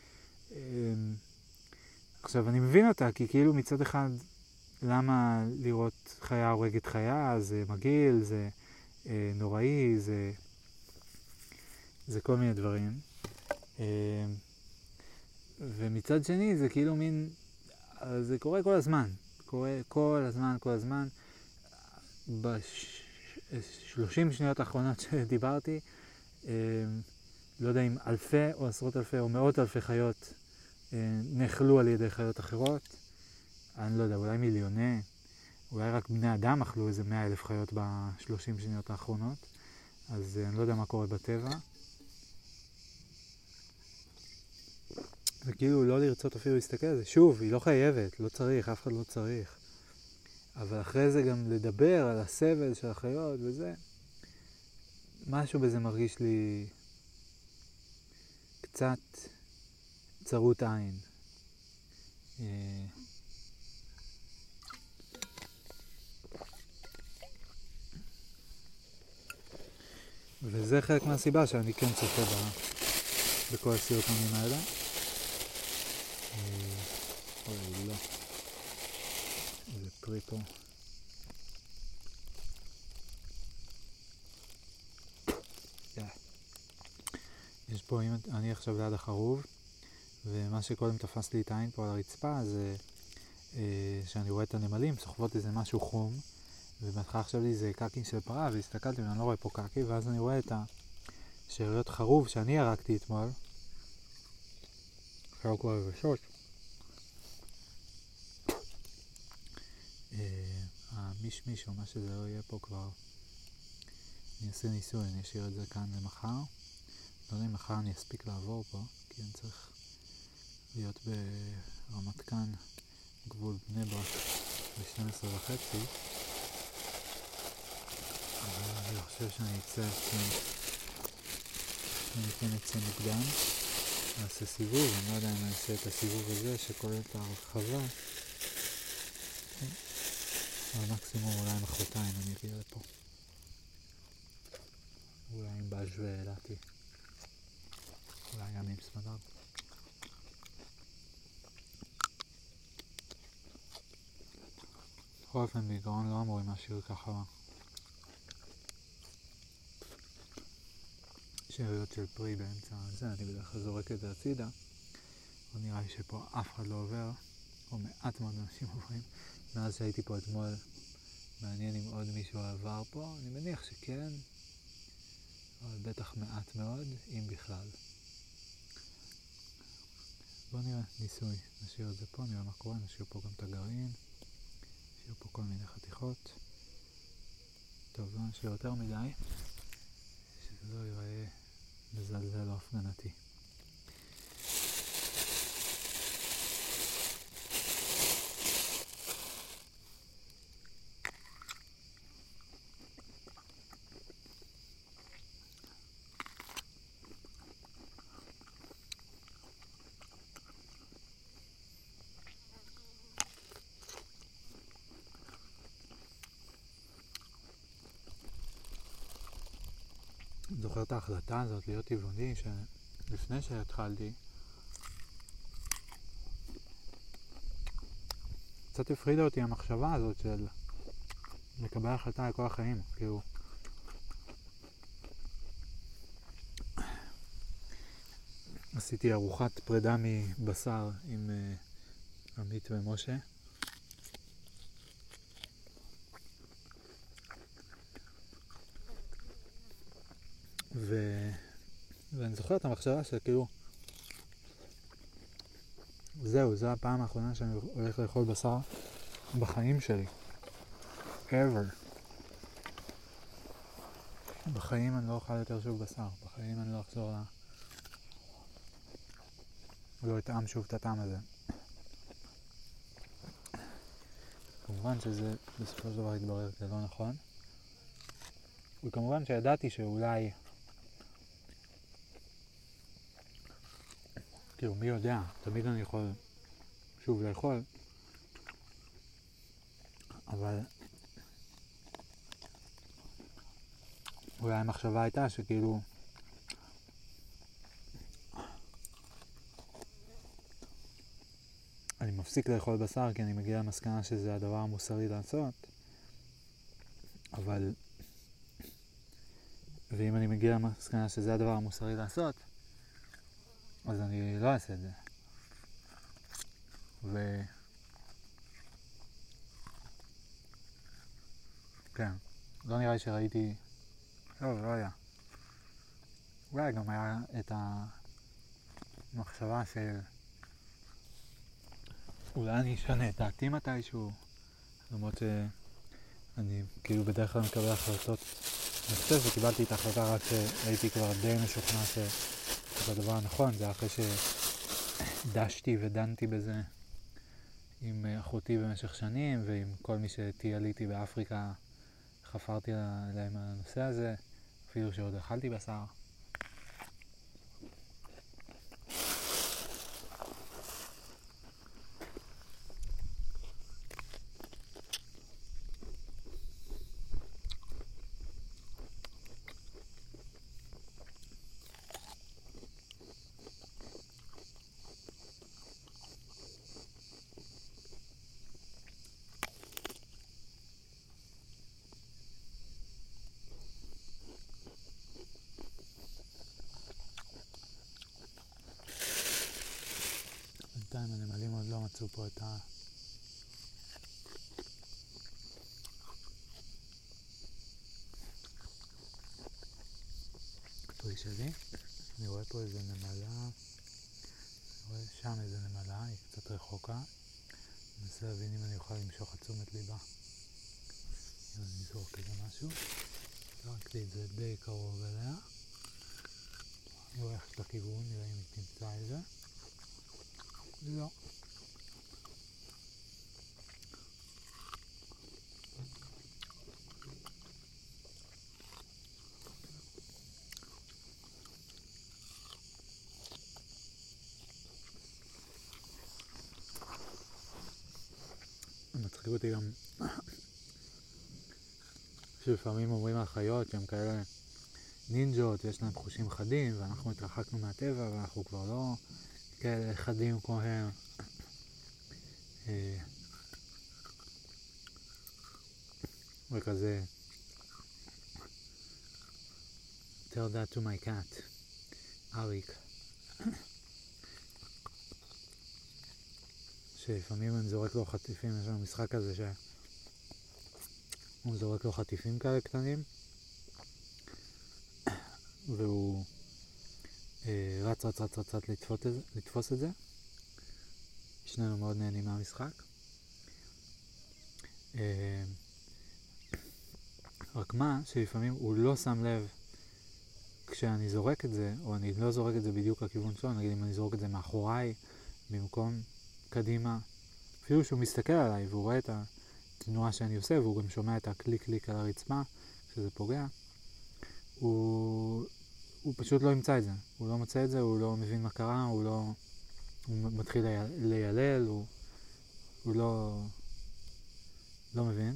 עכשיו, אני מבין אותה, כי כאילו מצד אחד, למה לראות חיה הורגת חיה, זה מגעיל, זה נוראי, זה כל מיני דברים. ומצד שני, זה כאילו מין, זה קורה כל הזמן. קורה כל הזמן. ב-30 שניות האחרונות שדיברתי, לא יודע אם אלפי או עשרות אלפי או מאות אלפי חיות נחלו על ידי חיות אחרות. אני לא יודע, אולי מיליוני, אולי רק בני אדם אכלו איזה 100,000 חיות ב-30 שניות האחרונות. אז אני לא יודע מה קורה בטבע. וכאילו לא לרצות אפילו להסתכל על זה. שוב, היא לא חייבת, לא צריך, אף אחד לא צריך. אבל אחרי זה גם לדבר על הסבל של החיות וזה, משהו בזה מרגיש לי קצת צרות עין. וזה חלק מהסיבה שאני כן צופה בכל הסרטונים האלה. אוי, לא. איזה פרי פה. יש פה, אני עכשיו ליד החרוב, ומה שקודם תפס לי את העין פה על הרצפה זה שאני רואה את הנמלים, סוחבות איזה משהו חום, ובהתחלה עכשיו לי זה קקי של פרה, והסתכלתי ואני לא רואה פה קקי, ואז אני רואה את השאריות חרוב שאני הרגתי אתמול. עכשיו כבר רשות. המישמיש או מה שזה לא יהיה פה כבר. אני אעשה ניסוי, אני אשאיר את זה כאן למחר. לא יודע אם מחר אני אספיק לעבור פה, כי אני צריך להיות ברמת כאן, גבול בני ברק, ב-12:30. אבל אני חושב שאני אצא, אני כן אצא מוקדם. נעשה סיבוב, אני לא יודע אם אני אעשה את הסיבוב הזה שכולל את ההרחבה. אבל מקסימום אולי מחרתיים אני אגיע לפה. אולי עם באז' ואלעתי. אולי גם עם סמדר. בכל אופן בעיקרון לא אמורים להשאיר ככה שאריות של פרי באמצע הזה, אני בדרך כלל זורק את זה הצידה. אבל נראה לי שפה אף אחד לא עובר, או מעט מאוד אנשים עוברים. מאז שהייתי פה אתמול, מעניין אם עוד מישהו עבר פה, אני מניח שכן, אבל בטח מעט מאוד, אם בכלל. בוא נראה, ניסוי, נשאיר את זה פה, נראה מה קורה, נשאיר פה גם את הגרעין, נשאיר פה כל מיני חתיכות. טוב, לא נשאיר יותר מדי, שזה לא ייראה מזלזל או הפגנתי. אני זוכר את ההחלטה הזאת להיות טבעוני, שלפני שהתחלתי, קצת הפחידה אותי המחשבה הזאת של לקבל החלטה לכל החיים, כאילו. עשיתי ארוחת פרידה מבשר עם עמית ומשה. ואני זוכר את המחשבה שכאילו זהו, זו הפעם האחרונה שאני הולך לאכול בשר בחיים שלי. ever. בחיים אני לא אוכל יותר שוב בשר. בחיים אני לא אחזור לא אטעם שוב את הטעם הזה. כמובן שזה בסופו של דבר התברר כלא נכון. וכמובן שידעתי שאולי, כאילו מי יודע, תמיד אני יכול שוב לאכול, אבל אולי המחשבה הייתה שכאילו אני מפסיק לאכול בשר כי אני מגיע למסקנה שזה הדבר המוסרי לעשות, אבל ואם אני מגיע למסקנה שזה הדבר המוסרי לעשות, אז אני לא אעשה את זה. כן, לא נראה לי שראיתי, לא היה. אולי גם היה את המחשבה של אולי אני אשנה את דעתי מתישהו, למרות שאני כאילו בדרך כלל מקבל החלטות. אני חושב שקיבלתי את ההחלטה רק שהייתי כבר די משוכנע שזה הדבר הנכון. זה אחרי שדשתי ודנתי בזה עם אחותי במשך שנים, ועם כל מי שטייל איתי באפריקה חפרתי עליהם על הנושא הזה, אפילו שעוד אכלתי בשר. בינתיים הנמלים עוד לא מצאו פה את הכתוי שלי. אני רואה פה איזה נמלה, אני רואה שם איזה נמלה, היא קצת רחוקה. אני מנסה להבין אם אני אוכל למשוך את תשומת ליבה. אם אני נזרוק איזה משהו. זרקתי את זה די קרוב אליה. אני הולכת לכיוון, נראה אם היא תמצא את זה. לא. מצחיק אותי גם שלפעמים אומרים על חיות שהם כאלה נינג'ות ויש להם חושים חדים, ואנחנו התרחקנו מהטבע ואנחנו כבר לא כאלה חדים כמוהם. וכזה tell that to my cat, אריק, שלפעמים אני זורק לו חטיפים. יש לנו משחק כזה שהוא זורק לו חטיפים כאלה קטנים והוא רץ לתפוס את זה. שנינו מאוד נהנים מהמשחק. רק מה שלפעמים הוא לא שם לב כשאני זורק את זה, או אני לא זורק את זה בדיוק לכיוון שלו. נגיד אם אני זורק את זה מאחוריי במקום קדימה, אפילו שהוא מסתכל עליי והוא רואה את התנועה שאני עושה, והוא גם שומע את הקליק על הרצפה שזה פוגע, הוא פשוט לא ימצא את זה. הוא לא מוצא את זה, הוא לא מבין מה קרה, הוא מתחיל לילל, הוא לא מבין.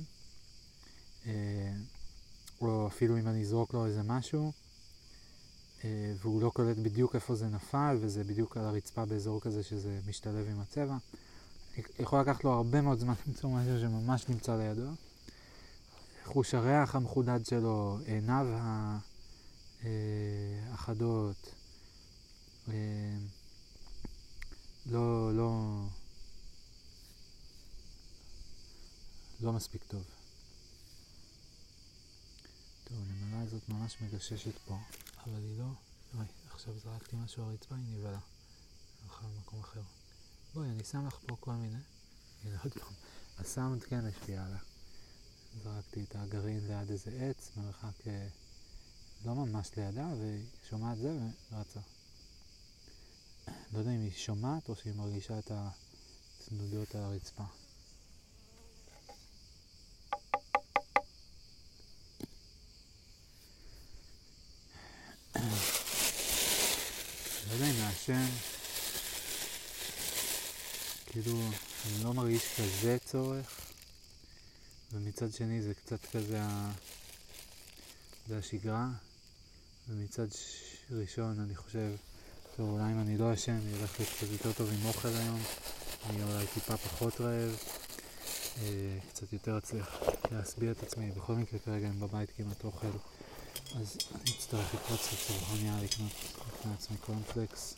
או אפילו אם אני אזרוק לו איזה משהו והוא לא קולט בדיוק איפה זה נפל, וזה בדיוק על הרצפה באזור כזה שזה משתלב עם הצבע, יכול לקחת לו הרבה מאוד זמן למצוא משהו שממש נמצא לידו. חוש הריח המחודד שלו, עיניו האחדות, לא מספיק טוב. טוב, הנמלה הזאת ממש מגששת פה, אבל היא לא... עכשיו זרקתי משהו על הרצפה, היא נבלה. אני הולכה למקום אחר. בואי, אני שם לך פה כל מיני. הנה עוד פעם. הסאונד כן השפיע עליה. זרקתי את הגרעין ליד איזה עץ, מרחק לא ממש לידה, והיא שומעת זה ורצה. לא יודע אם היא שומעת או שהיא מרגישה את התנודות על הרצפה. לא יודע אם מעשן, כאילו אני לא מרגיש כזה צורך, ומצד שני זה קצת כזה זה השגרה, ומצד ראשון אני חושב, טוב, אולי אם אני לא אשן אני הולך להיות קצת יותר טוב עם אוכל היום, אני אולי טיפה פחות רעב, קצת יותר אצליח להסביע את עצמי. בכל מקרה כרגע אני בבית כמעט אוכל, אז אני אצטרך לקרוץ לצרכניה לקנות לעצמי קורנפלקס,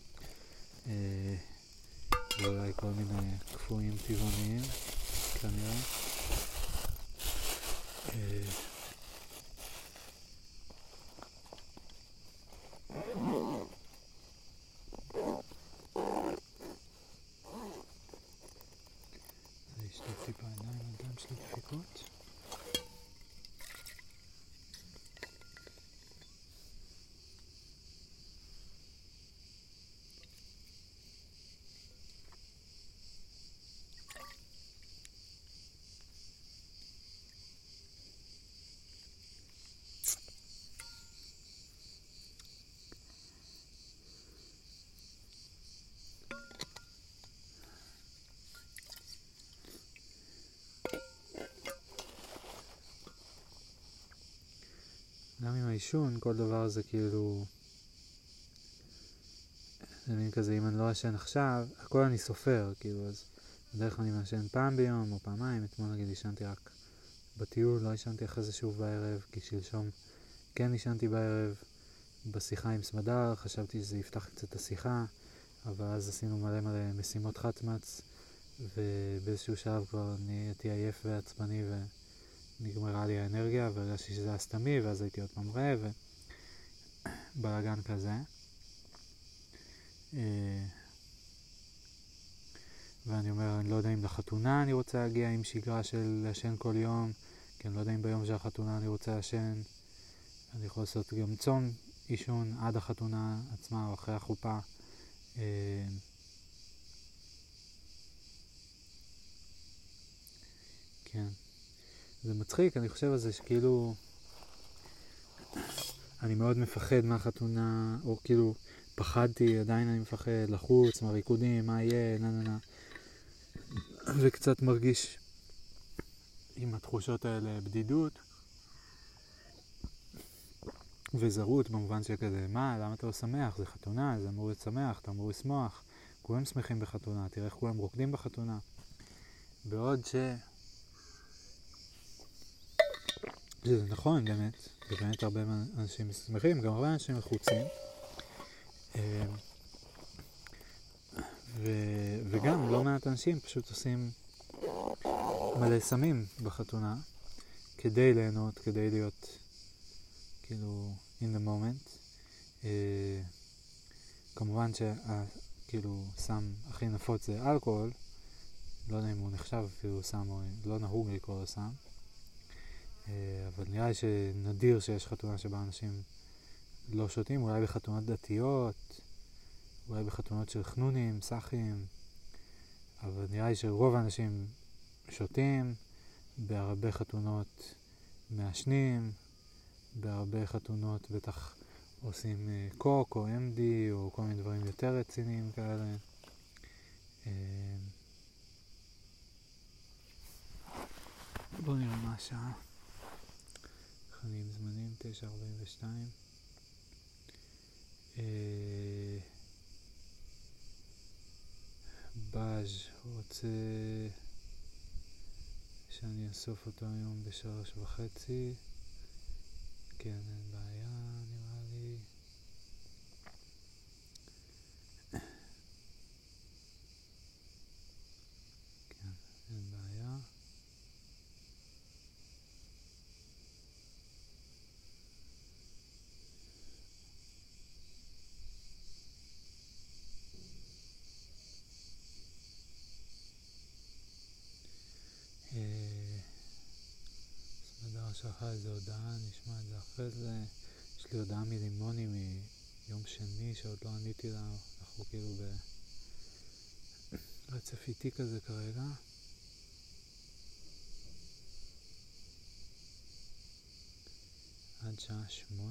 ואולי כל מיני קפואים טבעוניים כנראה. זה ישטוף טיפה עיניים, הידיים שלי דפיקות. גם עם העישון, כל דבר זה כאילו, זה מין כזה, אם אני לא אשן עכשיו, הכל אני סופר, כאילו, אז בדרך כלל אני מאשן פעם ביום או פעמיים. אתמול נגיד ישנתי רק בטיול, לא ישנתי אחרי זה שוב בערב, כי שלשום כן ישנתי בערב. בשיחה עם סמדר חשבתי שזה יפתח קצת את השיחה, אבל אז עשינו מלא מלא משימות חצמץ, ובאיזשהו שלב כבר נהייתי עייף ועצבני ונגמרה לי האנרגיה, והרגשתי שזה הסתמי, ואז הייתי עוד פעם רעב ובלגן כזה. ואני אומר, אני לא יודע אם לחתונה אני רוצה להגיע עם שגרה של לשן כל יום, כי אני לא יודע אם ביום של החתונה אני רוצה לשן. אני יכול לעשות גם צום עישון עד החתונה עצמה או אחרי החופה. כן. זה מצחיק, אני חושב על זה שכאילו אני מאוד מפחד מהחתונה, או כאילו פחדתי, עדיין אני מפחד לחוץ, מהריקודים, מה יהיה, נה. וקצת מרגיש עם התחושות האלה בדידות וזרות, במובן שכזה, מה, למה אתה לא שמח? זה חתונה, זה אמור להיות שמח, אתה אמור לשמוח, כולם שמחים בחתונה, תראה איך כולם רוקדים בחתונה. בעוד שזה נכון באמת הרבה אנשים שמחים, גם הרבה אנשים מחוצים, וגם לא מעט אנשים פשוט עושים מלא סמים בחתונה כדי ליהנות, כדי להיות כאילו in the moment. כמובן שכאילו סם הכי נפוץ זה אלכוהול, לא יודע אם הוא נחשב אפילו סם או לא נהוג לקרוא לו סם, אבל נראה לי שנדיר שיש חתונה שבה אנשים לא שותים, אולי בחתונות דתיות, אולי בחתונות של חנונים, סחים, אבל נראה לי שרוב האנשים שותים, בהרבה חתונות מעשנים, בהרבה חתונות בטח עושים קוק או MD או כל מיני דברים יותר רציניים כאלה. בואו נראה מה השעה. חנים זמנים 9:42. באז רוצה שאני אסוף אותו היום ב3:30. כן, אין בעיה, נראה לי. כן, אין בעיה. שלחה איזו הודעה, נשמע את זה אחרי זה. יש לי הודעה מלימוני מיום שני שעוד לא עניתי לה, אנחנו כאילו ברצף איתי כזה כרגע. עד שעה 8.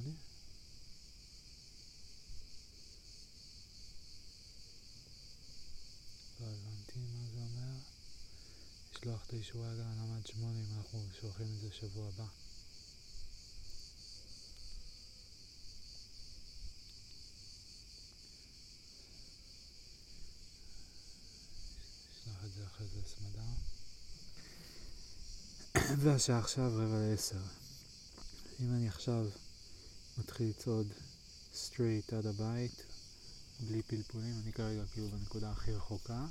לא הבנתי מה זה אומר. לשלוח את האישורי הגעה למה עד 8 אם אנחנו שולחים את זה שבוע הבא. נשלח את זה אחרי זה סמדה. והשעה עכשיו 9:45. אם אני עכשיו מתחיל לצעוד straight עד הבית בלי פלפולים, אני כרגע כאילו בנקודה הכי רחוקה,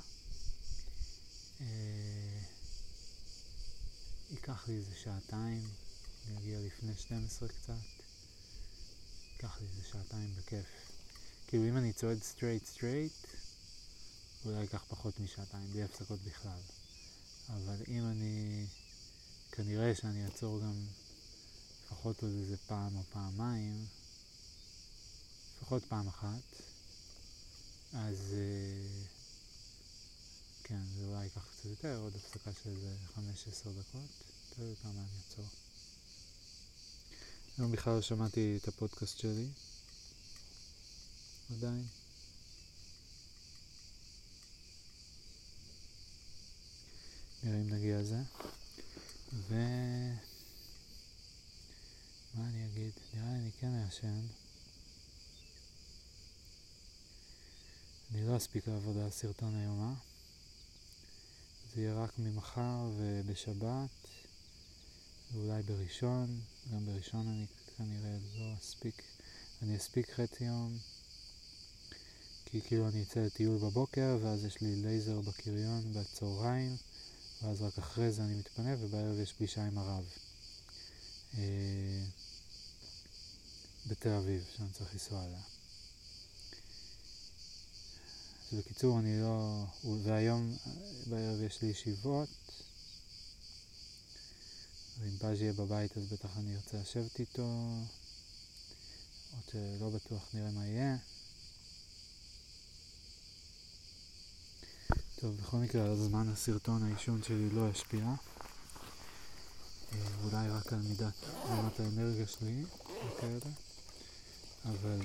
ייקח לי איזה שעתיים, אני אגיע לפני 12 קצת, ייקח לי איזה שעתיים בכיף. כאילו אם אני צועד straight אולי ייקח פחות משעתיים, בלי הפסקות בכלל. אבל אם אני, כנראה שאני אעצור גם לפחות עוד איזה פעם או פעמיים, לפחות פעם אחת, אז כן, זה אולי ייקח קצת יותר, עוד הפסקה של איזה 15 דקות, תראו כמה אני אעצור. היום בכלל לא שמעתי את הפודקאסט שלי, עדיין. נראה אם נגיע לזה. מה אני אגיד? נראה לי אני כן אעשן. אני לא אספיק לעבוד על הסרטון היום, זה יהיה רק ממחר ובשבת, ואולי בראשון. גם בראשון אני כנראה לא אספיק. אני אספיק חצי יום, כי כאילו אני אצא לטיול בבוקר, ואז יש לי לייזר בקריון בצהריים, ואז רק אחרי זה אני מתפנה, ובערב יש פגישה עם הרב בתל אביב, שאני צריך לנסוע עליה. אז בקיצור, אני לא... והיום בערב יש לי ישיבות, ואם פאז' יהיה בבית אז בטח אני ארצה לשבת איתו, עוד שלא בטוח, נראה מה יהיה. טוב, בכל מקרה, על זמן הסרטון העישון שלי לא ישפיע. אולי רק על מידת רמת האנרגיה שלי, וכאלה. אבל...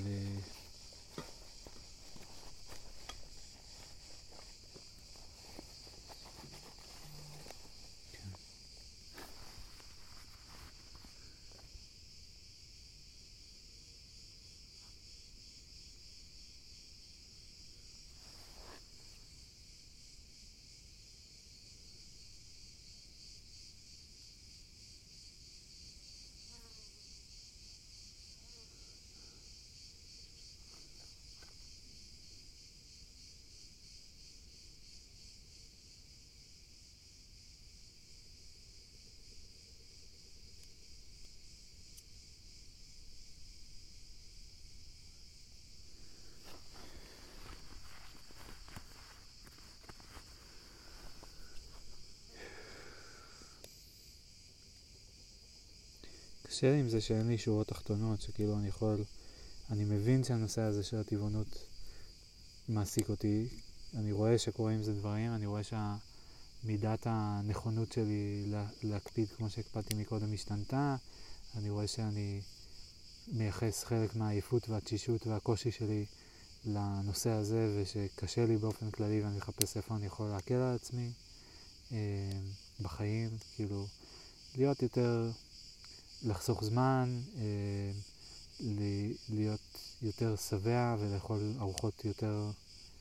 קשה לי עם זה שאין לי שורות תחתונות, שכאילו אני מבין שהנושא הזה של הטבעונות מעסיק אותי, אני רואה שקורה עם זה דברים, אני רואה שהמידת הנכונות שלי להקפיד כמו שהקפדתי מקודם השתנתה, אני רואה שאני מייחס חלק מהעייפות והתשישות והקושי שלי לנושא הזה, ושקשה לי באופן כללי ואני מחפש איפה אני יכול להקל על עצמי בחיים, כאילו להיות יותר... לחסוך זמן, להיות יותר שבע ולאכול ארוחות יותר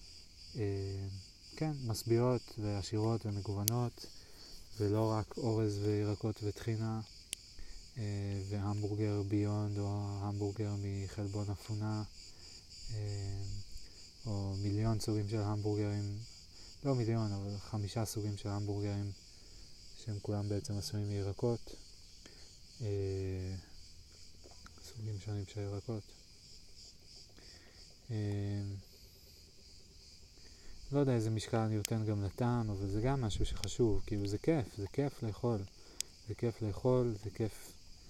משביעות ועשירות ומגוונות, ולא רק אורז וירקות וטחינה והמבורגר ביונד או המבורגר מחלבון אפונה, או מיליון סוגים של המבורגרים, לא מיליון אבל 5 סוגים של המבורגרים שהם כולם בעצם עשויים מירקות, סוגים שונים של ירקות. לא יודע איזה משקל אני נותן גם לטעם, אבל זה גם משהו שחשוב, כאילו זה כיף לאכול, זה כיף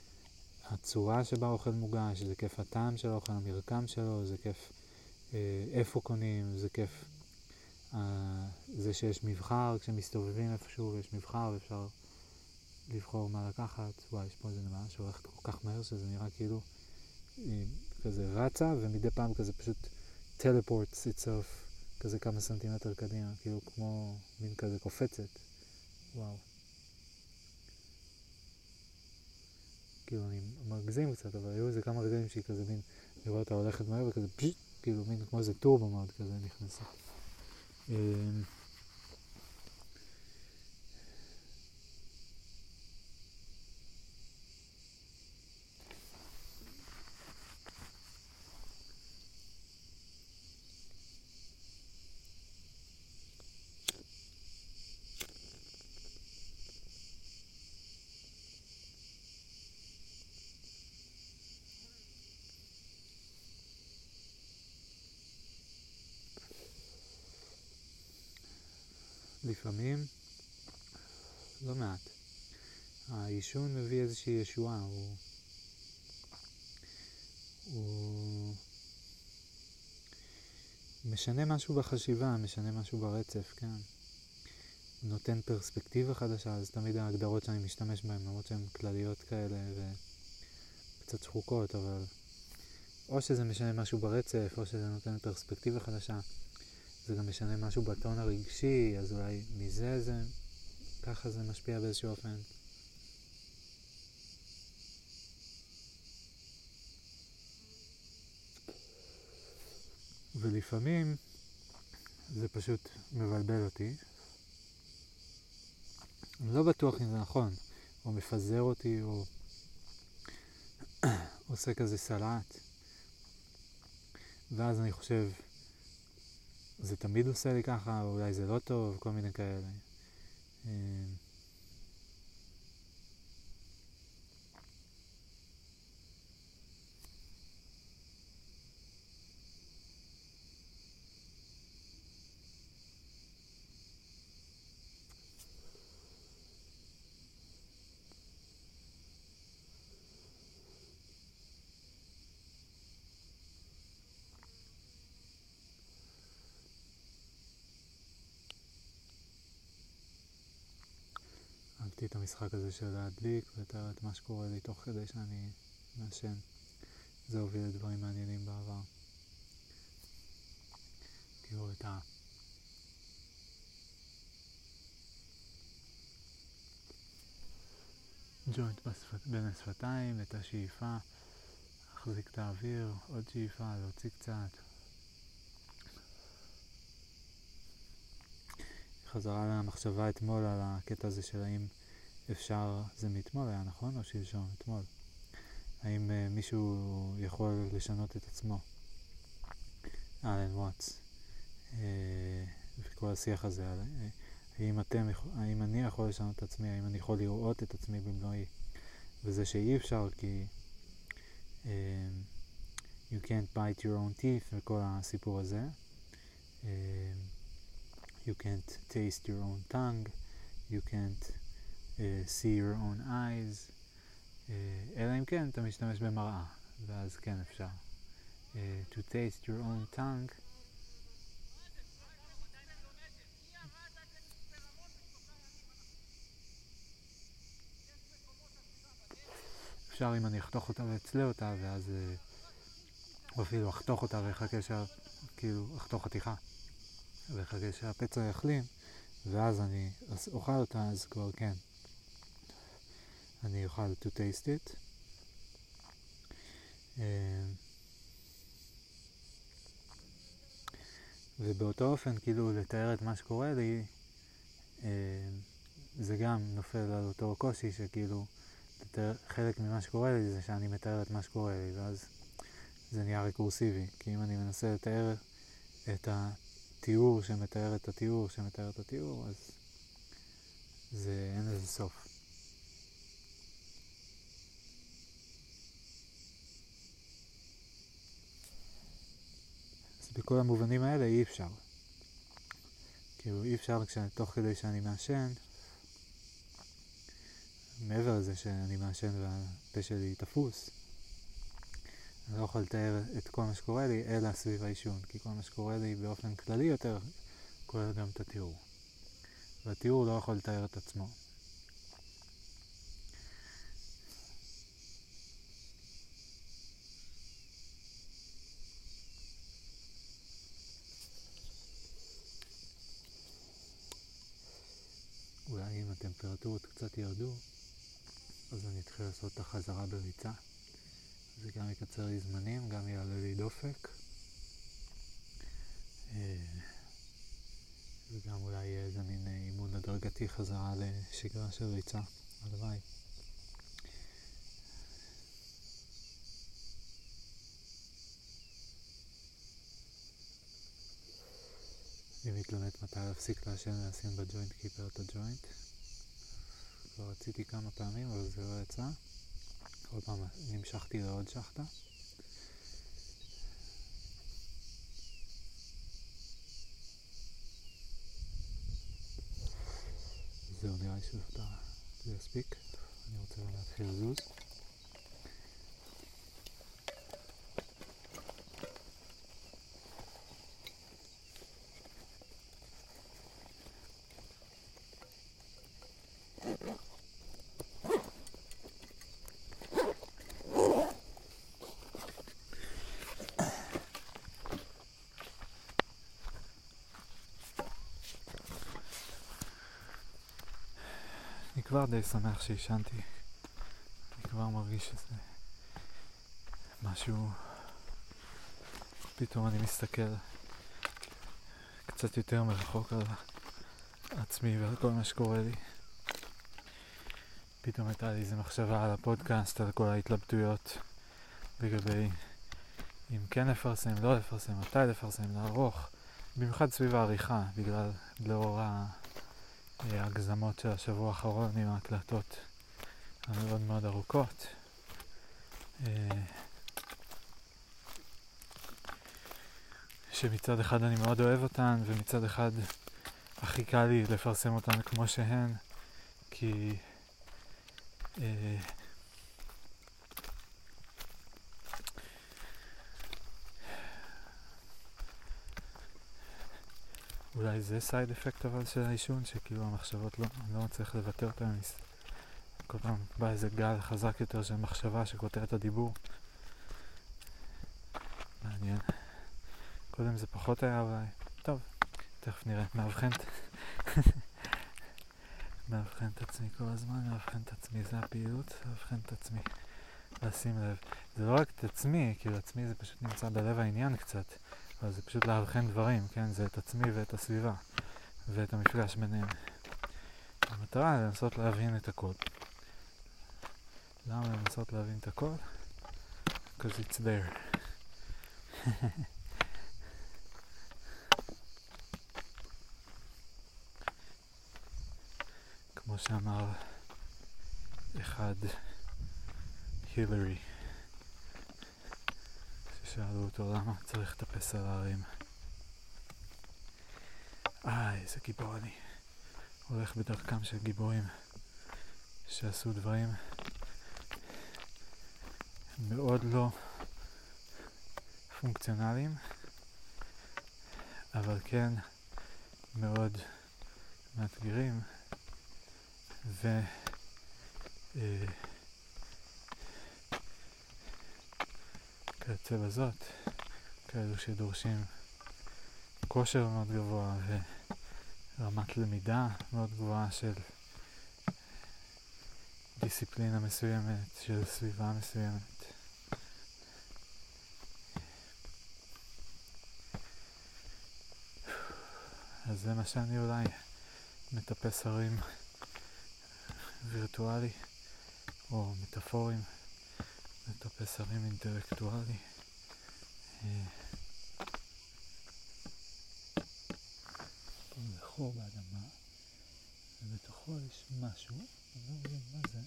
הצורה שבה האוכל מוגש, זה כיף הטעם של האוכל, המרקם שלו, זה כיף איפה קונים, זה כיף זה שיש מבחר, כשמסתובבים איפשהו ויש מבחר ואפשר לבחור מה לקחת. וואי, יש פה איזה נמלה שהולכת כל כך מהר שזה נראה כאילו היא כזה רצה, ומדי פעם כזה פשוט teleports itself כזה כמה סנטימטר קדימה, כאילו כמו מין כזה קופצת. וואו. כאילו אני מגזים קצת, אבל היו איזה כמה רגעים שהיא כזה מין, אני רואה אותה הולכת מהר וכזה פשוט, כאילו מין כמו איזה טורבו מאוד כזה נכנסת. לפעמים, לא מעט, העישון מביא איזושהי ישועה, הוא משנה משהו בחשיבה, משנה משהו ברצף, כן. נותן פרספקטיבה חדשה, אז תמיד ההגדרות שאני משתמש בהן, למרות שהן כלליות כאלה וקצת שחוקות, אבל או שזה משנה משהו ברצף, או שזה נותן פרספקטיבה חדשה, זה גם משנה משהו בטון הרגשי, אז אולי מזה זה, ככה זה משפיע באיזשהו אופן. ולפעמים זה פשוט מבלבל אותי. אני לא בטוח אם זה נכון, או מפזר אותי, או עושה כזה סלט. ואז אני חושב, זה תמיד עושה לי ככה, או אולי זה לא טוב, כל מיני כאלה. אהבתי את המשחק הזה של להדליק ולתאר את מה שקורה לי תוך כדי שאני מעשן. זה הוביל לדברים מעניינים בעבר. כאילו את הג'וינט בין השפתיים, את השאיפה, להחזיק את האוויר, עוד שאיפה, להוציא קצת. חזרה למחשבה אתמול על הקטע הזה של האם אפשר, זה מאתמול היה נכון או שלשום? אתמול. האם מישהו יכול לשנות את עצמו? אלן וואטס. וכל השיח הזה, האם אני יכול לשנות את עצמי, האם אני יכול לראות את עצמי במלואי, וזה שאי אפשר כי you can't bite your own teeth וכל הסיפור הזה. You can't taste your own tongue, you can't see your own eyes, אלא אם כן אתה משתמש במראה, ואז כן אפשר. To taste your own tongue, אפשר אם אני אחתוך אותה ואצלה אותה, ואז או אפילו אחתוך אותה ואחכה כאילו אחתוך חתיכה ואחכה שהפצע יחלים, ואז אני אוכל אותה, אז כבר כן אני אוכל to taste it. ובאותו אופן כאילו לתאר את מה שקורה לי, זה גם נופל על אותו קושי שכאילו חלק ממה שקורה לי זה שאני מתאר את מה שקורה לי, ואז זה נהיה רקורסיבי, כי אם אני מנסה לתאר את התיאור שמתאר את התיאור שמתאר את התיאור, אז זה אין לזה סוף. אז בכל המובנים האלה אי אפשר. כאילו אי אפשר תוך כדי שאני מעשן, מעבר לזה שאני מעשן והפה שלי תפוס, אני לא יכול לתאר את כל מה שקורה לי אלא סביב העישון, כי כל מה שקורה לי באופן כללי יותר כולל גם את התיאור, והתיאור לא יכול לתאר את עצמו. אולי אם הטמפרטורות קצת ירדו, אז אני אתחיל לעשות את החזרה בריצה. זה גם יקצר לי זמנים, גם יעלה לי דופק. וגם אולי יהיה איזה מין אימון הדרגתי חזרה לשגרה של ריצה. הלוואי. אני מתלמד מתי להפסיק לעשן ולשים בג'וינט קיפר את הג'וינט. כבר רציתי כמה פעמים, אבל זה לא יצא. כל פעם נמשכתי לעוד שחטה. זהו, נראה לי זה יספיק. אני רוצה להתחיל לזוז. אני כבר די שמח שישנתי. אני כבר מרגיש שזה משהו, פתאום אני מסתכל קצת יותר מרחוק על עצמי ועל כל מה שקורה לי. פתאום הייתה לי איזו מחשבה על הפודקאסט, על כל ההתלבטויות לגבי אם כן לפרסם, לא לפרסם, מתי לפרסם, לערוך, במיוחד סביב העריכה, לאור ההגזמות של השבוע האחרון עם ההקלטות המאוד מאוד ארוכות. שמצד אחד אני מאוד אוהב אותן, ומצד אחד הכי קל לי לפרסם אותן כמו שהן, כי אולי זה סייד אפקט אבל של העישון, שכאילו המחשבות לא מצליח לבטא אותן. כל פעם בא איזה גל חזק יותר של מחשבה שקוטע את הדיבור. מעניין. קודם זה פחות היה אולי. טוב, תכף נראה. מאבחן את עצמי כל הזמן, מאבחן את עצמי, זה הפעילות, מאבחן את עצמי. לשים לב. זה לא רק את עצמי, כאילו עצמי זה פשוט נמצא בלב העניין קצת. אבל זה פשוט להבחן דברים, כן? זה את עצמי ואת הסביבה, ואת המפגש ביניהם. המטרה היא לנסות להבין את הכל. למה לנסות להבין את הכל? Because it's there. כמו שאמר אחד, הילרי, ששאלו אותו למה צריך לטפס על ההרים. איזה גיבור אני. הולך בדרכם של גיבורים שעשו דברים מאוד לא פונקציונליים, אבל כן מאוד מאתגרים כיוצא בזאת, כאלו שדורשים כושר מאוד גבוה ורמת למידה מאוד גבוהה של דיסציפלינה מסוימת, של סביבה מסוימת. אז זה מה שאני אולי מטפס הרים וירטואלי או מטאפורים, מטפס הרים אינטלקטואלי. זה חור באדמה ובתוכו יש משהו, אני לא מבין מה זה.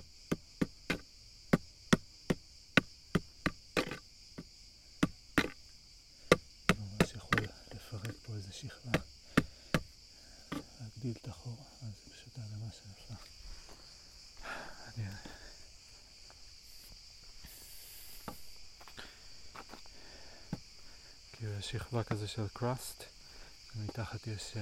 ממש יכול לפרק פה איזה שכבה, להגדיל את החור, אז זה פשוט האדמה שנפלה. שכבה כזה של קראסט, ומתחת יש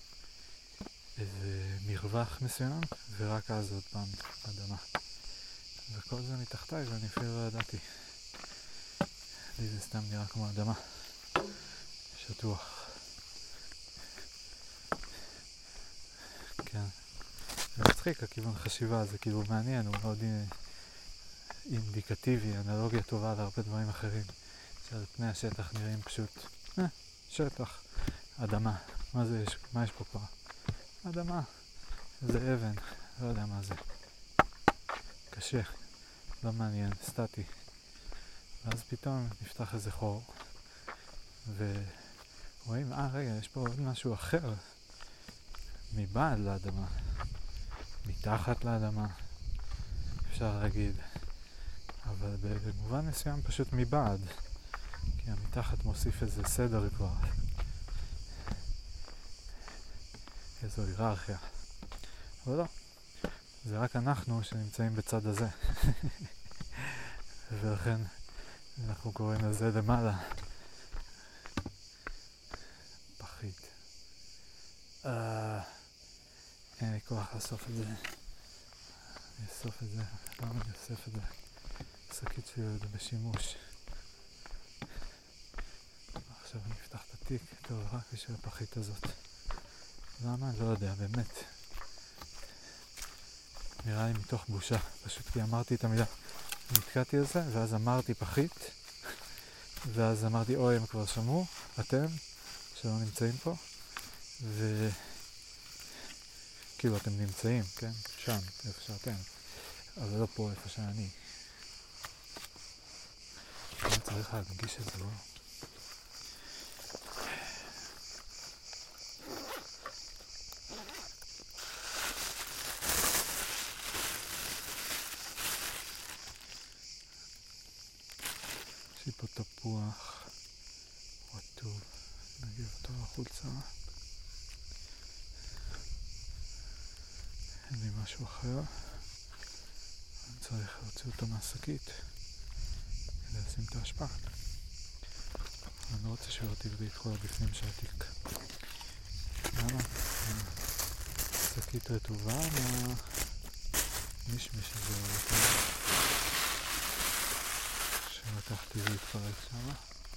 איזה מרווח מסוים, ורק אז עוד פעם אדמה. וכל זה מתחתיי ואני אפילו לא ידעתי. לי זה סתם נראה כמו אדמה. שטוח. כן. זה מצחיק, הכיוון חשיבה, זה כאילו מעניין, הוא מאוד אינדיקטיבי, אנלוגיה טובה להרבה דברים אחרים. שעל פני השטח נראים פשוט, שטח, אדמה. מה יש פה כבר? אדמה. זה אבן, לא יודע מה זה. קשה, לא מעניין, סטטי. ואז פתאום נפתח איזה חור, ורואים, רגע, יש פה עוד משהו אחר. מבעד לאדמה, מתחת לאדמה, אפשר להגיד. אבל במובן מסוים פשוט מבעד, כי המתחת מוסיף איזה סדר כבר. איזו היררכיה. אבל לא, זה רק אנחנו שנמצאים בצד הזה. ולכן אנחנו קוראים לזה למעלה. פחית. אין לי כוח לאסוף את זה. אני אסוף את זה. למה אני אוסף את זה? שקית שלי זה בשימוש. עכשיו אני אפתח את התיק. טוב, רק בשביל הפחית הזאת. למה? לא יודע, באמת. נראה לי מתוך בושה. פשוט כי אמרתי את המילה. נתקעתי על זה, ואז אמרתי פחית. ואז אמרתי, אוי, הם כבר שמעו, אתם, שלא נמצאים פה. כאילו אתם נמצאים, כן? שם, איפה שאתם. אבל לא פה, איפה שאני. אני צריך להדגיש את זה, לא? יש לי פה תפוח, רטוב, נגיד אותו החולצה. אין לי משהו אחר. אני צריך להוציא אותו מהשקית כדי לשים את ההשפעה. אני לא רוצה שהוא ירטיב לי את כל הבפנים של התיק. למה? שקית רטובה מהמישמיש הזה שלקחתי להתפרק שמה.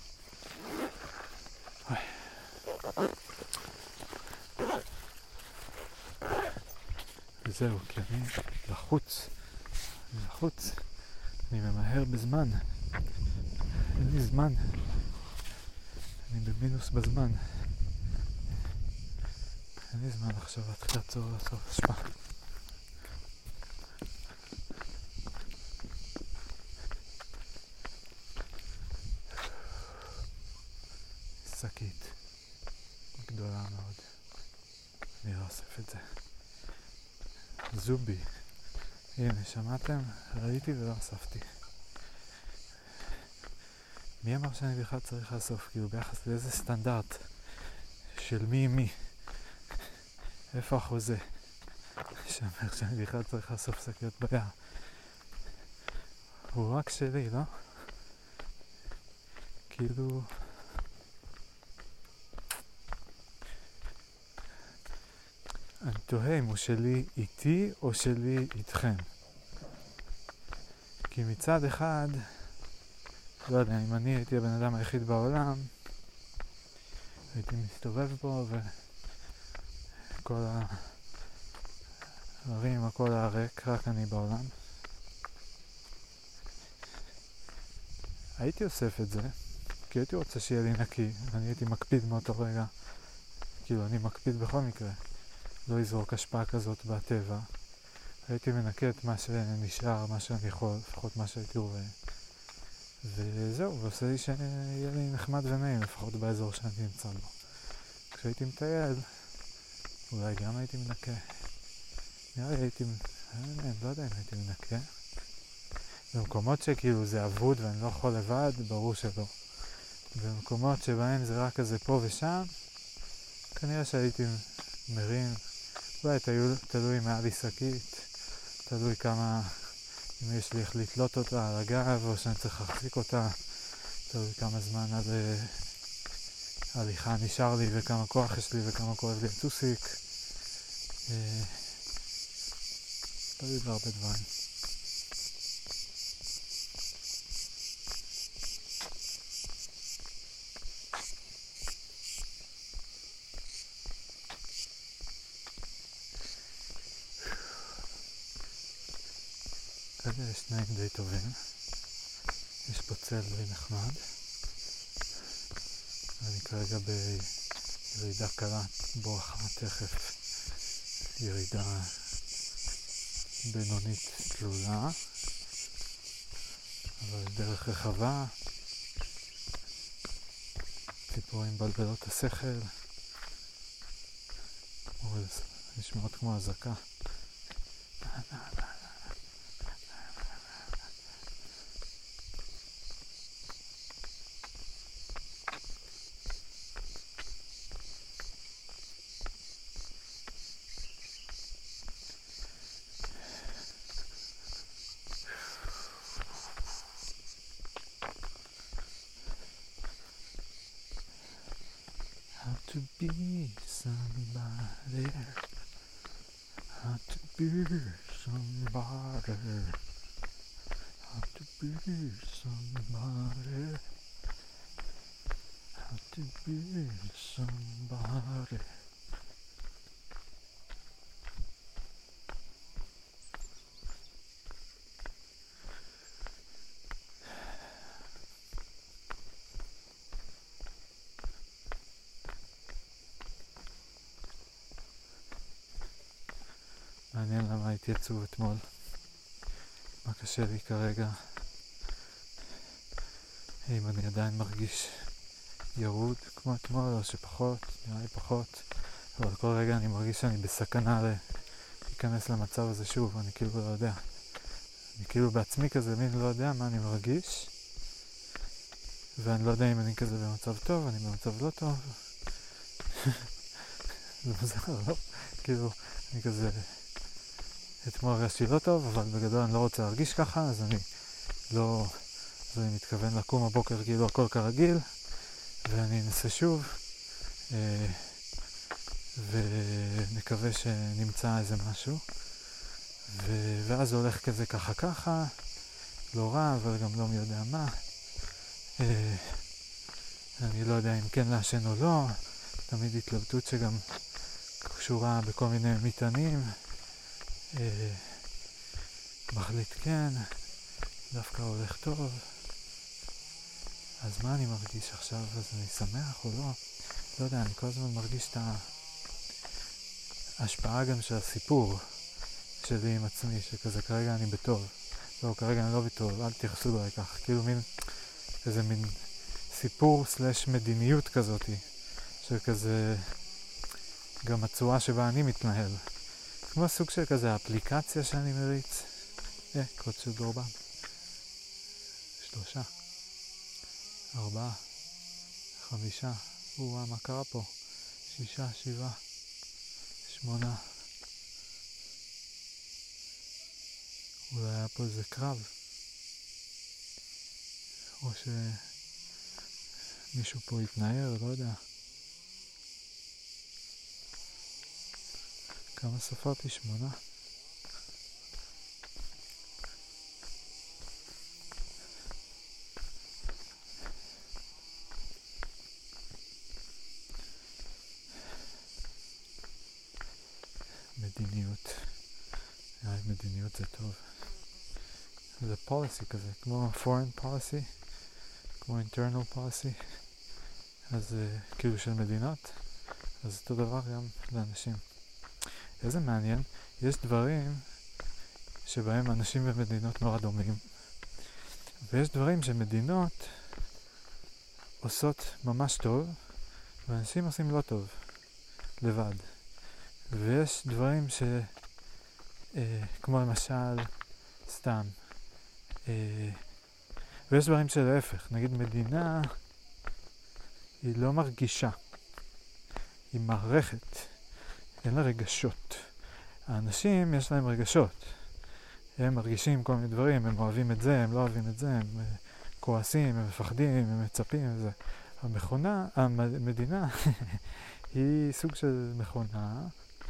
וזהו, כי אני לחוץ, אני ממהר בזמן, אין לי זמן, אני במינוס בזמן, אין לי זמן עכשיו להתחיל לעצור לעשות אשפה. שקית גדולה מאוד, אני לא אוסף את זה. זובי, הנה שמעתם? ראיתי ולא אספתי. מי אמר שאני בכלל צריך לאסוף? כאילו ביחס לאיזה סטנדרט של מי? איפה החוזה? שאומר שאני בכלל צריך לאסוף שקיות ביער. הוא רק שלי, לא? כאילו... אני תוהה אם הוא שלי איתי או שלי איתכם. כי מצד אחד, לא יודע, אם אני הייתי הבן אדם היחיד בעולם, הייתי מסתובב פה וכל הערים, הכל הריק, רק אני בעולם. הייתי אוסף את זה, כי הייתי רוצה שיהיה לי נקי, ואני הייתי מקפיד מאותו רגע. כאילו, אני מקפיד בכל מקרה. לא יזרוק השפעה כזאת בטבע. הייתי מנקה את מה שנשאר, מה שאני יכול, לפחות מה שהייתי רואה. וזהו, ועושה לי שיהיה לי נחמד ונעים, לפחות באזור שאני נמצא בו. כשהייתי מטייל, אולי גם הייתי מנקה. נראה לי הייתי, לא יודע אם הייתי מנקה. במקומות שכאילו זה אבוד ואני לא יכול לבד, ברור שלא. במקומות שבהם זה רק כזה פה ושם, כנראה שהייתי מרים, אולי תלוי מעל לי שקית, תלוי כמה, אם יש לי איך לתלות אותה על הגב או שאני צריך להחזיק אותה, תלוי כמה זמן עד הליכה נשאר לי וכמה כוח יש לי וכמה כואב לי הטוסיק. תלוי בהרבה דברים. כרגע יש תנאים די טובים. יש פה צל די נחמד. אני כרגע בירידה קלה, בואכה תכף ירידה בינונית תלולה, אבל דרך רחבה, ציפורים בלבלות השכל, נשמעות כמו אזעקה. To be somebody, how to be somebody, how to be somebody, how to be somebody. מעניין למה הייתי עצוב אתמול. מה קשה לי כרגע? אם אני עדיין מרגיש ירוד כמו אתמול או שפחות, נראה לי פחות. אבל כל רגע אני מרגיש שאני בסכנה להיכנס למצב הזה שוב, אני כאילו לא יודע. אני כאילו בעצמי כזה מין לא יודע מה אני מרגיש. ואני לא יודע אם אני כזה במצב טוב, אני במצב לא טוב. זה מוזר, לא? כאילו, אני כזה... אתמול הרגשתי לא טוב, אבל בגדול אני לא רוצה להרגיש ככה, אז אני לא... אז אני מתכוון לקום הבוקר כאילו הכל כרגיל, ואני אנסה שוב, ונקווה שנמצא איזה משהו, ואז זה הולך כזה ככה, לא רע, אבל גם לא מי יודע מה. אני לא יודע אם כן לעשן או לא, תמיד התלבטות שגם קשורה בכל מיני מטענים, מחליט כן, דווקא הולך טוב. אז מה אני מרגיש עכשיו? אז אני שמח או לא? לא יודע, אני כל הזמן מרגיש את ההשפעה גם של הסיפור שלי עם עצמי, שכזה כרגע אני בטוב. לא, כרגע אני לא בטוב, אל תייחסו בי כך. כאילו מין, כזה מין סיפור סלש מדיניות כזאת, שכזה גם הצורה שבה אני מתנהל. כמו סוג של כזה אפליקציה שאני מריץ. קוד של דורבן. 3, 4, 5, מה קרה פה? 6, 7, 8. אולי היה פה איזה קרב. או שמישהו פה התנער, לא יודע. כמה ספרתי? 8. מדיניות. מדיניות זה טוב. זה policy כזה, כמו foreign policy, כמו internal policy. אז כאילו של מדינות. אז אותו דבר גם לאנשים. איזה מעניין, יש דברים שבהם אנשים במדינות נורא דומים, ויש דברים שמדינות עושות ממש טוב, ואנשים עושים לא טוב, לבד. ויש דברים כמו למשל, סתם, ויש דברים שלהפך, נגיד מדינה היא לא מרגישה, היא מערכת. אין לה רגשות. האנשים יש להם רגשות. הם מרגישים כל מיני דברים, הם אוהבים את זה, הם לא אוהבים את זה, הם כועסים, הם מפחדים, הם מצפים וזה. המדינה היא סוג של מכונה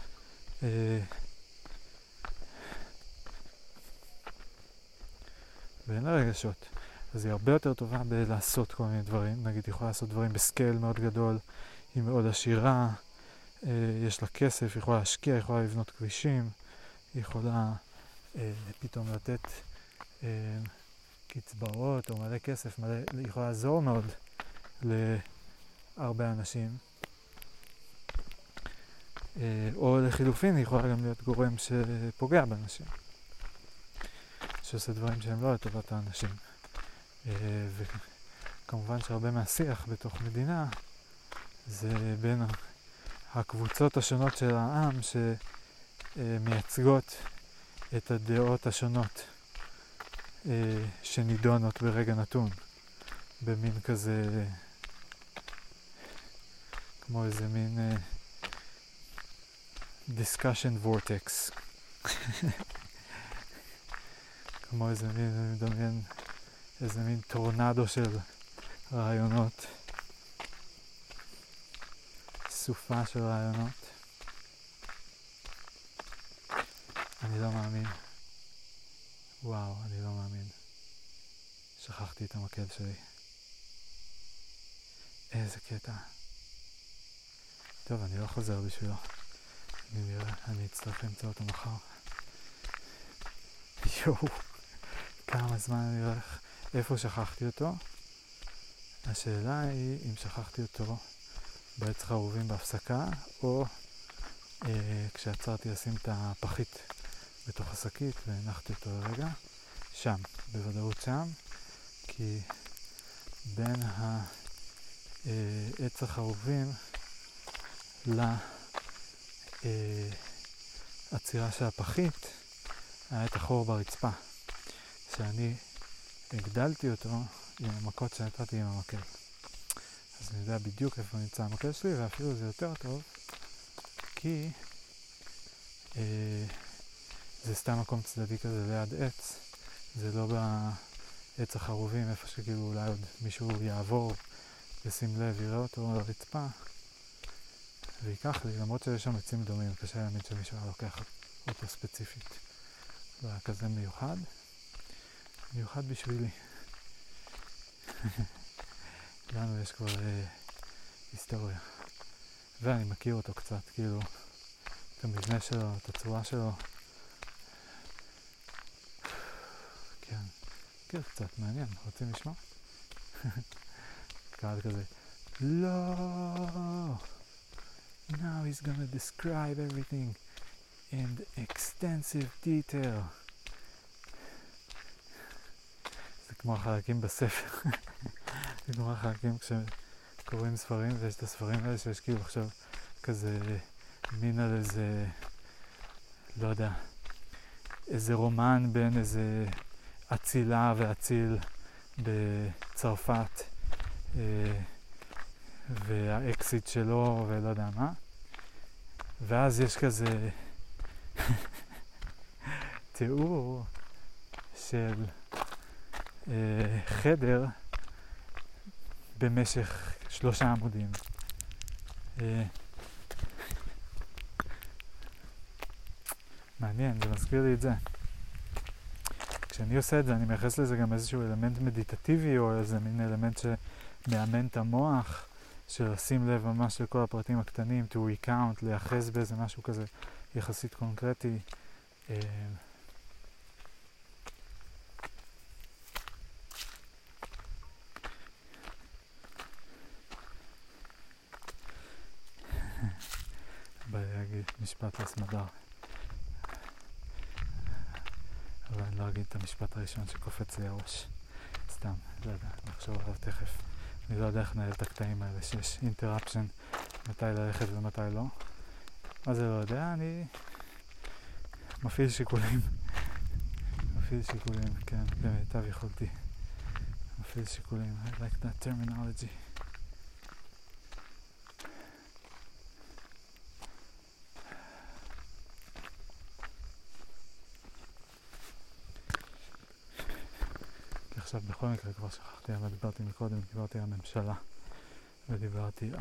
ואין לה רגשות. אז היא הרבה יותר טובה בלעשות כל מיני דברים. נגיד, היא יכולה לעשות דברים בסקייל מאוד גדול, היא מאוד עשירה, יש לה כסף, היא יכולה להשקיע, היא יכולה לבנות כבישים, היא יכולה פתאום לתת קצבאות או מלא כסף, היא יכולה לעזור מאוד להרבה אנשים. או לחילופין, היא יכולה גם להיות גורם שפוגע באנשים, שעושה דברים שהם לא לטובת האנשים. וכמובן שהרבה מהשיח בתוך מדינה זה בין הקבוצות השונות של העם שמייצגות את הדעות השונות שנידונות ברגע נתון, במין כזה, כמו איזה מין discussion vortex. כמו איזה מין, אני מדמיין, איזה מין טורנדו של רעיונות, סופה של רעיונות. אני לא מאמין. וואו, אני לא מאמין. שכחתי את המקל שלי. איזה קטע. טוב, אני לא חוזר בשבילו. אני אצטרך למצוא אותו מחר. יואו, כמה זמן אני הולך. איפה שכחתי אותו? השאלה היא אם שכחתי אותו בעץ חרובים בהפסקה, או כשעצרתי לשים את הפחית בתוך השקית והנחתי אותו לרגע. שם, בוודאות שם, כי בין העץ החרובים לעצירה של הפחית היה את החור ברצפה, שאני הגדלתי אותו עם המכות שנתתי עם המקל. אז אני יודע בדיוק איפה נמצא המקל שלי, ואפילו זה יותר טוב, כי זה סתם מקום צדדי כזה ליד עץ, זה לא בעץ החרובים, איפה שכאילו אולי עוד מישהו יעבור ושים לב, יראה אותו על הרצפה, ויקח לי, למרות שיש שם עצים דומים, קשה להאמין שמישהו היה לוקח אותו ספציפית. זה היה כזה מיוחד, מיוחד בשבילי. לנו יש כבר היסטוריה, ואני מכיר אותו קצת, כאילו, את המבנה שלו, את הצורה שלו. כן, מכיר קצת, מעניין, רוצים לשמוע? קהל כזה, לא! Now he's gonna describe everything in extensive detail. זה כמו החלקים בספר. זה כמו החלקים כשקוראים ספרים, ויש את הספרים האלה שיש כאילו עכשיו כזה מין על איזה, לא יודע, איזה רומן בין איזה אצילה ואציל בצרפת, והאקסיט שלו ולא יודע מה. ואז יש כזה תיאור של חדר במשך 3 עמודים. מעניין, זה מזכיר לי את זה. כשאני עושה את זה, אני מייחס לזה גם איזשהו אלמנט מדיטטיבי, או איזה מין אלמנט שמאמן את המוח, של לשים לב ממש לכל הפרטים הקטנים, to recount, לייחס באיזה משהו כזה יחסית קונקרטי. להגיד משפט לסמדר. אבל אני לא אגיד את המשפט הראשון שקופץ לי הראש. סתם, לא יודע, נחשוב עליו תכף. אני לא יודע איך נהל את הקטעים האלה, שיש אינטראפשן, מתי ללכת ומתי לא. מה זה לא יודע, אני מפעיל שיקולים. מפעיל שיקולים, כן, במיטב יכולתי. מפעיל שיקולים, I like that terminology. עכשיו בכל מקרה כבר שכחתי, אבל דיברתי מקודם, דיברתי על הממשלה. ודיברתי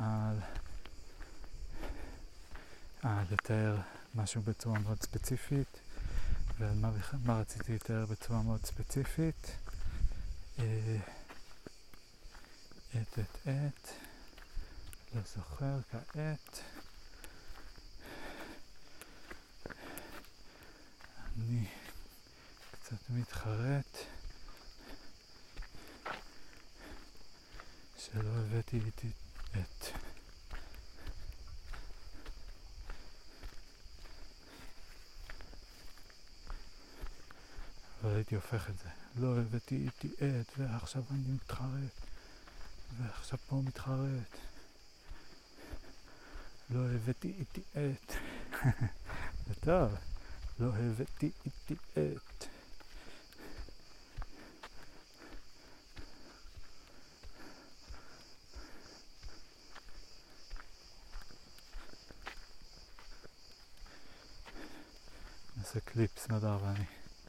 על לתאר משהו בצורה מאוד ספציפית, ועל מה רציתי לתאר בצורה מאוד ספציפית. לא זוכר כעת. אני קצת מתחרט שלא הבאתי איתי אבל הייתי הופך את זה. לא הבאתי איתי ועכשיו אני מתחרט, ועכשיו פה מתחרט. לא הבאתי איתי זה טוב. לא הבאתי איתי נעשה קליפס נדר ואני.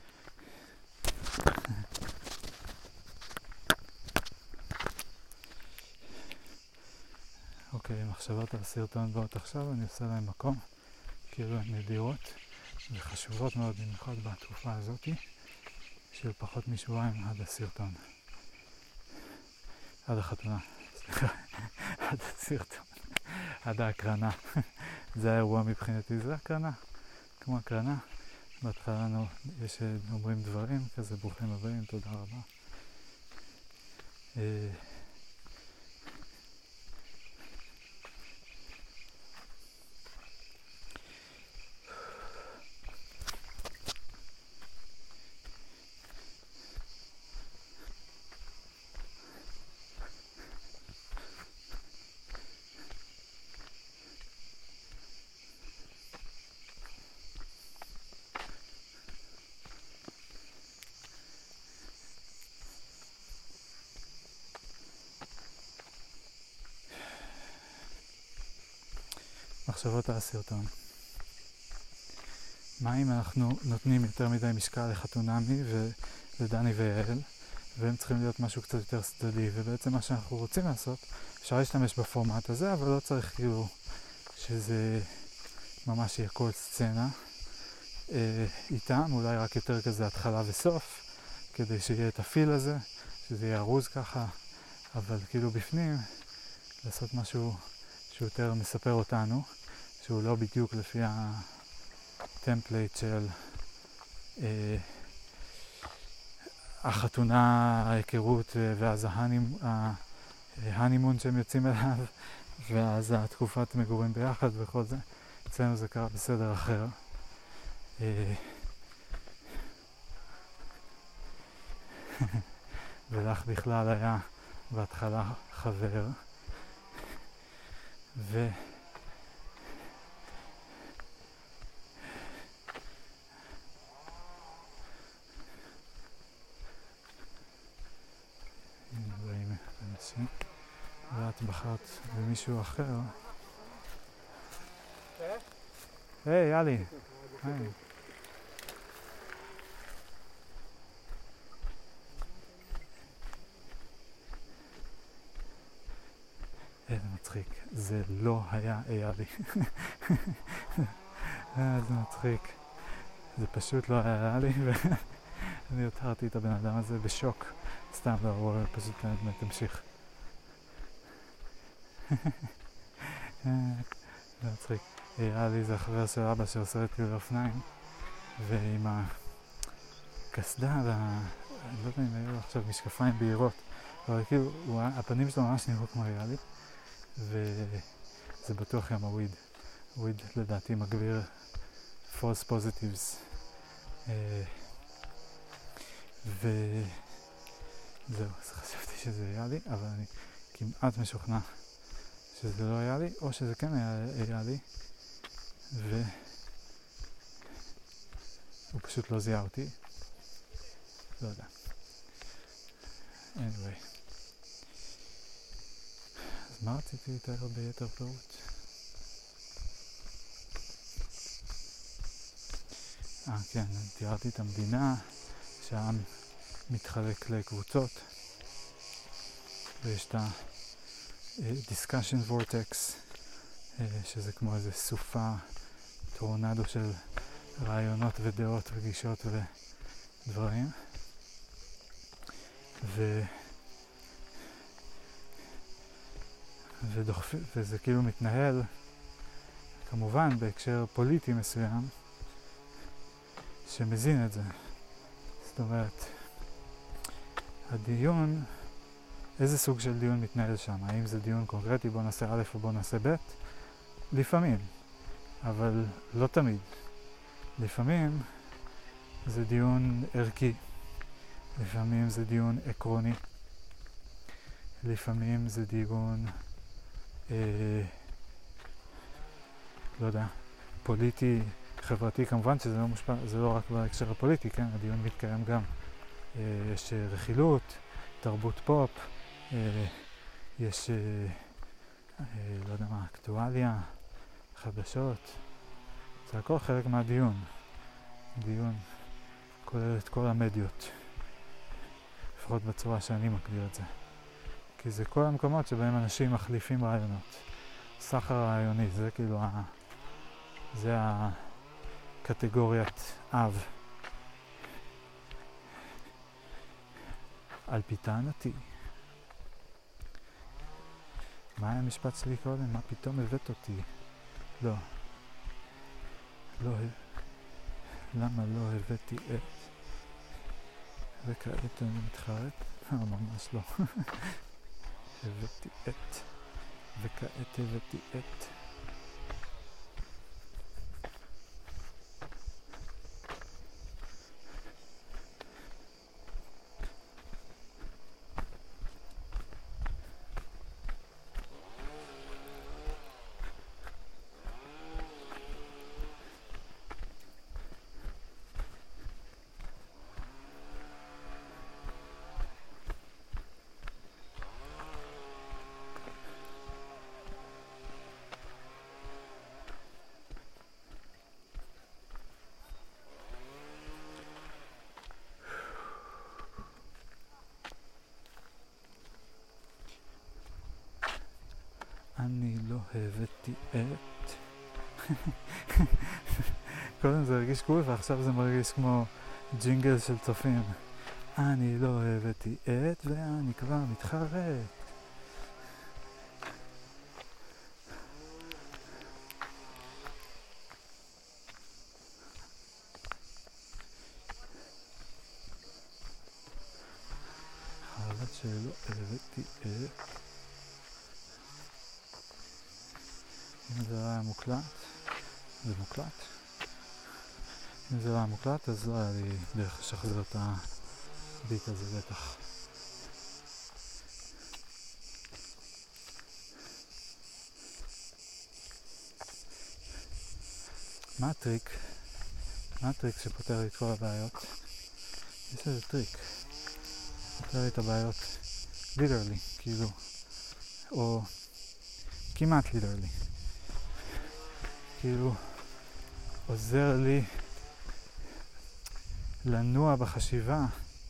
אוקיי, מחשבות על סרטון באות עכשיו, אני עושה להם מקום, כאילו הן נדירות וחשובות מאוד, במיוחד בתקופה הזאת של פחות משבועיים עד הסרטון, עד החתונה, סליחה, עד הסרטון, עד ההקרנה. זה האירוע מבחינתי, זה הקרנה, כמו הקרנה. בהתחלה יש אומרים דברים כזה, ברוכים הבאים, תודה רבה. מחשבות על הסרטון. מה אם אנחנו נותנים יותר מדי משקל לחתונמי ולדני ויעל, והם צריכים להיות משהו קצת יותר סטדי, ובעצם מה שאנחנו רוצים לעשות, אפשר להשתמש בפורמט הזה, אבל לא צריך כאילו שזה ממש יהיה כל סצנה איתם, אולי רק יותר כזה התחלה וסוף, כדי שיהיה את הפיל הזה, שזה יהיה ארוז ככה, אבל כאילו בפנים לעשות משהו שיותר מספר אותנו, שהוא לא בדיוק לפי הטמפלייט של החתונה, ההיכרות, ואז ההנימון שהם יוצאים אליו, ואז התקופת מגורים ביחד וכל זה. אצלנו זה קרה בסדר אחר. ולך בכלל היה בהתחלה חבר, ואת בחרת במישהו אחר. היי, יאלי. היי. איזה מצחיק. זה לא היה יאלי. זה מצחיק. זה פשוט לא היה יאלי, ואני הותרתי את הבן אדם הזה בשוק. סתם לא, פשוט תמשיך. זה מצחיק. יאלי זה החבר של אבא שעושה את טיול אופניים, ועם הקסדה, אני לא יודע אם היו עכשיו משקפיים בהירות, אבל כאילו הפנים שלו ממש נראו כמו יאלי, וזה בטוח גם הוויד. וויד לדעתי מגביר false positives, וזהו, אז חשבתי שזה יאלי, אבל אני כמעט משוכנע שזה לא היה לי, או שזה כן היה לי, והוא פשוט לא זיהה אותי. לא יודע. anyway. אז מה רציתי לתאר ביתר פירוט? כן, תיארתי את המדינה, שהעם מתחלק לקבוצות, ויש את discussion vortex, שזה כמו איזה סופה, טורנדו של רעיונות ודעות וגישות ודברים. וזה כאילו מתנהל כמובן בהקשר פוליטי מסוים שמזין את זה. זאת אומרת, הדיון, איזה סוג של דיון מתנהל שם? האם זה דיון קונקרטי, בוא נעשה א' או בוא נעשה ב'? לפעמים, אבל לא תמיד. לפעמים זה דיון ערכי, לפעמים זה דיון עקרוני, לפעמים זה דיון לא יודע, פוליטי, חברתי. כמובן שזה לא מושפע, זה לא רק בהקשר הפוליטי, כן? הדיון מתקיים גם. יש רכילות, תרבות פופ, יש לא יודע מה, אקטואליה, חדשות. זה הכל חלק מהדיון. דיון כולל את כל המדיות, לפחות בצורה שאני מגדיר את זה. כי זה כל המקומות שבהם אנשים מחליפים רעיונות. סחר רעיוני, זה כאילו זה הקטגוריית אב. על פי טענתי. מה היה המשפט שלי קודם? מה פתאום הבאת אותי? לא. למה לא הבאתי את? וכעת אני מתחרט? ממש לא. הבאתי את. וכעת הבאתי את. אני לא הבאתי את. קודם זה הרגיש קול ועכשיו זה מרגיש כמו ג'ינגל של צופים. אני לא הבאתי את ואני כבר מתחרט. חרט שלא הבאתי את. אם זה לא היה מוקלט, זה מוקלט. אם זה לא היה מוקלט, אז לא היה לי דרך לשחזר את הביט הזה בטח. מה הטריק? מה הטריק שפותר לי את כל הבעיות? יש איזה טריק. פותר לי את הבעיות literally, כאילו, או כמעט literally. כאילו עוזר לי לנוע בחשיבה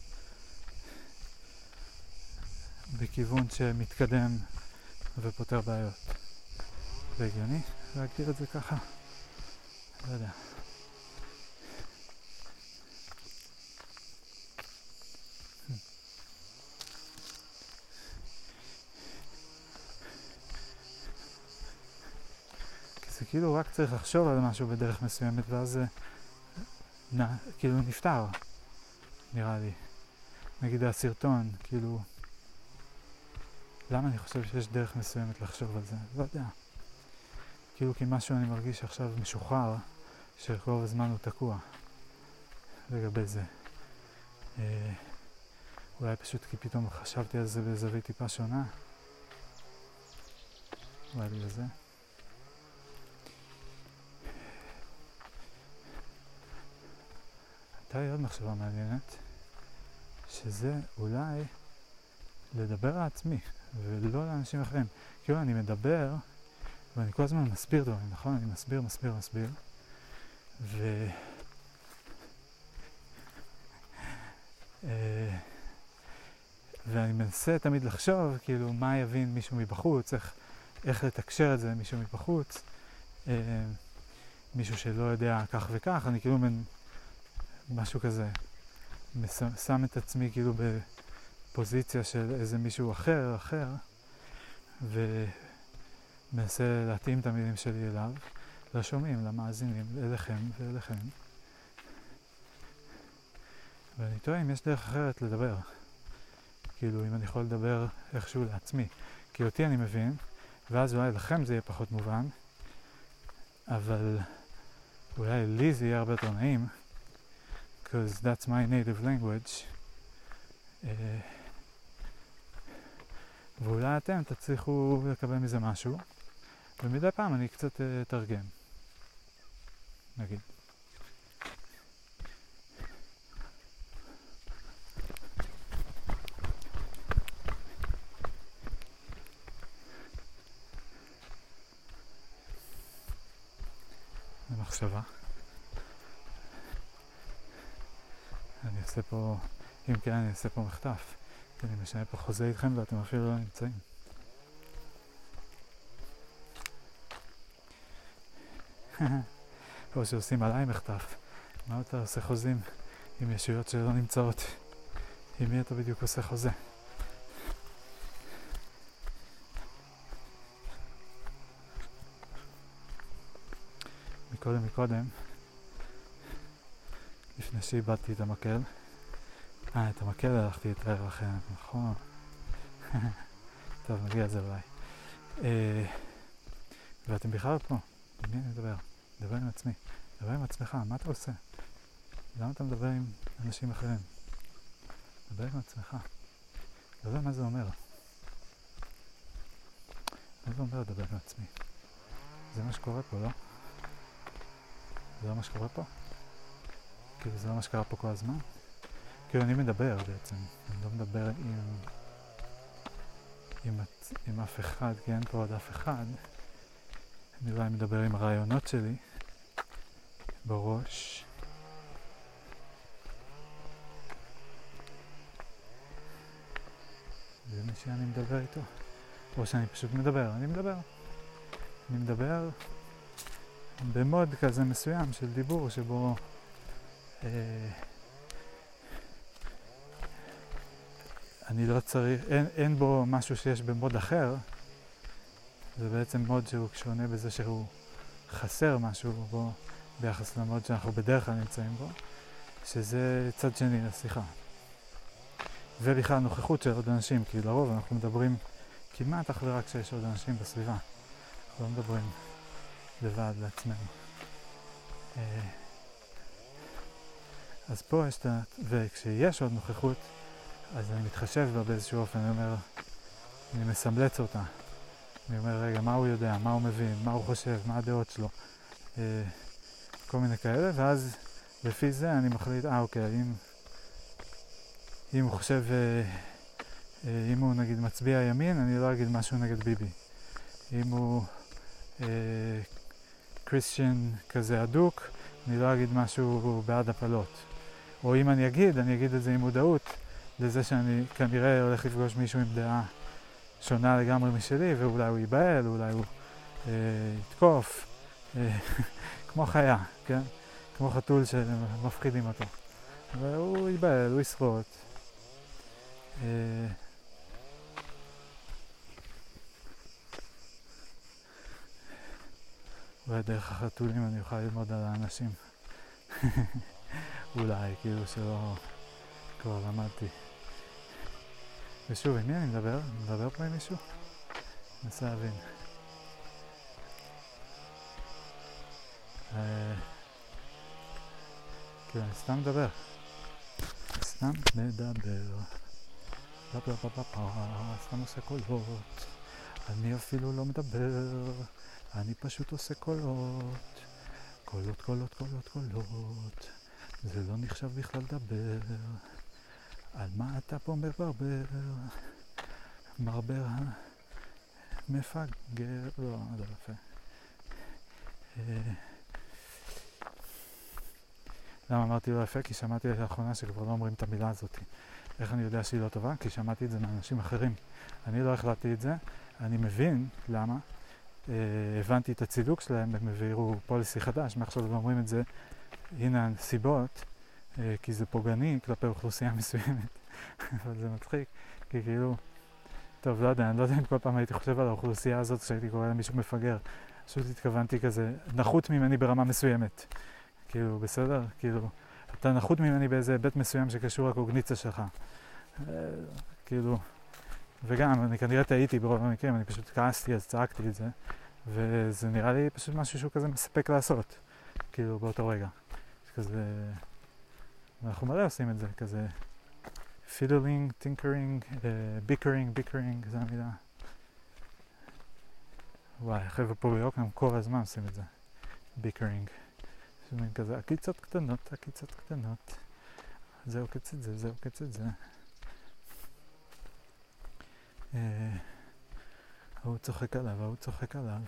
בכיוון שמתקדם ופותר בעיות. זה הגיוני להגדיר את זה ככה? לא יודע. זה כאילו רק צריך לחשוב על משהו בדרך מסוימת ואז זה כאילו נפטר, נראה לי. נגיד הסרטון, כאילו למה אני חושב שיש דרך מסוימת לחשוב על זה? לא יודע. כאילו כי משהו אני מרגיש עכשיו משוחרר שרוב הזמן הוא תקוע לגבי זה. אולי פשוט כי פתאום חשבתי על זה בזווית טיפה שונה. אולי בגלל זה. הייתה לי עוד מחשבה מעניינת, שזה אולי לדבר על עצמי ולא לאנשים אחרים. כאילו אני מדבר ואני כל הזמן מסביר דברים, נכון? אני מסביר ואני מנסה תמיד לחשוב, כאילו, מה יבין מישהו מבחוץ, איך לתקשר את זה מישהו מבחוץ, מישהו שלא יודע כך וכך, אני כאילו משהו כזה, שם את עצמי כאילו בפוזיציה של איזה מישהו אחר, ומנסה להתאים את המילים שלי אליו, לשומעים, למאזינים, אליכם ואליכם. ואני תוהה אם יש דרך אחרת לדבר. כאילו, אם אני יכול לדבר איכשהו לעצמי. כי אותי אני מבין, ואז אולי לכם זה יהיה פחות מובן, אבל אולי לי זה יהיה הרבה יותר נעים, because that's my native language. ואולי אתם תצליחו לקבל מזה משהו, ומדי פעם אני קצת תרגם. נגיד. מחשבה. אני אעשה פה, אם כן אני אעשה פה מחטף. אני משנה פה חוזה איתכם ואתם אפילו לא נמצאים. או שעושים עליי מחטף. מה אתה עושה חוזים עם ישויות שלא נמצאות? עם מי אתה בדיוק עושה חוזה? מקודם, לפני שאיבדתי את המקל, את המקל הלכתי לתאר לכם, נכון? טוב, נגיע לזה אולי. ואתם בכלל פה, עם מי אני מדבר? מדבר עם עצמי, מדבר עם עצמך, מה אתה עושה? למה אתה מדבר עם אנשים אחרים? מדבר עם עצמך. לא יודע מה זה אומר. מה זה אומר לדבר עם עצמי? זה מה שקורה פה, לא? זה לא מה שקורה פה? כאילו זה לא מה שקרה פה כל הזמן? כאילו אני מדבר בעצם, אני לא מדבר עם אף אחד, כי אין פה עוד אף אחד. אני אולי מדבר עם הרעיונות שלי בראש. זה מי שאני מדבר איתו. או שאני פשוט מדבר, אני מדבר במוד כזה מסוים של דיבור שבו אני לא צריך, אין בו משהו שיש במוד אחר. זה בעצם מוד שהוא שונה בזה שהוא חסר משהו בו ביחס למוד שאנחנו בדרך כלל נמצאים בו, שזה צד שני לשיחה. ובכלל נוכחות של עוד אנשים, כי לרוב אנחנו מדברים כמעט אך ורק שיש עוד אנשים בסביבה. אנחנו לא מדברים לבד לעצמנו. אז פה יש וכשיש עוד נוכחות, אז אני מתחשב בה באיזשהו אופן, אני מסמלץ אותה. אני אומר, רגע, מה הוא יודע, מה הוא מבין, מה הוא חושב, מה הדעות שלו, כל מיני כאלה, ואז לפי זה אני מחליט, אוקיי, אם הוא חושב, אם הוא נגיד מצביע ימין, אני לא אגיד משהו נגד ביבי. אם הוא קריסטיאן כזה אדוק, אני לא אגיד משהו בעד הפלות. או אם אני אגיד את זה עם מודעות, לזה שאני כנראה הולך לפגוש מישהו עם דעה שונה לגמרי משלי, ואולי הוא ייבהל, אולי הוא יתקוף, כמו חיה, כן? כמו חתול שמפחידים אותו. והוא ייבהל, הוא ישרוט. אולי דרך החתולים אני אוכל ללמוד על האנשים. אולי, כאילו שלא כבר למדתי. ושוב, עם מי אני מדבר? אני מדבר פה עם מישהו? ננסה להבין. כאילו, אני סתם מדבר. סתם סתם עושה קולות. אני אפילו לא מדבר. אני פשוט עושה קולות. קולות. זה לא נחשב בכלל לדבר. על מה אתה פה מרבר מפגר, לא יפה. למה אמרתי לא יפה? כי שמעתי לאחרונה שכבר לא אומרים את המילה הזאת. איך אני יודע שהיא לא טובה? כי שמעתי את זה מאנשים אחרים. אני לא החלטתי את זה, אני מבין למה. הבנתי את הצידוק שלהם, הם העבירו פוליסי חדש, מעכשיו הם אומרים את זה, הנה הסיבות, כי זה פוגעני כלפי אוכלוסייה מסוימת. אבל זה מצחיק, כי כאילו, טוב, לא יודע, אני לא יודע אם כל פעם הייתי חושב על האוכלוסייה הזאת כשהייתי קורא למישהו מפגר. פשוט התכוונתי כזה, נחות ממני ברמה מסוימת. כאילו, בסדר? כאילו, אתה נחות ממני באיזה היבט מסוים שקשור לקוגניציה שלך. כאילו, וגם, אני כנראה טעיתי ברוב המקרים, אני פשוט כעסתי, אז צעקתי את זה, וזה נראה לי פשוט משהו שהוא כזה מספק לעשות, כאילו, באותו רגע. כזה, אנחנו מלא עושים את זה, כזה, fiddling, tinkering, bickering, זה המילה. וואי, החבר'ה פה ביוקנעם כל הזמן עושים את זה, bickering. שומעים כזה, עקיצות קטנות, זה עוקץ את זה, ההוא צוחק עליו.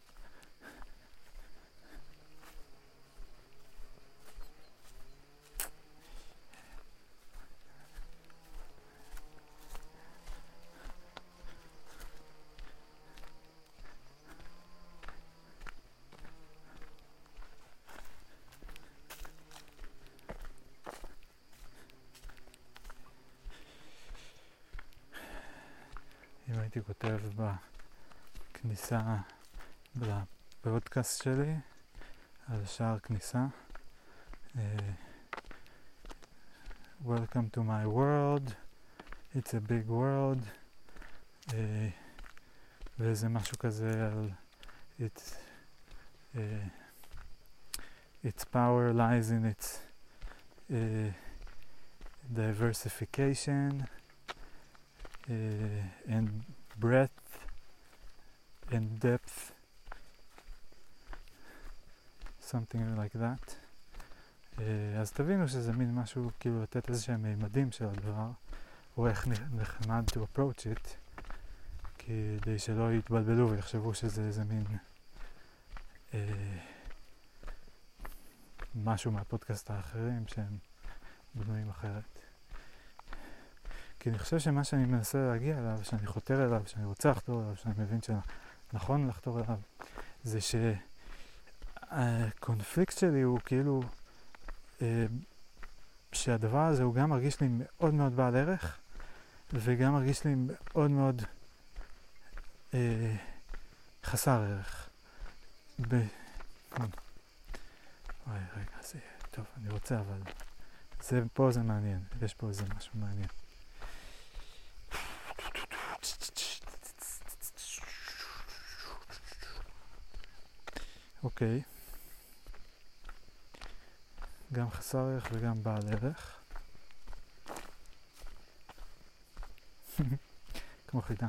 אם הייתי כותב בכניסה לפודקאסט שלי על שער כניסה, Welcome to my world, it's a big world, וזה משהו כזה על its power lies in its diversification and breadth and depth, something like that. אז תבינו שזה מין משהו, כאילו לתת איזה שהם מימדים של הדבר, או איך נחמד to approach it, כדי שלא יתבלבלו ויחשבו שזה איזה מין משהו מהפודקאסט האחרים שהם בנויים אחרת. כי אני חושב שמה שאני מנסה להגיע אליו, שאני חותר אליו, שאני רוצה לחתור אליו, שאני מבין שנכון לחתור אליו, זה שהקונפליקט שלי הוא כאילו שהדבר הזה הוא גם מרגיש לי מאוד מאוד בעל ערך, וגם מרגיש לי מאוד מאוד חסר ערך. וואי, רגע, זה טוב, אני רוצה, אבל פה זה מעניין, יש פה איזה משהו מעניין. אוקיי. גם חסר ערך וגם בעל ערך. כמו חידה.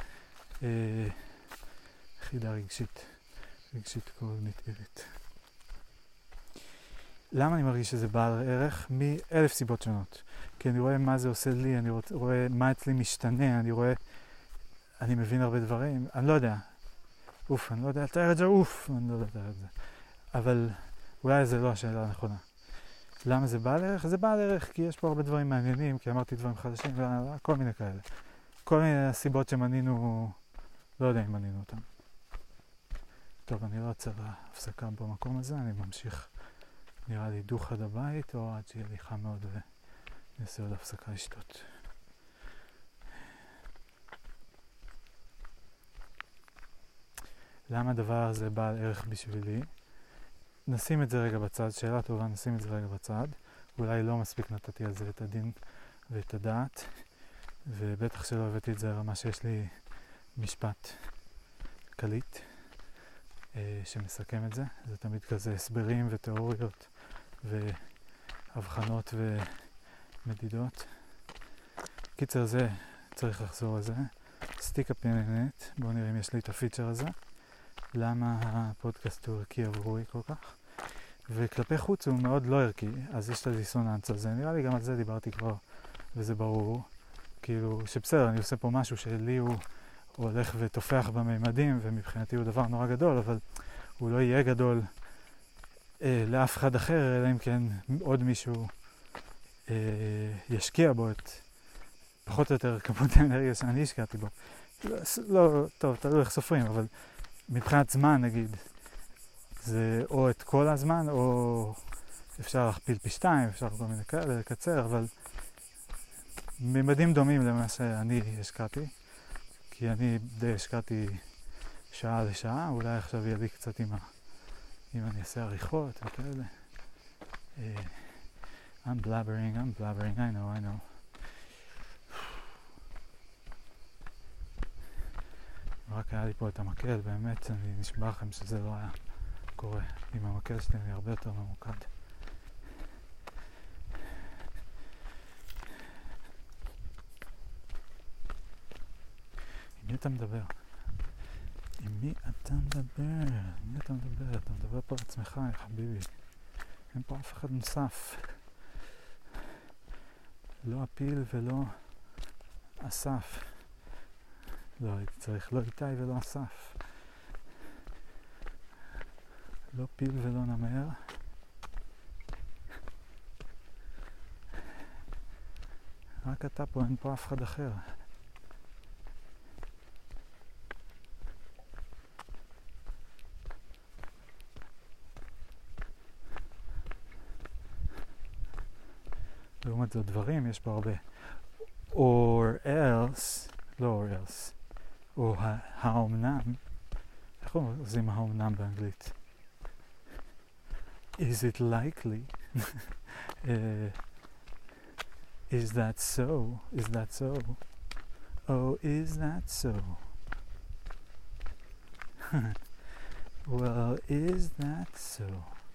חידה רגשית קוגניטיבית. למה אני מרגיש שזה בעל ערך? מ-1000 סיבות שונות. כי אני רואה מה זה עושה לי, אני רואה מה אצלי משתנה, אני מבין הרבה דברים, אני לא יודע. אני לא יודע לתאר את זה, אני לא יודע לתאר את זה. אבל אולי זה לא השאלה הנכונה. למה זה בעל ערך? זה בעל ערך כי יש פה הרבה דברים מעניינים, כי אמרתי דברים חדשים וכל מיני כאלה. כל מיני סיבות שמנינו, לא יודע אם מנינו אותם. טוב, אני לא עוצר להפסקה במקום הזה, אני ממשיך, נראה לי דוך עד הבית, או עד שיהיה לי חם מאוד ונעשה עוד הפסקה לשתות. למה הדבר הזה בעל ערך בשבילי? נשים את זה רגע בצד, שאלה טובה, נשים את זה רגע בצד. אולי לא מספיק נתתי על זה את הדין ואת הדעת, ובטח שלא הבאתי את זה לרמה שיש לי משפט קליט שמסכם את זה. זה תמיד כזה הסברים ותיאוריות והבחנות ומדידות. קיצר, זה צריך לחזור לזה. סטיק הפיננט, בואו נראה אם יש לי את הפיצ'ר הזה. למה הפודקאסט הוא ערכי עבורי כל כך? וכלפי חוץ הוא מאוד לא ערכי, אז יש את הדיסוננס הזה. נראה לי גם על זה דיברתי כבר, וזה ברור. כאילו, שבסדר, אני עושה פה משהו שלי הוא הולך ותופח בממדים, ומבחינתי הוא דבר נורא גדול, אבל הוא לא יהיה גדול לאף אחד אחר, אלא אם כן עוד מישהו ישקיע בו את פחות או יותר כמות האנרגיה שאני השקעתי בו. לא, טוב, תלוי איך סופרים, אבל מבחינת זמן נגיד, זה או את כל הזמן, או אפשר להכפיל פי 2, אפשר כל מיני כאלה, לקצר, אבל ממדים דומים למה שאני השקעתי, כי אני די השקעתי שעה לשעה, אולי עכשיו יהיה לי קצת אם אני אעשה עריכות וכאלה. I'm blabbering, I know. רק היה לי פה את המקל, באמת אני נשבע לכם שזה לא היה קורה. עם המקל שלי אני הרבה יותר ממוקד. עם מי אתה מדבר? אתה מדבר פה לעצמך, יא חביבי. אין פה אף אחד נוסף. לא הפיל ולא אסף. לא הייתי צריך, לא איתי ולא אסף. לא פיל ולא נמר. רק אתה פה, אין פה אף אחד אחר. לעומת זאת דברים, יש פה הרבה. Or else, לא or else, או האומנם, איך עושים האומנם באנגלית? Is it likely? Is that so? Is that so? Oh, is that so? Well, is that so?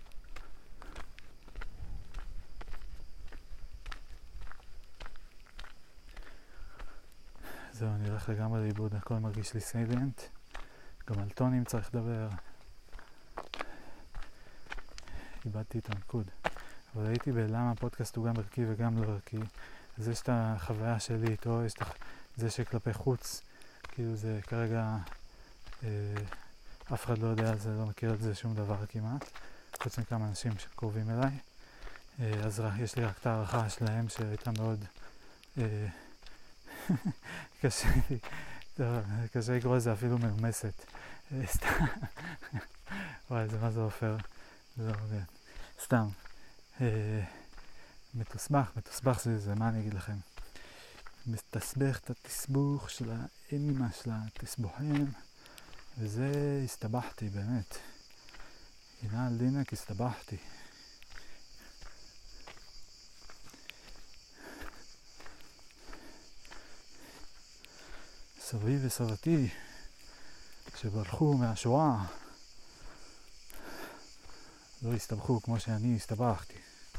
זהו, אני הולך לגמרי לאיבוד, הכל מרגיש לי סייליאנט. גם על טונים צריך לדבר. איבדתי את המיקוד. אבל הייתי בלמה הפודקאסט הוא גם ערכי וגם לא ערכי. אז יש את החוויה שלי איתו, יש את זה שכלפי חוץ, כאילו זה כרגע, אף אחד לא יודע על זה, לא מכיר את זה שום דבר כמעט. חוץ מכמה אנשים שקרובים אליי. אז יש לי רק את הערכה שלהם שהייתה מאוד... קשה לקרוא לזה אפילו מרמסת. וואי, זה מה זה עופר. סתם. מתוסבך זה, מה אני אגיד לכם? מתסבך את התסבוך של האמא של התסבוכים, וזה הסתבחתי באמת. הנה על דינק הסתבחתי. סבי וסבתי שברחו מהשואה לא הסתבכו כמו שאני הסתבכתי.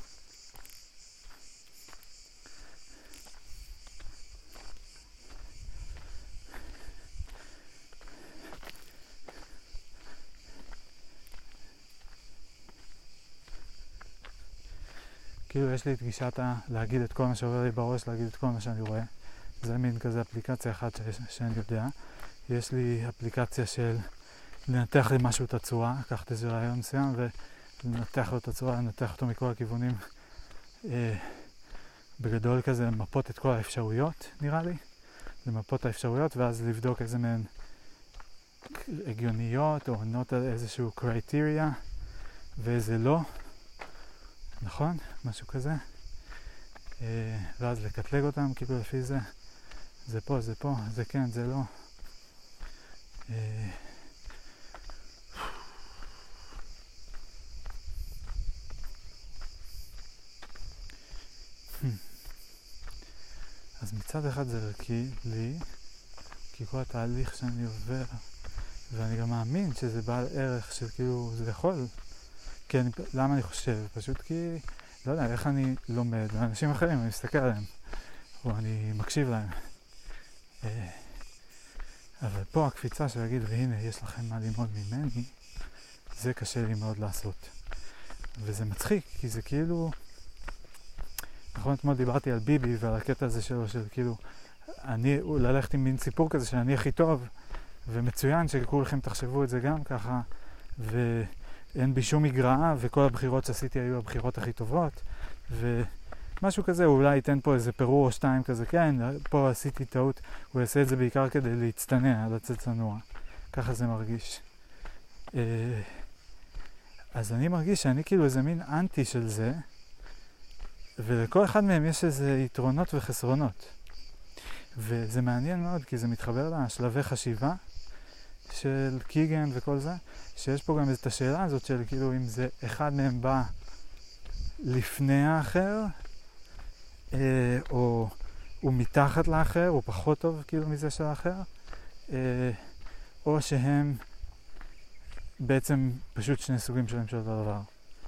כאילו יש לי את גישת להגיד את כל מה שעובר לי בראש, להגיד את כל מה שאני רואה. זה מין כזה אפליקציה אחת שאני יודע. יש לי אפליקציה של לנתח לי משהו את הצורה, לקחת איזה רעיון מסוים ולנתח לו את הצורה, לנתח אותו מכל הכיוונים. בגדול כזה למפות את כל האפשרויות, נראה לי. למפות האפשרויות ואז לבדוק איזה מהן הגיוניות או עונות על איזשהו קרייטריה ואיזה לא. נכון? משהו כזה. ואז לקטלג אותם כאילו לפי זה. זה פה, זה כן, זה לא. אז מצד אחד זה ערכי לי, כי כל התהליך שאני עובר, ואני גם מאמין שזה בעל ערך של כאילו, זה יכול. כן, למה אני חושב? פשוט כי, לא יודע, איך אני לומד, ואנשים אחרים, אני מסתכל עליהם, או אני מקשיב להם. אבל פה הקפיצה של להגיד, והנה, יש לכם מה ללמוד ממני, זה קשה לי מאוד לעשות. וזה מצחיק, כי זה כאילו... נכון, אתמול דיברתי על ביבי ועל הקטע הזה שלו, של כאילו, ללכת עם מין סיפור כזה שאני הכי טוב, ומצוין שכולכם תחשבו את זה גם ככה, ואין בי שום מגרעה, וכל הבחירות שעשיתי היו הבחירות הכי טובות, משהו כזה, הוא אולי ייתן פה איזה פירור או שתיים כזה, כן, פה עשיתי טעות, הוא יעשה את זה בעיקר כדי להצטנע, לצאת צנוע. ככה זה מרגיש. אז אני מרגיש שאני כאילו איזה מין אנטי של זה, ולכל אחד מהם יש איזה יתרונות וחסרונות. וזה מעניין מאוד, כי זה מתחבר לשלבי חשיבה של קיגן וכל זה, שיש פה גם את השאלה הזאת של כאילו אם זה אחד מהם בא לפני האחר, או הוא מתחת לאחר, הוא פחות טוב כאילו מזה של האחר, או שהם בעצם פשוט שני סוגים שלהם של אותו דבר.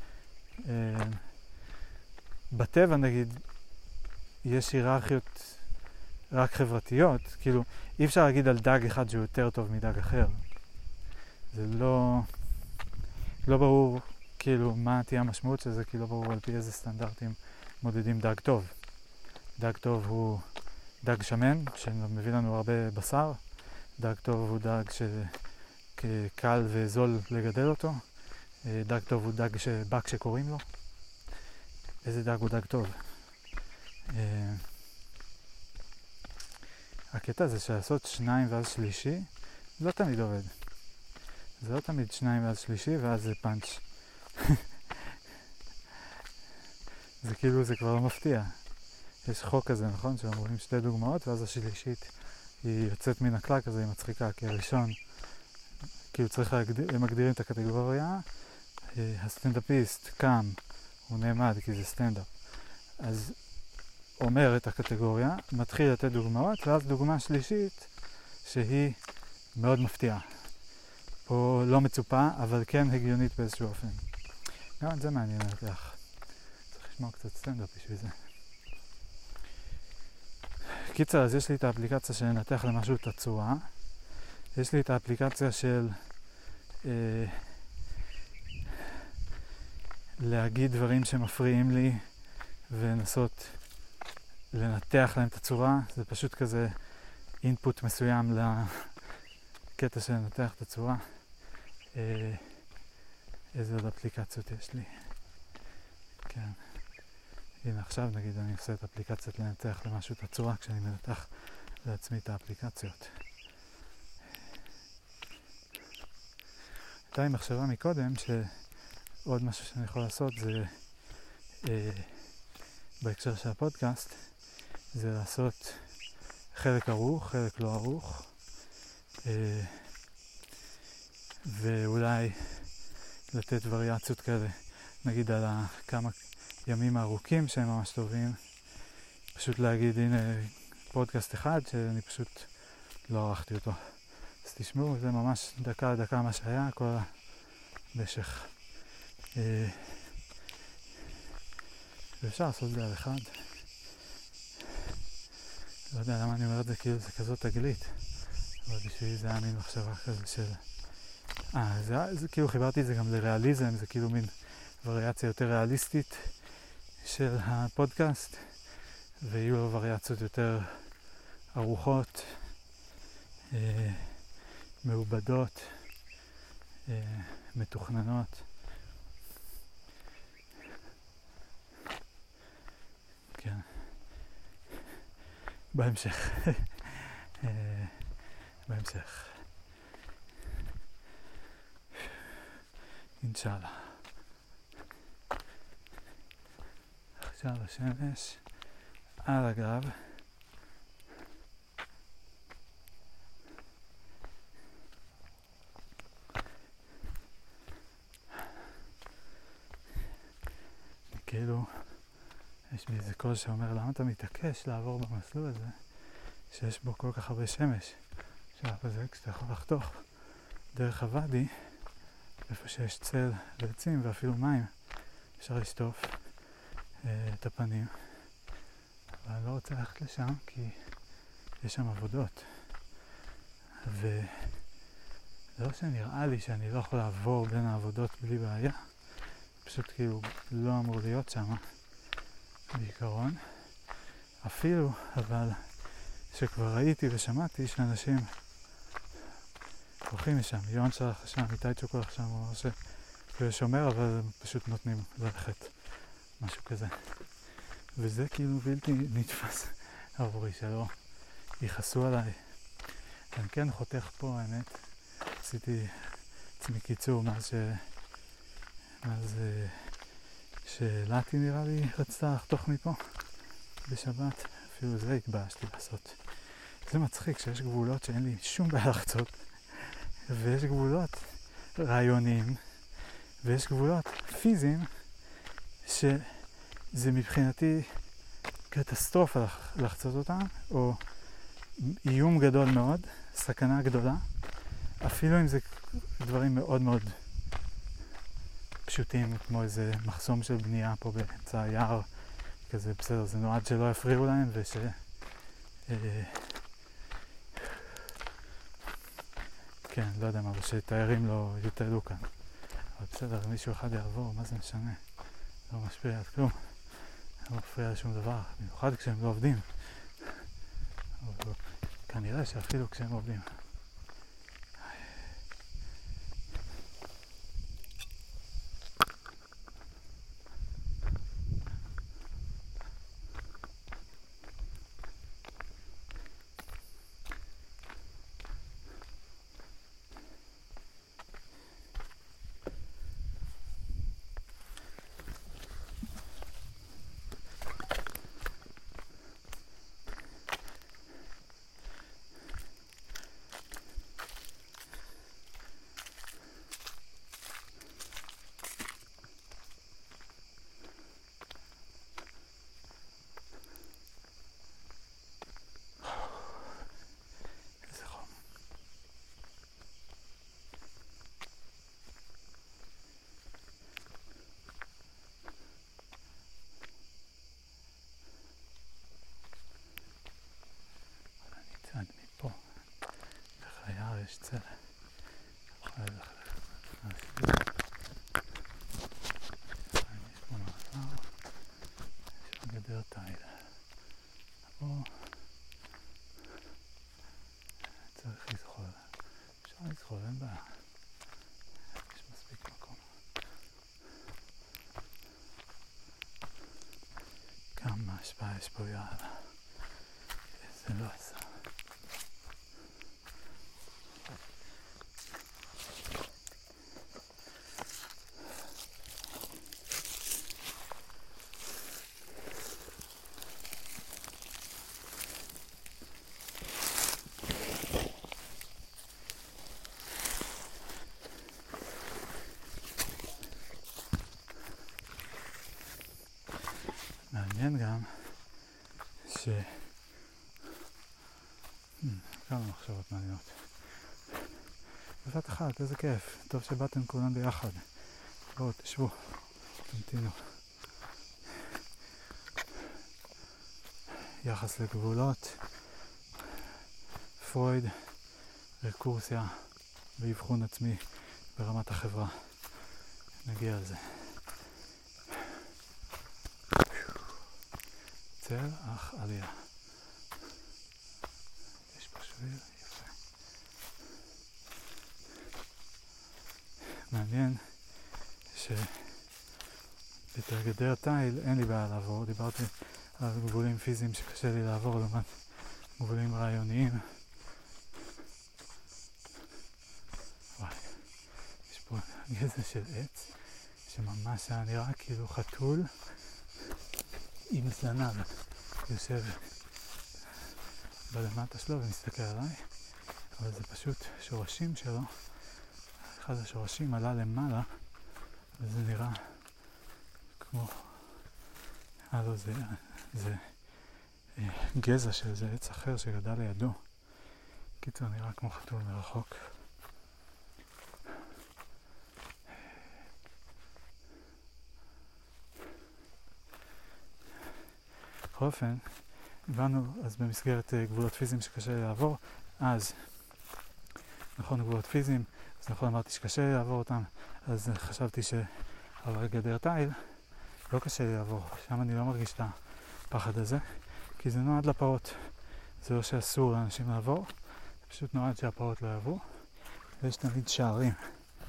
בטבע נגיד, יש היררכיות רק חברתיות, כאילו אי אפשר להגיד על דג אחד שהוא יותר טוב מדג אחר. זה לא ברור כאילו מה תהיה המשמעות של זה, כי לא ברור על פי איזה סטנדרטים מודדים דג טוב. דג טוב הוא דג שמן, שמביא לנו הרבה בשר. דג טוב הוא דג שקל וזול לגדל אותו. דג טוב הוא דג שבא כשקוראים לו. איזה דג הוא דג טוב? הקטע זה שלעשות שניים ואז שלישי, לא תמיד עובד. זה לא תמיד שניים ואז שלישי ואז זה פאנץ'. זה כאילו, זה כבר לא מפתיע. יש חוק כזה, נכון? שאומרים שתי דוגמאות ואז השלישית היא יוצאת מן הכלל כזה, היא מצחיקה, כי הראשון כאילו צריך הם מגדירים את הקטגוריה, הסטנדאפיסט קם, הוא נעמד כי זה סטנדאפ, אז אומר את הקטגוריה, מתחיל לתת דוגמאות, ואז דוגמה שלישית שהיא מאוד מפתיעה. פה לא מצופה, אבל כן הגיונית באיזשהו אופן. גם את זה מעניין לך. צריך לשמוע קצת סטנדאפ בשביל זה. קיצר, אז יש לי את האפליקציה שנתח למשהו את הצורה. יש לי את האפליקציה של להגיד דברים שמפריעים לי ולנסות לנתח להם את הצורה. זה פשוט כזה אינפוט מסוים לקטע של לנתח את הצורה. איזה עוד אפליקציות יש לי? כן. הנה עכשיו נגיד אני עושה את אפליקציית לנתח למשהו את הצורה כשאני מנתח לעצמי את האפליקציות. הייתה לי מחשבה מקודם שעוד משהו שאני יכול לעשות זה בהקשר של הפודקאסט זה לעשות חלק ערוך, חלק לא ערוך, ואולי לתת וריאציות כאלה, נגיד על כמה ימים הארוכים שהם ממש טובים, פשוט להגיד הנה פודקאסט אחד שאני פשוט לא ערכתי אותו, אז תשמעו, זה ממש דקה לדקה מה שהיה כל המשך, ואפשר לעשות את זה על אחד. לא יודע למה אני אומר את זה, כאילו זה כזאת תגלית, אבל בשבילי זה היה מין מחשבה כזה של זה כאילו חיברתי את זה גם לריאליזם, זה כאילו מין וריאציה יותר ריאליסטית של הפודקאסט, ויהיו לו וריאציות יותר ארוחות, מעובדות, מתוכננות. כן. בהמשך. בהמשך. אינשאללה. עכשיו השמש על הגב. כאילו יש לי איזה קול שאומר למה אתה מתעקש לעבור במסלול הזה שיש בו כל כך הרבה שמש. עכשיו זה כשאתה יכול לחתוך דרך הוואדי איפה שיש צל ועצים ואפילו מים אפשר לשטוף את הפנים, אבל אני לא רוצה ללכת לשם כי יש שם עבודות, וזה לא שנראה לי שאני לא יכול לעבור בין העבודות בלי בעיה, פשוט כאילו לא אמור להיות שם בעיקרון, אפילו אבל שכבר ראיתי ושמעתי שאנשים הולכים משם, יון שלח שם, איתי צ'וק הולך שם, הוא אומר ששומר אבל פשוט נותנים ללכת, משהו כזה. וזה כאילו בלתי נתפס עבורי, שלא יכעסו עליי. אני כן חותך פה, האמת, עשיתי עצמי קיצור מאז שלאתי נראה לי רצתה לחתוך מפה בשבת, אפילו זה התבאשתי לעשות. זה מצחיק שיש גבולות שאין לי שום בעיה לחצות, ויש גבולות רעיוניים, ויש גבולות פיזיים, שזה מבחינתי קטסטרופה לחצות אותם, או איום גדול מאוד, סכנה גדולה, אפילו אם זה דברים מאוד מאוד פשוטים, כמו איזה מחסום של בנייה פה באמצע היער, כזה בסדר, זה נועד שלא יפריעו להם כן, לא יודע מה, ושתיירים לא יטעלו כאן. אבל בסדר, מישהו אחד יעבור, מה זה משנה? לא משפיע על כלום. לא מפריע לשום דבר, במיוחד כשהם לא עובדים. אבל כנראה שאפילו כשהם עובדים. יש צל. יש פה מעבר, יש פה גדר תיל. פה צריך לזחול. אפשר לזחול, אין בעיה. יש מספיק מקום. כמה השפעה יש פה, יאללה. זה לא עשה. מעניין גם כמה מחשבות מעניינות. בבת אחת, איזה כיף. טוב שבאתם כולם ביחד. בואו, תשבו, תמתינו. יחס לגבולות, פרויד, רקורסיה ואבחון עצמי ברמת החברה. נגיע על זה. צל, אך עלייה. יש פה שביל, יפה. מעניין שאת הגדר תיל אין לי בעיה לעבור. דיברתי על גבולים פיזיים שקשה לי לעבור לעומת גבולים רעיוניים. וואי, יש פה גזע של עץ שממש היה נראה כאילו חתול עם זנב יושב בלמטה שלו ומסתכל עליי, אבל זה פשוט שורשים שלו. אחד השורשים עלה למעלה וזה נראה כמו זה גזע של איזה עץ אחר שגדל לידו. קיצור, נראה כמו חתול מרחוק. בכל אופן, הבנו אז במסגרת גבולות פיזיים שקשה לעבור, אז נכון גבולות פיזיים, אז נכון אמרתי שקשה לעבור אותם, אז חשבתי אבל גדר תיל לא קשה לי לעבור, שם אני לא מרגיש את הפחד הזה, כי זה נועד לפרות. זה לא שאסור לאנשים לעבור, זה פשוט נועד שהפרות לא יעברו. ויש תמיד שערים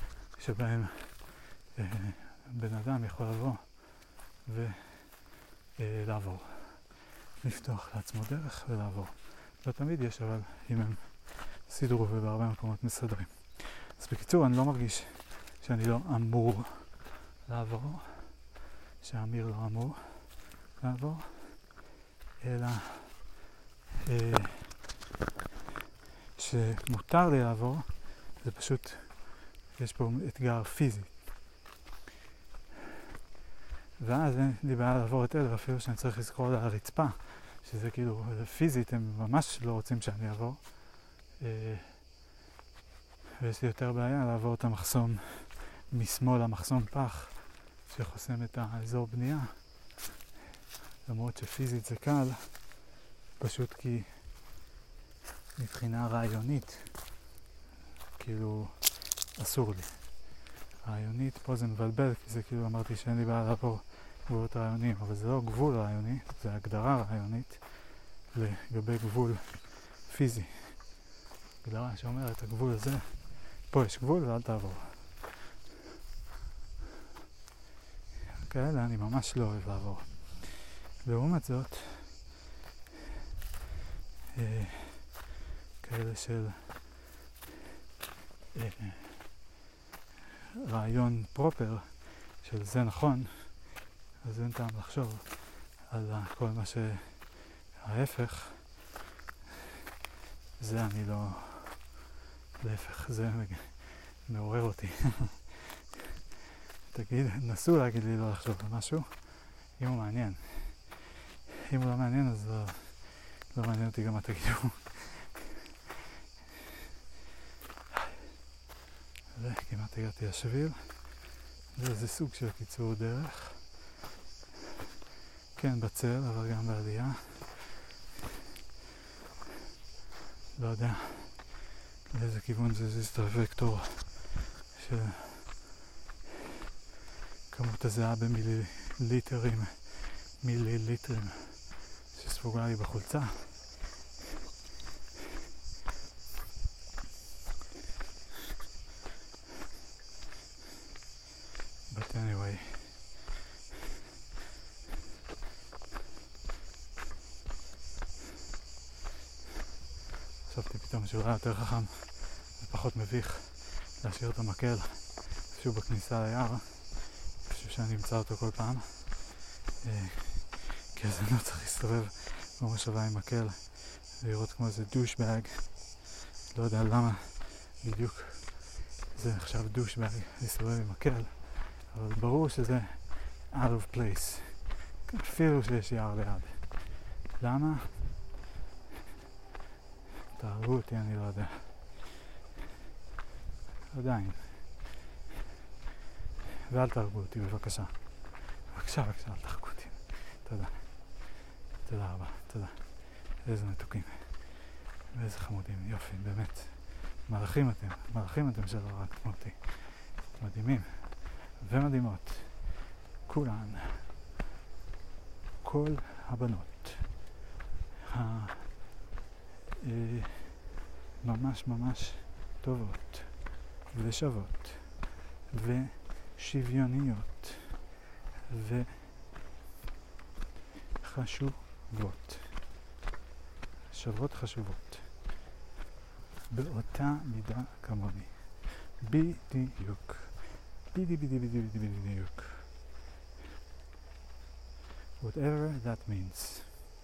שבהם בן אדם יכול לבוא לעבור. לפתוח לעצמו דרך ולעבור. לא תמיד יש, אבל אם הם סידרו ובהרבה מקומות מסדרים. אז בקיצור, אני לא מרגיש שאני לא אמור לעבור, שהאמיר לא אמור לעבור, אלא שמותר לי לעבור, זה פשוט, יש פה אתגר פיזי. ואז אין לי בעיה לעבור את אלה, אפילו שאני צריך לזכור על הרצפה, שזה כאילו, פיזית הם ממש לא רוצים שאני אעבור. ויש לי יותר בעיה לעבור את המחסום משמאל, המחסום פח, שחוסם את האזור בנייה. למרות שפיזית זה קל, פשוט כי מבחינה רעיונית, כאילו, אסור לי. רעיונית, פה זה מבלבל, כי זה כאילו אמרתי שאין לי בעיה לעבור גבולות רעיוניים, אבל זה לא גבול רעיוני, זה הגדרה רעיונית לגבי גבול פיזי. הגדרה שאומרת, הגבול הזה, פה יש גבול ואל תעבור. כאלה אני ממש לא אוהב לעבור. לעומת זאת, כאלה של רעיון פרופר של זה נכון, אז אין טעם לחשוב על כל מה שההפך, זה אני לא, להפך, זה מעורר אותי. תגיד, נסו להגיד לי לא לחשוב על משהו, אם הוא מעניין. אם הוא לא מעניין, אז לא מעניין אותי גם מה תגידו. וכמעט הגעתי לשביל. זה איזה סוג של קיצור דרך. כן, בצל, אבל גם בעלייה. לא יודע לאיזה כיוון זה זיז את הוקטור של כמות הזיעה מיליליטרים שספוגה לי בחולצה. But anyway, חשבתי פתאום שאולי יותר חכם ופחות מביך להשאיר את המקל איפשהו בכניסה ליער, איפשהו שאני אמצא אותו כל פעם, כי אז אני לא צריך להסתובב במושבה עם מקל ולראות כמו איזה דושבג. לא יודע למה בדיוק זה עכשיו דושבג להסתובב עם מקל, אבל ברור שזה out of place, אפילו שיש יער ליד. למה? תהרגו אותי, אני לא יודע. עדיין. ואל תהרגו אותי, בבקשה. בבקשה, אל תהרגו אותי. תודה. תודה רבה, תודה. איזה מתוקים. ואיזה חמודים, יופי, באמת. מלאכים אתם שלא הרגתם אותי. מדהימים. ומדהימות. כולן. כל הבנות. ממש טובות ושוות ושוויוניות וחשובות, שוות חשובות באותה מידה כמוני, בדיוק, בדיוק, whatever that means.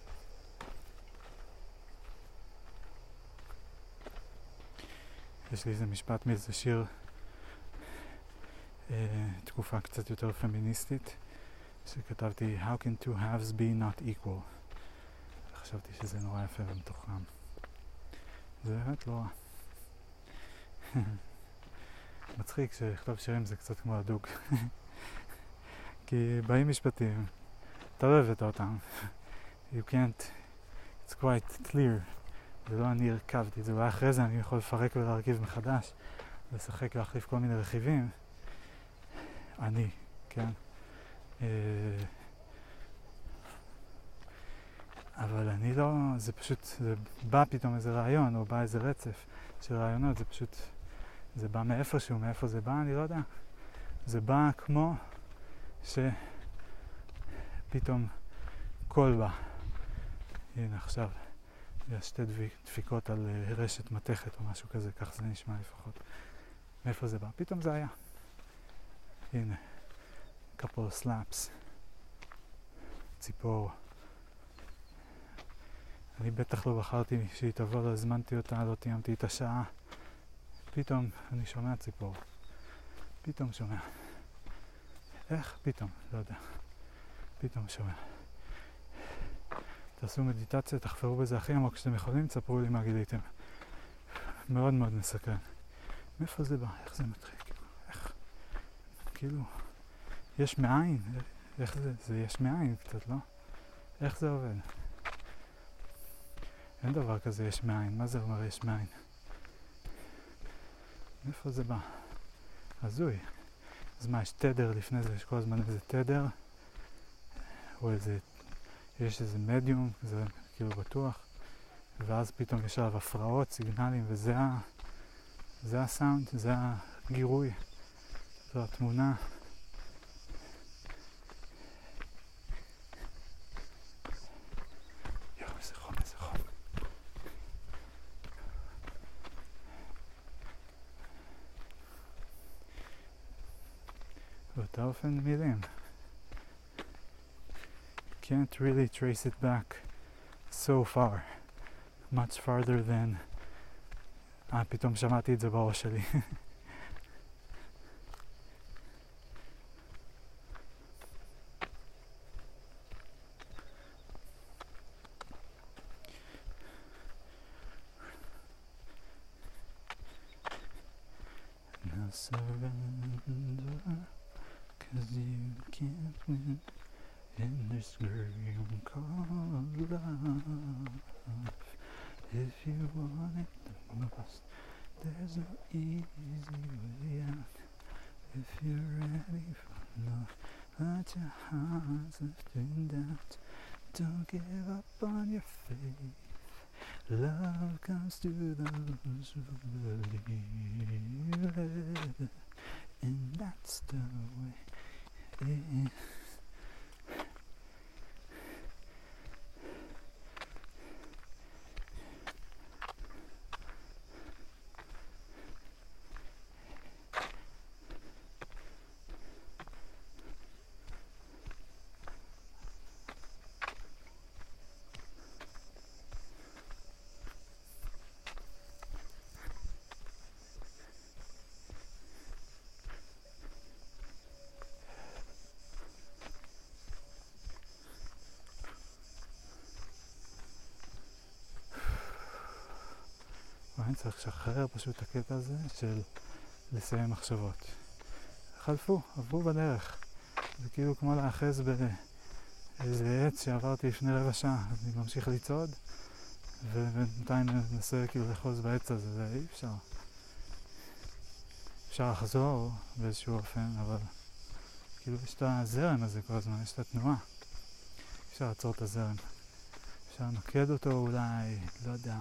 יש לי איזה משפט מאיזה שיר, תקופה קצת יותר פמיניסטית, שכתבתי How can two halves be not equal? חשבתי שזה נורא יפה ומתוחם. זה באמת לא רע. מצחיק שלכתוב שירים זה קצת כמו הדוג. כי באים משפטים, אתה לא הבאת אותם. You can't, it's quite clear. זה לא אני הרכבתי, זה אולי אחרי זה אני יכול לפרק ולהרכיב מחדש, לשחק, להחליף כל מיני רכיבים. אני, כן? אבל אני לא, זה פשוט, זה בא פתאום איזה רעיון, או בא איזה רצף של רעיונות, זה פשוט, זה בא מאיפשהו, מאיפה זה בא, אני לא יודע. זה בא כמו שפתאום קול בה. הנה עכשיו, יש שתי דפיקות על רשת מתכת או משהו כזה, כך זה נשמע לפחות. מאיפה זה בא? פתאום זה היה. הנה, couple slaps. ציפור. אני בטח לא בחרתי שהיא תבוא, לא הזמנתי אותה, לא תיאמתי את השעה. פתאום אני שומע ציפור. פתאום שומע. איך? פתאום, לא יודע. פתאום שומע. תעשו מדיטציה, תחפרו בזה הכי עמוק שאתם יכולים, תספרו לי מה גיליתם. מאוד מאוד מסקרן. מאיפה זה בא? איך זה מתחיל? איך? כאילו, יש מאין? איך זה? זה יש מאין קצת, לא? איך זה עובד? אין דבר כזה יש מאין. מה זה אומר יש מאין? מאיפה זה בא? הזוי. אז מה, יש תדר לפני זה? יש כל הזמן איזה תדר? או איזה... יש איזה מדיום, זה כאילו בטוח. ואז פתאום יש עליו הפרעות, סיגנלים, זה הסאונד, זה הגירוי. זו התמונה. יואו, איזה חום, איזה חום. באותה אופן מילים. Can't really trace it back so far. Much farther than... פתאום שמעתי את זה בראש שלי. Now surrender, 'cause you can't win in this game called love. If you want it the most, there's no easy way out. If you're ready for love, let your heart's left in doubt. Don't give up on your faith. Love comes to those who believe it, and that's the way it is. אני צריך לשחרר פשוט את הקטע הזה של לסיים מחשבות. חלפו, עברו בדרך. זה כאילו כמו להאחז באיזה עץ שעברתי לפני רבע שעה. אז אני ממשיך לצעוד, ובינתיים ננסה כאילו לאחוז בעץ הזה, זה אי אפשר. אפשר לחזור באיזשהו אופן, אבל כאילו יש את הזרם הזה כל הזמן, יש את התנועה. אפשר לעצור את הזרם. אפשר לנקד אותו אולי, לא יודע.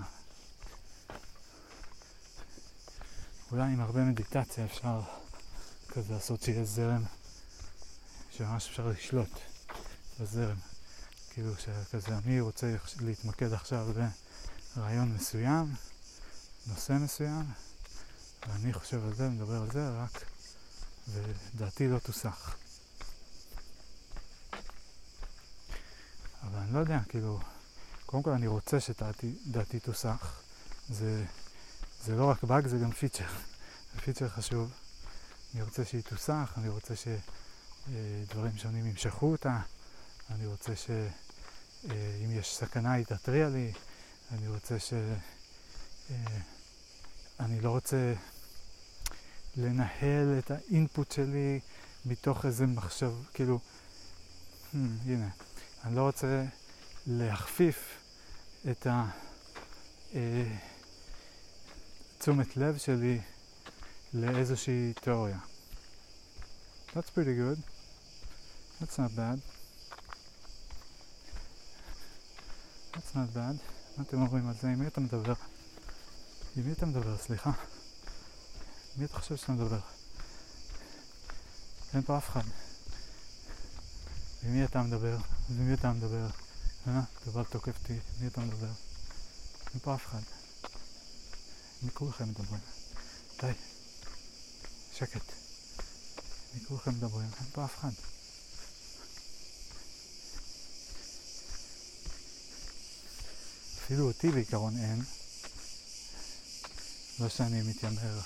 אולי עם הרבה מדיטציה אפשר כזה לעשות שיהיה זרם שממש אפשר לשלוט בזרם. כאילו שכזה אני רוצה להתמקד עכשיו ברעיון מסוים, נושא מסוים, ואני חושב על זה, מדבר על זה רק, ודעתי לא תוסח. אבל אני לא יודע, כאילו, קודם כל אני רוצה שדעתי תוסח. זה לא רק באג, זה גם פיצ'ר. זה פיצ'ר חשוב. אני רוצה שהיא תוסח, אני רוצה שדברים שונים ימשכו אותה, אני רוצה שאם יש סכנה היא תטריע לי, אני רוצה אני לא רוצה לנהל את האינפוט שלי מתוך איזה מחשב, כאילו, הנה, אני לא רוצה להכפיף את תשומת לב שלי לאיזושהי תיאוריה. That's pretty good. That's not bad. That's not bad. מה אתם אומרים על זה? עם מי אתה מדבר? עם מי אתה מדבר? סליחה. עם מי אתה חושב שאתה מדבר? אין פה אף אחד. עם מי אתה מדבר? עם מי אתה מדבר? דבר תוקף אותי, מי אתה מדבר? אין פה אף אחד. מי כולכם מדברים? די. שקט. מי כולכם מדברים? אין פה אף אחד. אפילו אותי בעיקרון אין. לא שאני מתיימר.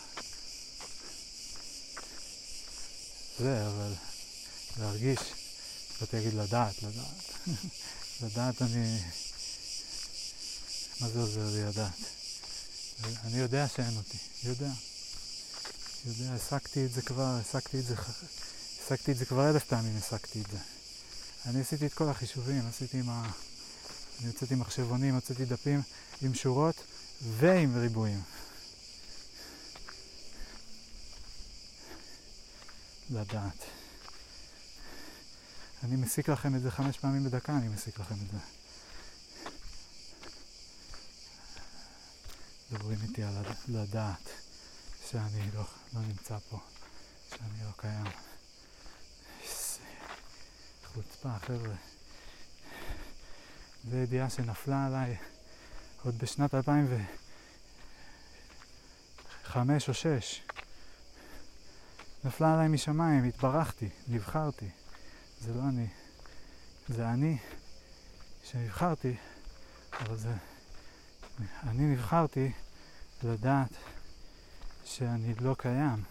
זה, אבל להרגיש, לא תגיד לדעת. לדעת אני... מה זה עוזר לי לדעת? אני יודע שאין אותי, יודע, השגתי את זה כבר 1000 פעמים, השגתי את זה. אני עשיתי את כל החישובים, אני הוצאתי מחשבונים, הוצאתי דפים עם שורות ועם ריבועים. לדעת. אני מסיק לכם את זה 5 פעמים בדקה, אני מסיק לכם את זה. דברים איתי על לדעת שאני לא נמצא פה, שאני לא קיים. חוצפה, חבר'ה. זו ידיעה שנפלה עליי עוד בשנת 2005 או 6. נפלה עליי משמיים, התברכתי, נבחרתי. זה לא אני. זה אני שנבחרתי, אבל זה... אני נבחרתי לדעת שאני לא קיים.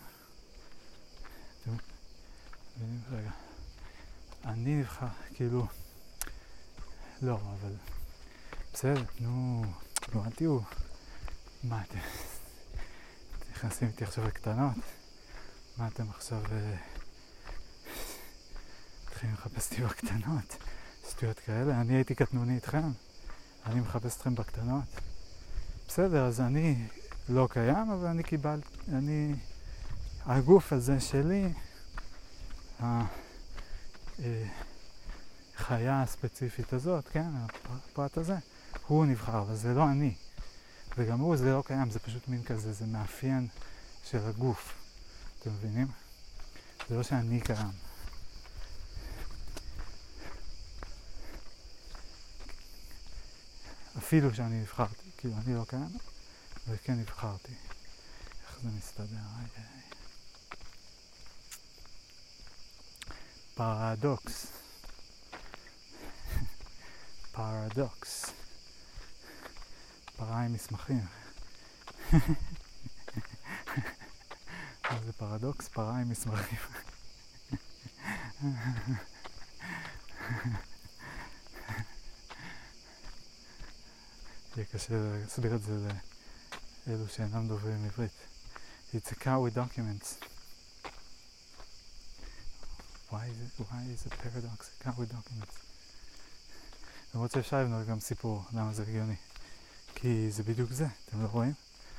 רגע. אני נבחר, כאילו... לא, אבל... בסדר, נו, אל תהיו... מה אתם... נכנסים איתי עכשיו לקטנות? מה אתם עכשיו... מתחילים לחפש אותי בקטנות? שטויות כאלה? אני הייתי קטנוני איתכם? אני מחפש אתכם בקטנות? בסדר, אז אני לא קיים, אבל אני קיבלתי... הגוף הזה שלי... החיה הספציפית הזאת, כן, הפרט הזה, הוא נבחר, אבל זה לא אני. וגם הוא, זה לא קיים, זה פשוט מין כזה, זה מאפיין של הגוף. אתם מבינים? זה לא שאני קיים. אפילו שאני נבחרתי, כאילו אני לא קיים, וכן נבחרתי. איך זה מסתדר? פרדוקס. פרדוקס. פרה עם מסמכים. מה זה פרדוקס? פרה עם מסמכים. יהיה קשה להסביר את זה לאלו שאינם דוברים עברית. It's a cow with documents. Why is a paradox a cow with documents? למרות שאפשר לבנות גם סיפור למה זה הגיוני. כי זה בדיוק זה, אתם לא רואים?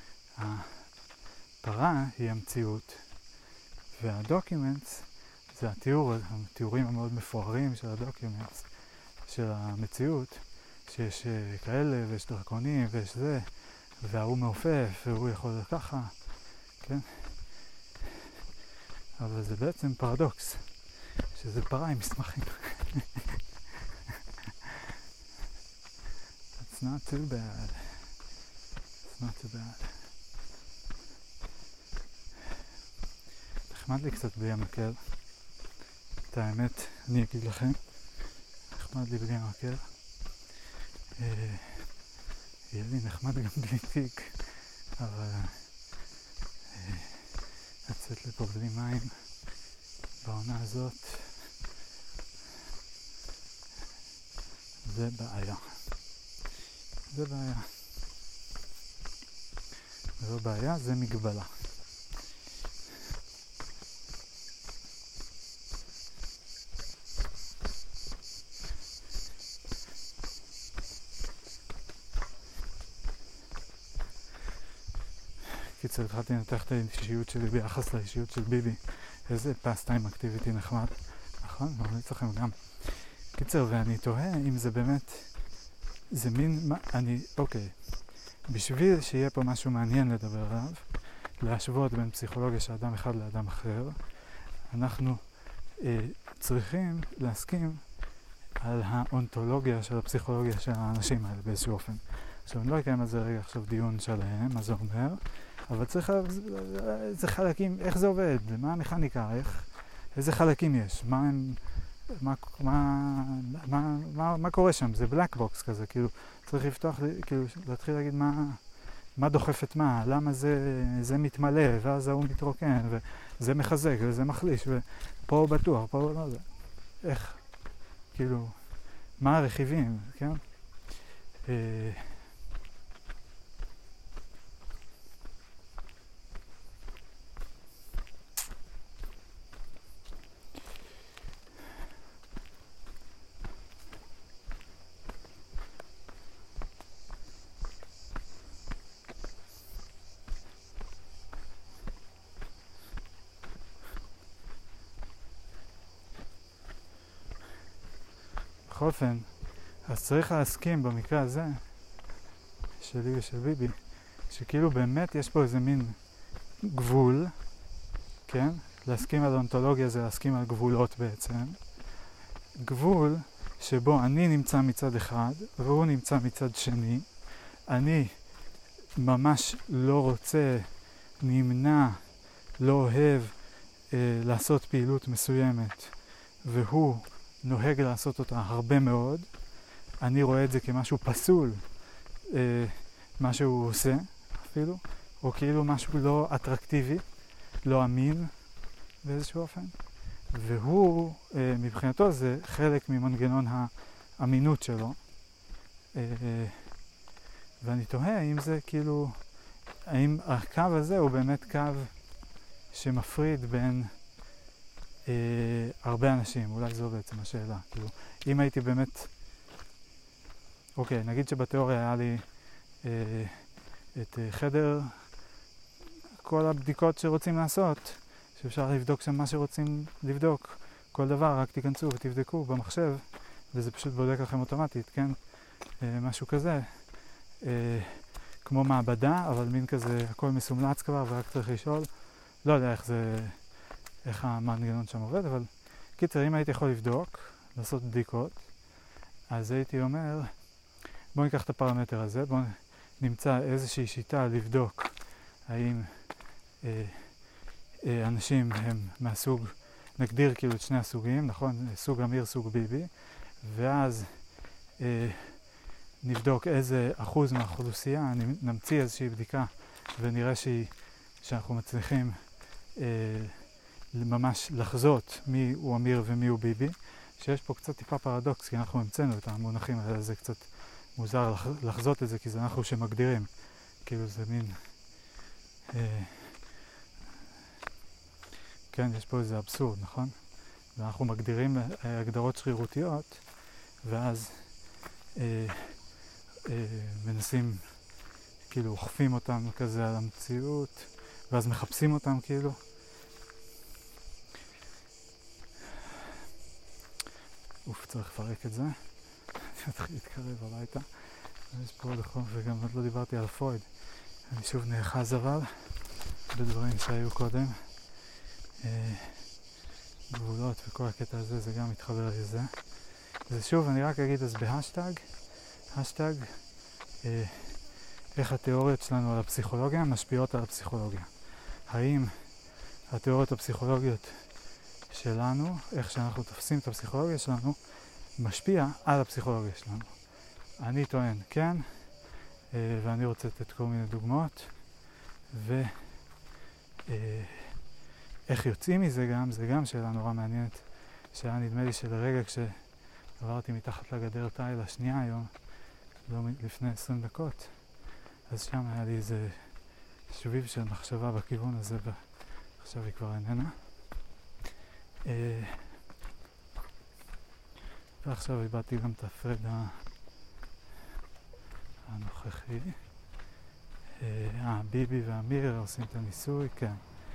הפרה היא המציאות, והדוקומנטס זה התיאורים המאוד מפוארים של הדוקומנטס, של המציאות, שיש כאלה ויש דרקונים ויש זה, והוא מעופף והוא יכול ככה, כן? אבל זה בעצם פרדוקס, שזה פרה עם מסמכים. It's not too bad. It's not too bad. נחמד לי קצת בלי המקל. את האמת, אני אגיד לכם. נחמד לי בלי המקל. יהיה לי נחמד גם בלי תיק. אבל לצאת לפה בלי מים בעונה הזאת זה בעיה. זה בעיה. זה לא בעיה, זה מגבלה. קיצר, התחלתי לנתח את האישיות שלי ביחס לאישיות של ביבי. איזה פסטיים אקטיביטי נחמד. נכון? ממליץ לכם גם. קיצר, ואני תוהה אם זה באמת... זה מין... אוקיי. בשביל שיהיה פה משהו מעניין לדבר עליו, להשוות בין פסיכולוגיה של אדם אחד לאדם אחר, אנחנו צריכים להסכים על האונתולוגיה של הפסיכולוגיה של האנשים האלה באיזשהו אופן. עכשיו, אני לא אקיים על זה רגע עכשיו דיון שלהם, מה זה אומר, אבל צריך, איזה חלקים, איך זה עובד, מה המכניקה, איזה חלקים יש, מה קורה שם, זה בלק בוקס כזה, כאילו, צריך לפתוח, כאילו, להתחיל להגיד מה דוחף את מה, למה זה מתמלא, ואז הוא מתרוקן, וזה מחזק, וזה מחליש, ופה הוא בטוח, פה הוא לא יודע. איך, כאילו, מה הרכיבים, כן? בכל אופן, אז צריך להסכים במקרה הזה, שלי ושל ביבי, שכאילו באמת יש פה איזה מין גבול, כן? להסכים על אונתולוגיה זה להסכים על גבולות בעצם. גבול שבו אני נמצא מצד אחד והוא נמצא מצד שני. אני ממש לא רוצה, נמנע, לא אוהב לעשות פעילות מסוימת, והוא נוהג לעשות אותה הרבה מאוד. אני רואה את זה כמשהו פסול, מה שהוא עושה אפילו, או כאילו משהו לא אטרקטיבי, לא אמין באיזשהו אופן. והוא, מבחינתו זה חלק ממנגנון האמינות שלו. ואני תוהה אם זה כאילו, האם הקו הזה הוא באמת קו שמפריד בין הרבה אנשים, אולי זו בעצם השאלה. כאילו, אם הייתי באמת, אוקיי, נגיד שבתיאוריה היה לי את חדר, כל הבדיקות שרוצים לעשות, שאפשר לבדוק שם מה שרוצים לבדוק, כל דבר, רק תיכנסו ותבדקו במחשב, וזה פשוט בודק לכם אוטומטית, כן? משהו כזה, כמו מעבדה, אבל מין כזה, הכל מסומלץ כבר, ורק צריך לשאול. לא יודע איך המנגנון שם עובד, אבל קיצר, אם הייתי יכול לבדוק, לעשות בדיקות, אז הייתי אומר, בואו ניקח את הפרמטר הזה, בואו נמצא איזושהי שיטה לבדוק האם אנשים הם מהסוג, נגדיר כאילו את שני הסוגים, נכון? סוג אמיר, סוג ביבי, ואז נבדוק איזה אחוז מהאוכלוסייה, נמציא איזושהי בדיקה ונראה שאנחנו מצליחים ממש לחזות מי הוא אמיר ומי הוא ביבי, שיש פה קצת טיפה פרדוקס, כי אנחנו המצאנו את המונחים האלה, זה קצת מוזר לחזות את זה, כי זה אנחנו שמגדירים, כאילו זה מין, כן, יש פה איזה אבסורד, נכון? ואנחנו מגדירים הגדרות שרירותיות, ואז מנסים, כאילו, אוכפים אותם כזה על המציאות, ואז מחפשים אותם כאילו. צריך לפרק את זה. אני מתחיל להתקרב הביתה. יש פה עוד אחרון, וגם עוד לא דיברתי על פרויד. אני שוב נאחז אבל בדברים שהיו קודם. גבולות וכל הקטע הזה, זה גם מתחבר לזה. זה שוב, אני רק אגיד אז השטג, איך התיאוריות שלנו על הפסיכולוגיה משפיעות על הפסיכולוגיה. האם התיאוריות הפסיכולוגיות שלנו, איך שאנחנו תופסים את הפסיכולוגיה שלנו, משפיע על הפסיכולוגיה שלנו. אני טוען כן, ואני רוצה לתת כל מיני דוגמאות, איך יוצאים מזה גם, זה גם שאלה נורא מעניינת, שהיה נדמה לי שלרגע כשעברתי מתחת לגדר תיל השנייה היום, לא לפני 20 דקות, אז שם היה לי איזה שביב של מחשבה בכיוון הזה, ועכשיו היא כבר איננה. ועכשיו איבדתי גם את הפרד הנוכחי. ביבי ואמיר עושים את הניסוי, כן.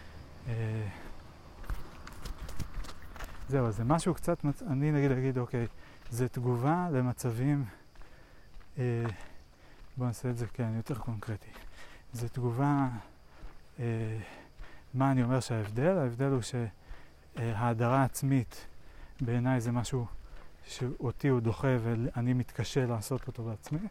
זהו, אז זה משהו קצת, אני נגיד אגיד, אוקיי, זה תגובה למצבים, בואו נעשה את זה, כן, יותר קונקרטי. זה תגובה, מה אני אומר שההבדל? ההבדל הוא שההדרה עצמית בעיניי זה משהו שאותי הוא דוחה ואני מתקשה לעשות אותו בעצמי,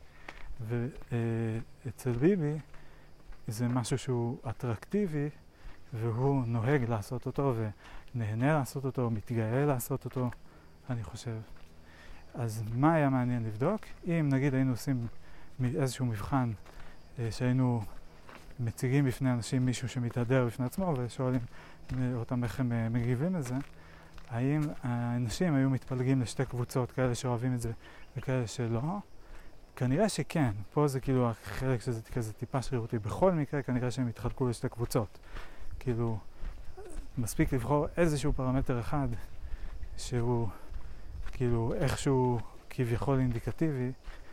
ואצל ביבי זה משהו שהוא אטרקטיבי והוא נוהג לעשות אותו ונהנה לעשות אותו, מתגאה לעשות אותו, אני חושב. אז מה היה מעניין לבדוק? אם נגיד היינו עושים איזשהו מבחן שהיינו מציגים בפני אנשים מישהו שמתהדר בפני עצמו ושואלים אותם איך הם מגיבים לזה, האם האנשים היו מתפלגים לשתי קבוצות, כאלה שאוהבים את זה וכאלה שלא? כנראה שכן. פה זה כאילו החלק שזה כזה טיפה שרירותי. בכל מקרה כנראה שהם התחלקו לשתי קבוצות. כאילו, מספיק לבחור איזשהו פרמטר אחד שהוא כאילו איכשהו כביכול אינדיקטיבי,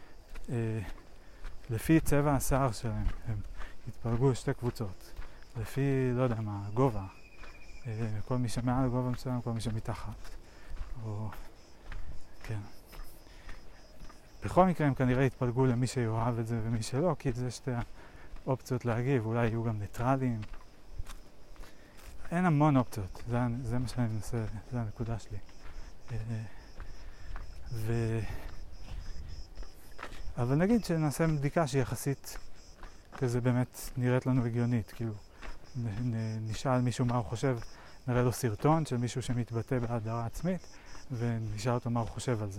לפי צבע השיער שלהם הם התפלגו לשתי קבוצות. לפי, לא יודע מה, גובה. כל מי שמעל גובה מסוים, כל מי שמתחת. או... כן. בכל מקרה הם כנראה התפלגו למי שיאהב את זה ומי שלא, כי זה שתי האופציות להגיב. אולי יהיו גם ניטרלים. אין המון אופציות. זה מה שאני מנסה, זה הנקודה שלי. אבל נגיד שנעשה בדיקה שהיא יחסית כזה באמת נראית לנו הגיונית, כאילו נשאל מישהו מה הוא חושב, נראה לו סרטון של מישהו שמתבטא בהדרה עצמית ונשאל אותו מה הוא חושב על זה.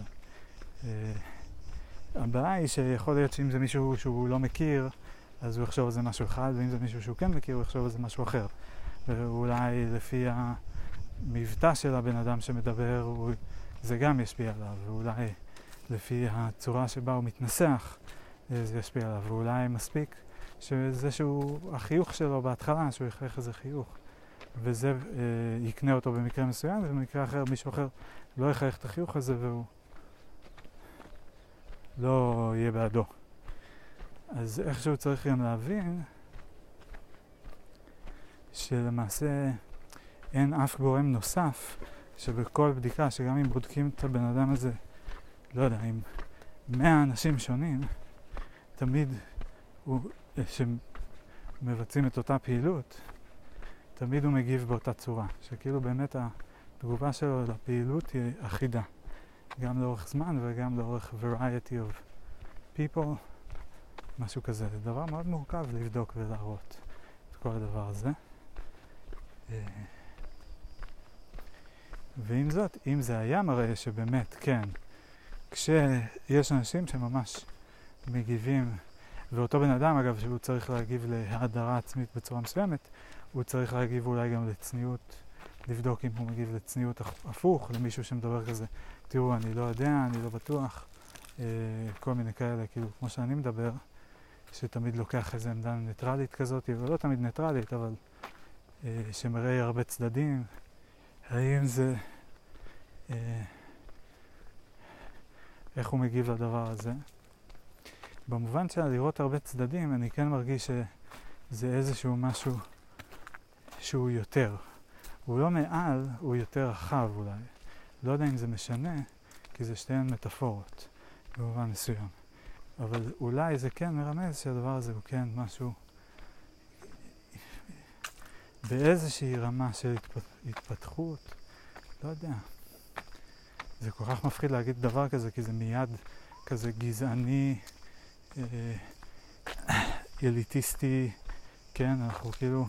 הבעיה היא שיכול להיות שאם זה מישהו שהוא לא מכיר אז הוא יחשוב על זה משהו אחד, ואם זה מישהו שהוא כן מכיר הוא יחשוב על זה משהו אחר, ואולי לפי המבטא של הבן אדם שמדבר זה גם ישפיע עליו, ואולי לפי הצורה שבה הוא מתנסח זה ישפיע עליו, ואולי מספיק שזה שהוא החיוך שלו בהתחלה, שהוא יחייך איזה חיוך, וזה יקנה אותו במקרה מסוים, ובמקרה אחר מישהו אחר לא יחייך את החיוך הזה והוא לא יהיה בעדו. אז איכשהו צריך גם להבין שלמעשה אין אף גורם נוסף שבכל בדיקה, שגם אם בודקים את הבן אדם הזה, לא יודע, עם 100 אנשים שונים, תמיד שמבצעים את אותה פעילות, תמיד הוא מגיב באותה צורה, שכאילו באמת התגובה שלו לפעילות היא אחידה, גם לאורך זמן וגם לאורך variety of people, משהו כזה. זה דבר מאוד מורכב לבדוק ולהראות את כל הדבר הזה. ועם זאת, אם זה היה מראה שבאמת, כן, כשיש אנשים שממש מגיבים, ואותו בן אדם אגב שהוא צריך להגיב להדרה עצמית בצורה מסוימת, הוא צריך להגיב אולי גם לצניעות, לבדוק אם הוא מגיב לצניעות הפוך, למישהו שמדבר כזה, תראו אני לא יודע, אני לא בטוח, כל מיני כאלה, כאילו כמו שאני מדבר, שתמיד לוקח איזו עמדה ניטרלית כזאת, ולא תמיד ניטרלית, אבל שמראה הרבה צדדים. האם זה, איך הוא מגיב לדבר הזה? במובן של לראות הרבה צדדים, אני כן מרגיש שזה איזשהו משהו שהוא יותר. הוא לא מעל, הוא יותר רחב אולי. לא יודע אם זה משנה, כי זה שתיהן מטאפורות, במובן מסוים. אבל אולי זה כן מרמז שהדבר הזה הוא כן משהו באיזושהי רמה של התפתחות, לא יודע. זה כל כך מפחיד להגיד דבר כזה, כי זה מיד כזה גזעני, אליטיסטי, כן, אנחנו כאילו,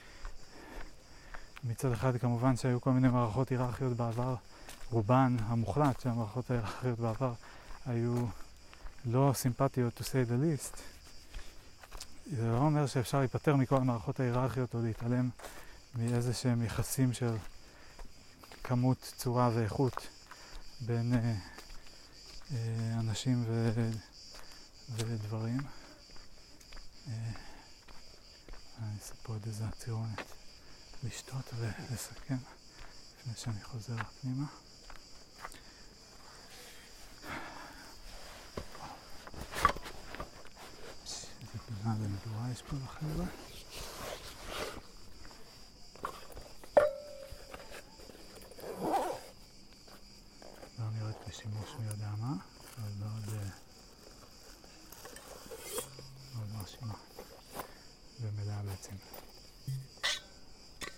מצד אחד כמובן שהיו כל מיני מערכות היררכיות בעבר, רובן המוחלט של המערכות ההיררכיות בעבר היו לא סימפטיות to say the least. זה לא אומר שאפשר להיפטר מכל המערכות ההיררכיות או להתעלם מאיזה שהם יחסים של כמות, צורה ואיכות בין אנשים ודברים. אני אעשה פה עוד איזה צירונת לשתות ולסכם לפני שאני חוזר פנימה. איזה פינה ומדורה יש פה לחבר'ה. לא נראית בשימוש מי יודע מה, אבל מאוד מרשימה ומלאה בעצם.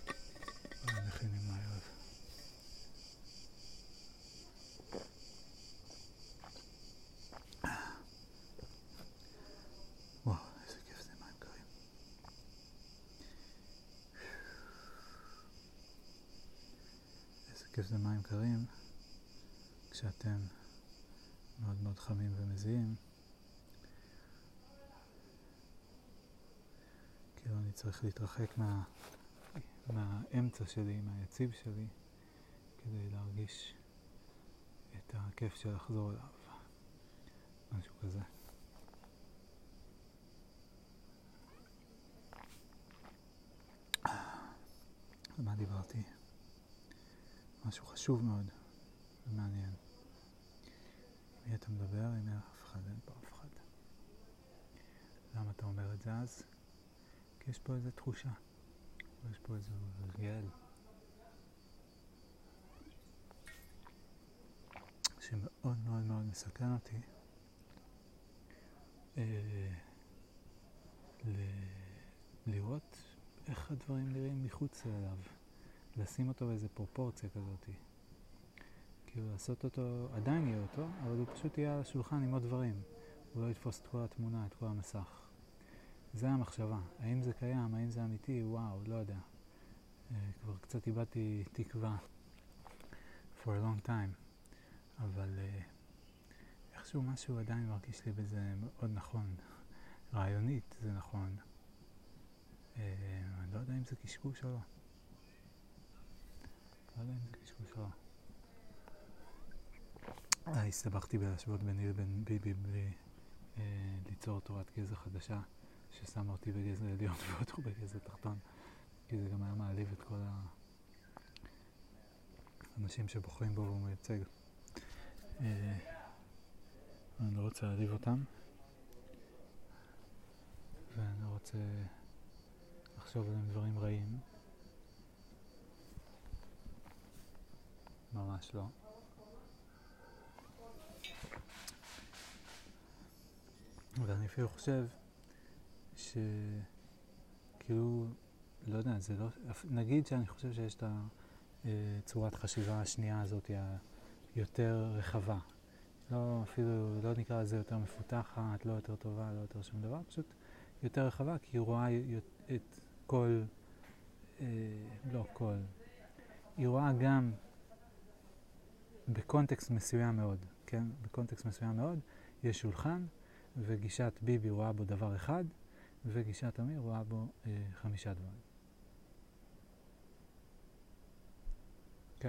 מכינים לערב. כיף זה מים קרים כשאתם מאוד מאוד חמים ומזיעים. כאילו אני צריך להתרחק מהאמצע שלי, מהיציב שלי, כדי להרגיש את הכיף של לחזור אליו. משהו כזה. על מה דיברתי? משהו חשוב מאוד ומעניין. מי אתה מדבר? אם אין אף אחד, אין פה אף אחד. למה אתה אומר את זה אז? כי יש פה איזו תחושה. יש פה איזו הרגל. שמאוד מאוד מאוד מסכן אותי. לראות איך הדברים נראים מחוץ אליו. לשים אותו באיזו פרופורציה כזאת. כאילו לעשות אותו, עדיין יהיה אותו, אבל הוא פשוט יהיה על השולחן עם עוד דברים. הוא לא יתפוס את כל התמונה, את כל המסך. זה המחשבה. האם זה קיים, האם זה אמיתי? וואו, לא יודע. כבר קצת איבדתי תקווה for a long time. אבל איכשהו משהו עדיין מרגיש לי בזה מאוד נכון. רעיונית זה נכון. אני לא יודע אם זה קשקוש או לא. הסתבכתי בלהשוות ביני לבין ביבי בלי ליצור תורת גזע חדשה ששמה אותי בגזע עליון ואותו בגזע תחתון, כי זה גם היה מעליב את כל האנשים שבוחרים בו והוא מייצג. אני לא רוצה להעליב אותם ואני לא רוצה לחשוב עליהם דברים רעים, ממש לא. ואני אפילו חושב שכאילו, לא יודע, זה לא, נגיד שאני חושב שיש את הצורת חשיבה השנייה הזאת היותר רחבה. לא, אפילו לא נקרא לזה יותר מפותחת, לא יותר טובה, לא יותר שום דבר, פשוט יותר רחבה, כי היא רואה את כל, לא כל, היא רואה גם בקונטקסט מסוים מאוד, כן? בקונטקסט מסוים מאוד יש שולחן, וגישת ביבי רואה בו דבר אחד, וגישת אמיר רואה בו 5 דברים. כן?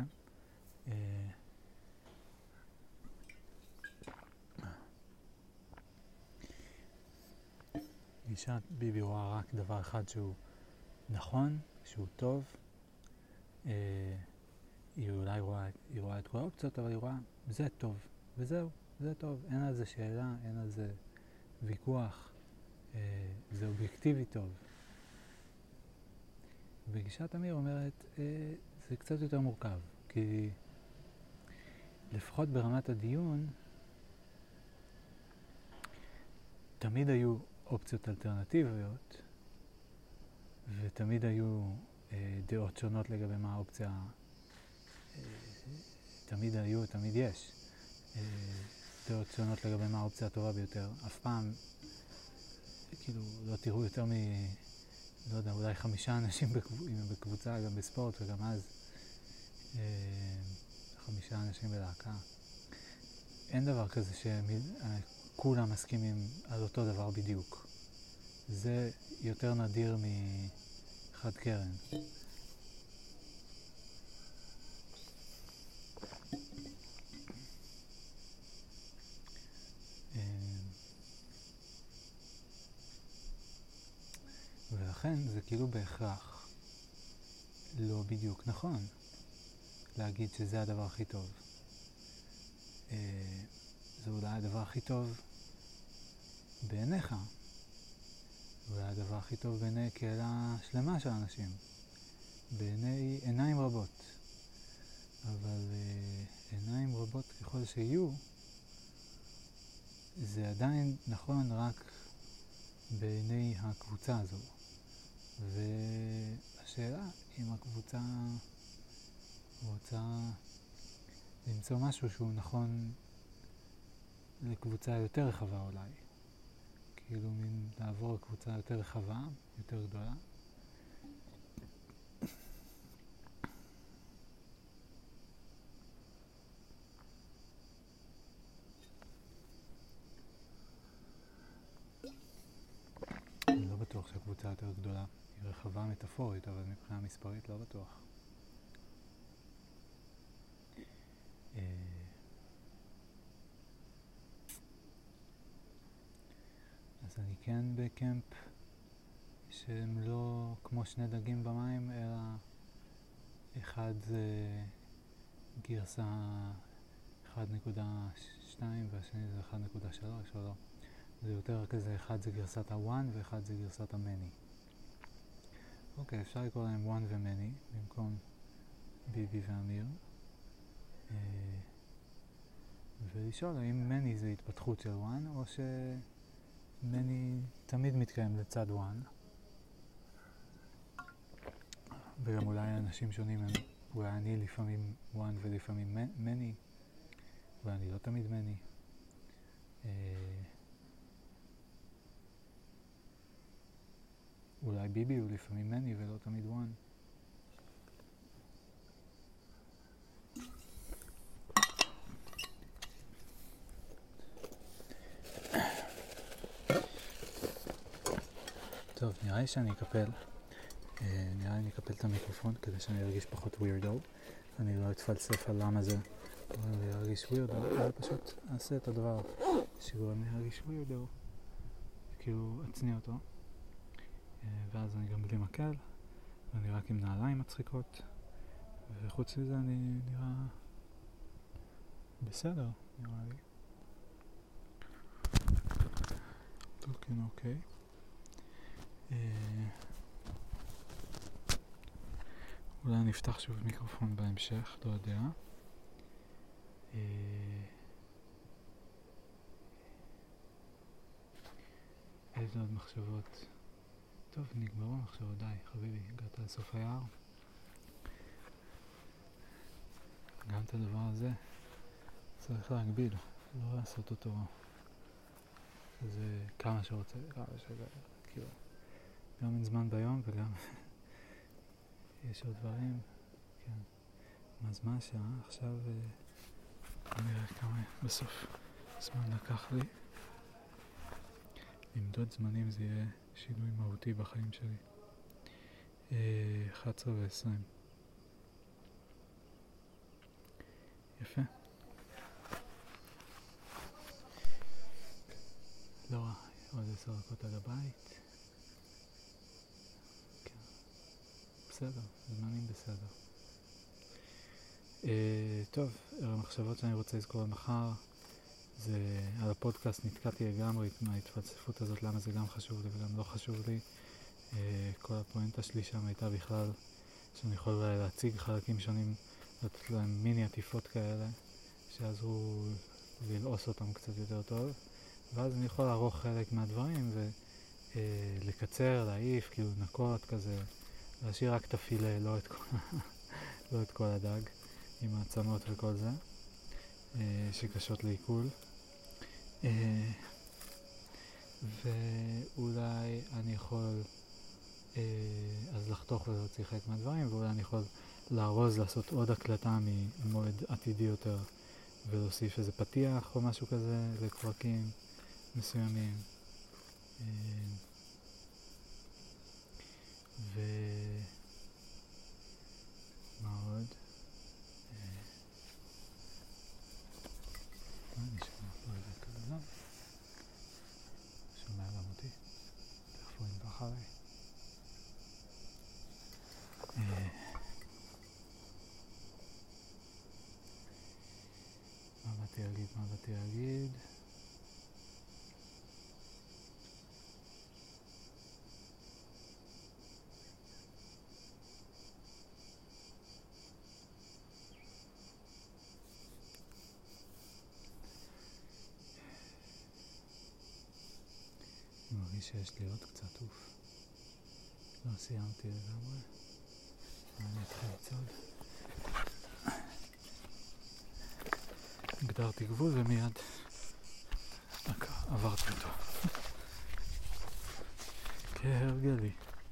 גישת ביבי רואה רק דבר אחד שהוא נכון, שהוא טוב. היא אולי רואה את כל האופציות, אבל היא רואה, זה טוב, וזהו, זה טוב. אין על זה שאלה, אין על זה ויכוח, זה אובייקטיבי טוב. וגישת אמיר אומרת, זה קצת יותר מורכב, כי לפחות ברמת הדיון, תמיד היו אופציות אלטרנטיביות, ותמיד היו דעות שונות לגבי מה האופציה, תמיד יש דעות שונות לגבי מה האופציה הטובה ביותר. אף פעם, כאילו, לא תראו יותר לא יודע, אולי 5 אנשים בקבוצה, גם בספורט, וגם אז 5 אנשים בלהקה. אין דבר כזה שכולם מסכימים על אותו דבר בדיוק. זה יותר נדיר מחד קרן. ולכן זה כאילו בהכרח לא בדיוק נכון להגיד שזה הדבר הכי טוב. זה אולי הדבר הכי טוב בעיניך, אולי הדבר הכי טוב בעיני קהילה שלמה של אנשים, בעיני עיניים רבות. אבל עיניים רבות ככל שיהיו, זה עדיין נכון רק בעיני הקבוצה הזו. והשאלה אם הקבוצה רוצה למצוא משהו שהוא נכון לקבוצה יותר רחבה אולי. כאילו לעבור לקבוצה יותר רחבה, יותר גדולה. קבוצה יותר גדולה. היא רחבה מטאפורית, אבל מבחינה מספרית לא בטוח. אז אני כן בקמפ שהם לא כמו שני דגים במים, אלא אחד זה גרסה 1.2 והשני זה 1.3 או לא. זה יותר כזה, אחד זה גרסת ה-one ואחד זה גרסת ה-many. אוקיי, אפשר לקרוא להם one ו-many במקום ביבי ואמיר. ולשאול האם many זה התפתחות של one או ש-many תמיד מתקיים לצד one. וגם אולי אנשים שונים הם, אולי אני לפעמים one ולפעמים many, ואני לא תמיד many. אולי ביבי הוא לפעמים many ולא תמיד one. טוב, נראה לי שאני אקפל. נראה לי אני אקפל את המיקרופון כדי שאני ארגיש פחות weirdo. אני לא אתפלסף על למה זה גורם לי להרגיש weirdo, אני פשוט אעשה את הדבר שגורם לי להרגיש weirdo, כאילו אצניע אותו, ואז אני גם בלי מקל ואני רק עם נעליים מצחיקות, וחוץ מזה אני נראה בסדר, נראה לי. כן, אוקיי. אולי אני אפתח שוב מיקרופון בהמשך, לא יודע. איזה עוד מחשבות? טוב, נגמרו המחשבות, די, חביבי, הגעת לסוף היער. גם את הדבר הזה צריך להגביל, לא לעשות אותו זה כמה שרוצה, כאילו, גם אין זמן ביום וגם יש עוד דברים, כן. אז מה השעה? עכשיו אני אראה כמה בסוף זמן לקח לי. למדוד זמנים זה יהיה שינוי מהותי בחיים שלי. 11 ו-20. יפה. לא רע, עוד 10 דקות על הבית. כן. בסדר, זמנים בסדר. טוב, המחשבות שאני רוצה לזכור מחר זה על הפודקאסט. נתקעתי לגמרי מההתפלספות הזאת, למה זה גם חשוב לי וגם לא חשוב לי. כל הפואנטה שלי שם הייתה בכלל שאני יכול להציג חלקים שונים, לתת להם מיני עטיפות כאלה שיעזרו ללעוס אותם קצת יותר טוב, ואז אני יכול לערוך חלק מהדברים ולקצר, להעיף, כאילו נקות כזה, להשאיר רק את הפילה, לא את כל הדג עם העצמות וכל זה שקשות לעיכול. ואולי אני יכול אז לחתוך ולהוציא חלק מהדברים, ואולי אני יכול לארוז, לעשות עוד הקלטה ממועד עתידי יותר ולהוסיף איזה פתיח או משהו כזה לפרקים מסוימים. מה עוד? אני שומע פה איזה כזה, לא? שומע גם אותי? תכף הוא ינבח עליי. מה באתי להגיד? אני מרגיש שיש לי עוד קצת עוף. לא סיימתי לגמרי. אני אתחיל לצעוד. הגדרתי גבול ומיד עברתי אותו. כהרגלי.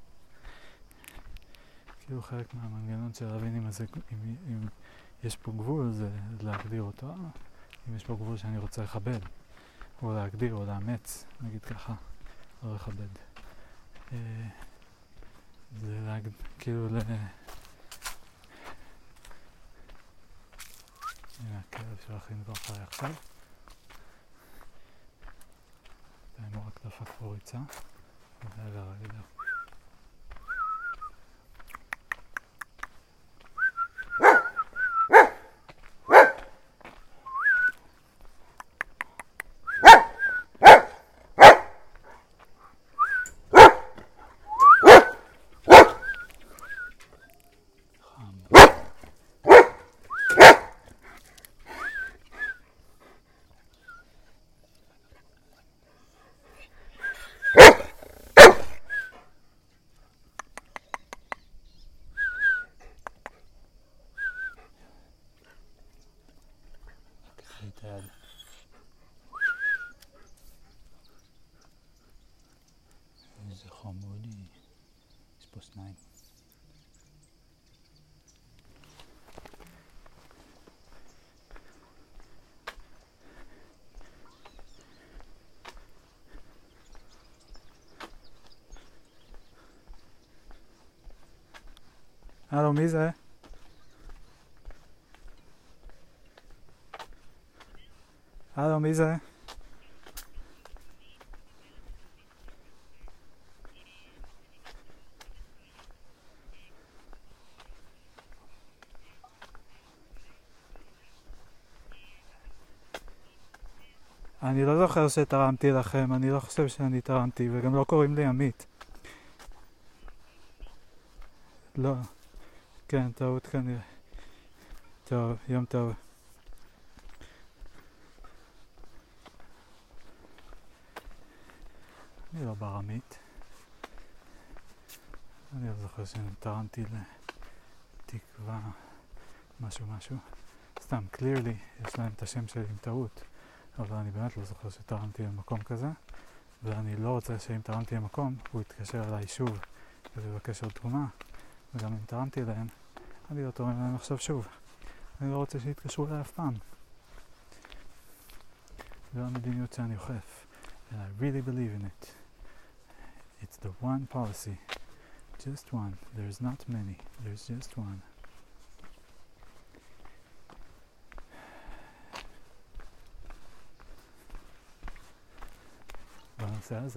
כאילו חלק מהמנגנון של להבין אם יש פה גבול זה להגדיר אותו. אם יש פה גבול שאני רוצה לכבד, או להגדיר, או לאמץ, נגיד ככה, או לכבד. זה כאילו הנה הכלב שהולכים כבר אחרי עכשיו. הוא רק דפק פה ריצה. רגע. את היד. איזה חמודי. יש פה שניים. הלו, מי זה? הלו, מי זה? אני לא זוכר שתרמתי לכם, אני לא חושב שאני תרמתי, וגם לא קוראים לי עמית. לא. כן, טעות כנראה. טוב, יום טוב. אני לא ברמית. אני לא זוכר שתרמתי לתקווה משהו. סתם, clearly, יש להם את השם שלי עם טעות. אבל אני באמת לא זוכר שתרמתי למקום כזה. ואני לא רוצה שאם תרמתי למקום, הוא יתקשר אליי שוב כדי לבקש עוד תרומה. וגם אם תרמתי להם, אני לא תורם להם עכשיו שוב. אני לא רוצה שיתקשרו אליי אף פעם. זו המדיניות שאני אוכף. And I really believe in it. It's the one policy. Just one. There's not many. There's just one. בנושא הזה.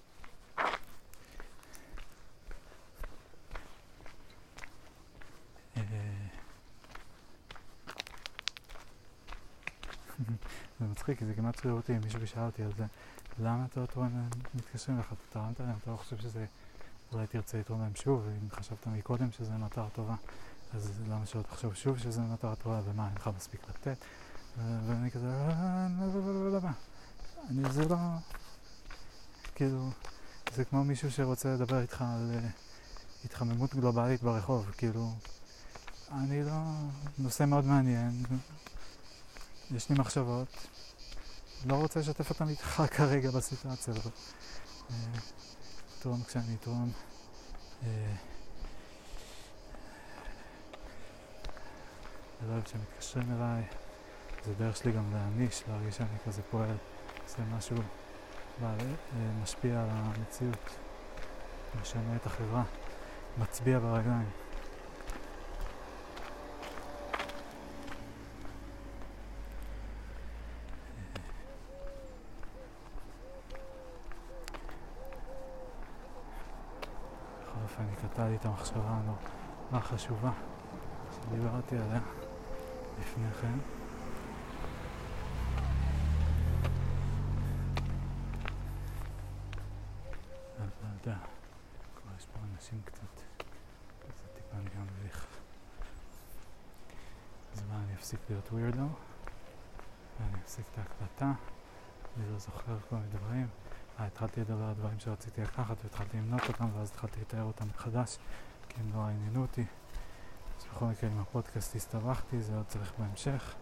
זה מצחיק, כי זה כמעט שרירותי, מישהו שאל אותי על זה, למה אתה לא תורם מתקשרים לך, אתה תרמת להם, אתה לא חושב שזה, אולי תרצה לתרום להם שוב, ואם חשבת מקודם שזה מטרה טובה, אז למה שלא תחשוב שוב שזה מטרה טובה, ומה, אין לך מספיק לתת? ואני כזה, למה? זה לא, כאילו, זה כמו מישהו שרוצה לדבר איתך על התחממות גלובלית ברחוב, כאילו, אני לא, נושא מאוד מעניין, יש לי מחשבות, לא רוצה לשתף אותם איתך כרגע בסיטואציה הזאת. תרום כשאני תרום. אני לא אוהב שמתקשרים אליי, זה דרך שלי גם להעניש, להרגיש שאני כזה פועל, עושה משהו משפיע על המציאות, משנה את החברה, מצביע ברגליים. אני קטע לי את המחשבה הנורא חשובה שדיברתי עליה לפני כן. לא יודע, כבר יש פה אנשים קצת, זה טיפה נהיה מביך. אז מה, אני אפסיק להיות weirdo ואני אפסיק את ההקלטה, אני לא זוכר כל מיני דברים. התחלתי לדבר על דברים שרציתי לקחת והתחלתי למנות אותם ואז התחלתי לתאר אותם מחדש כי הם לא עניינו אותי. אז בכל מקרה עם הפודקאסט הסתבכתי, זה עוד צריך בהמשך.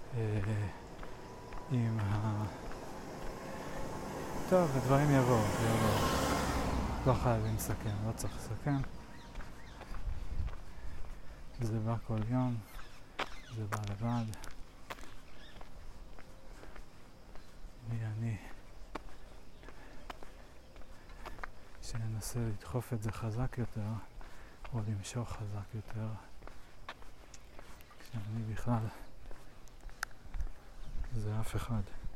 טוב, הדברים יבואו. לא חייבים לסכם, לא צריך לסכם. זה בא כל יום, זה בא לבד. מי אני שננסה לדחוף את זה חזק יותר, או למשוך חזק יותר, כשאני בכלל זה אף אחד.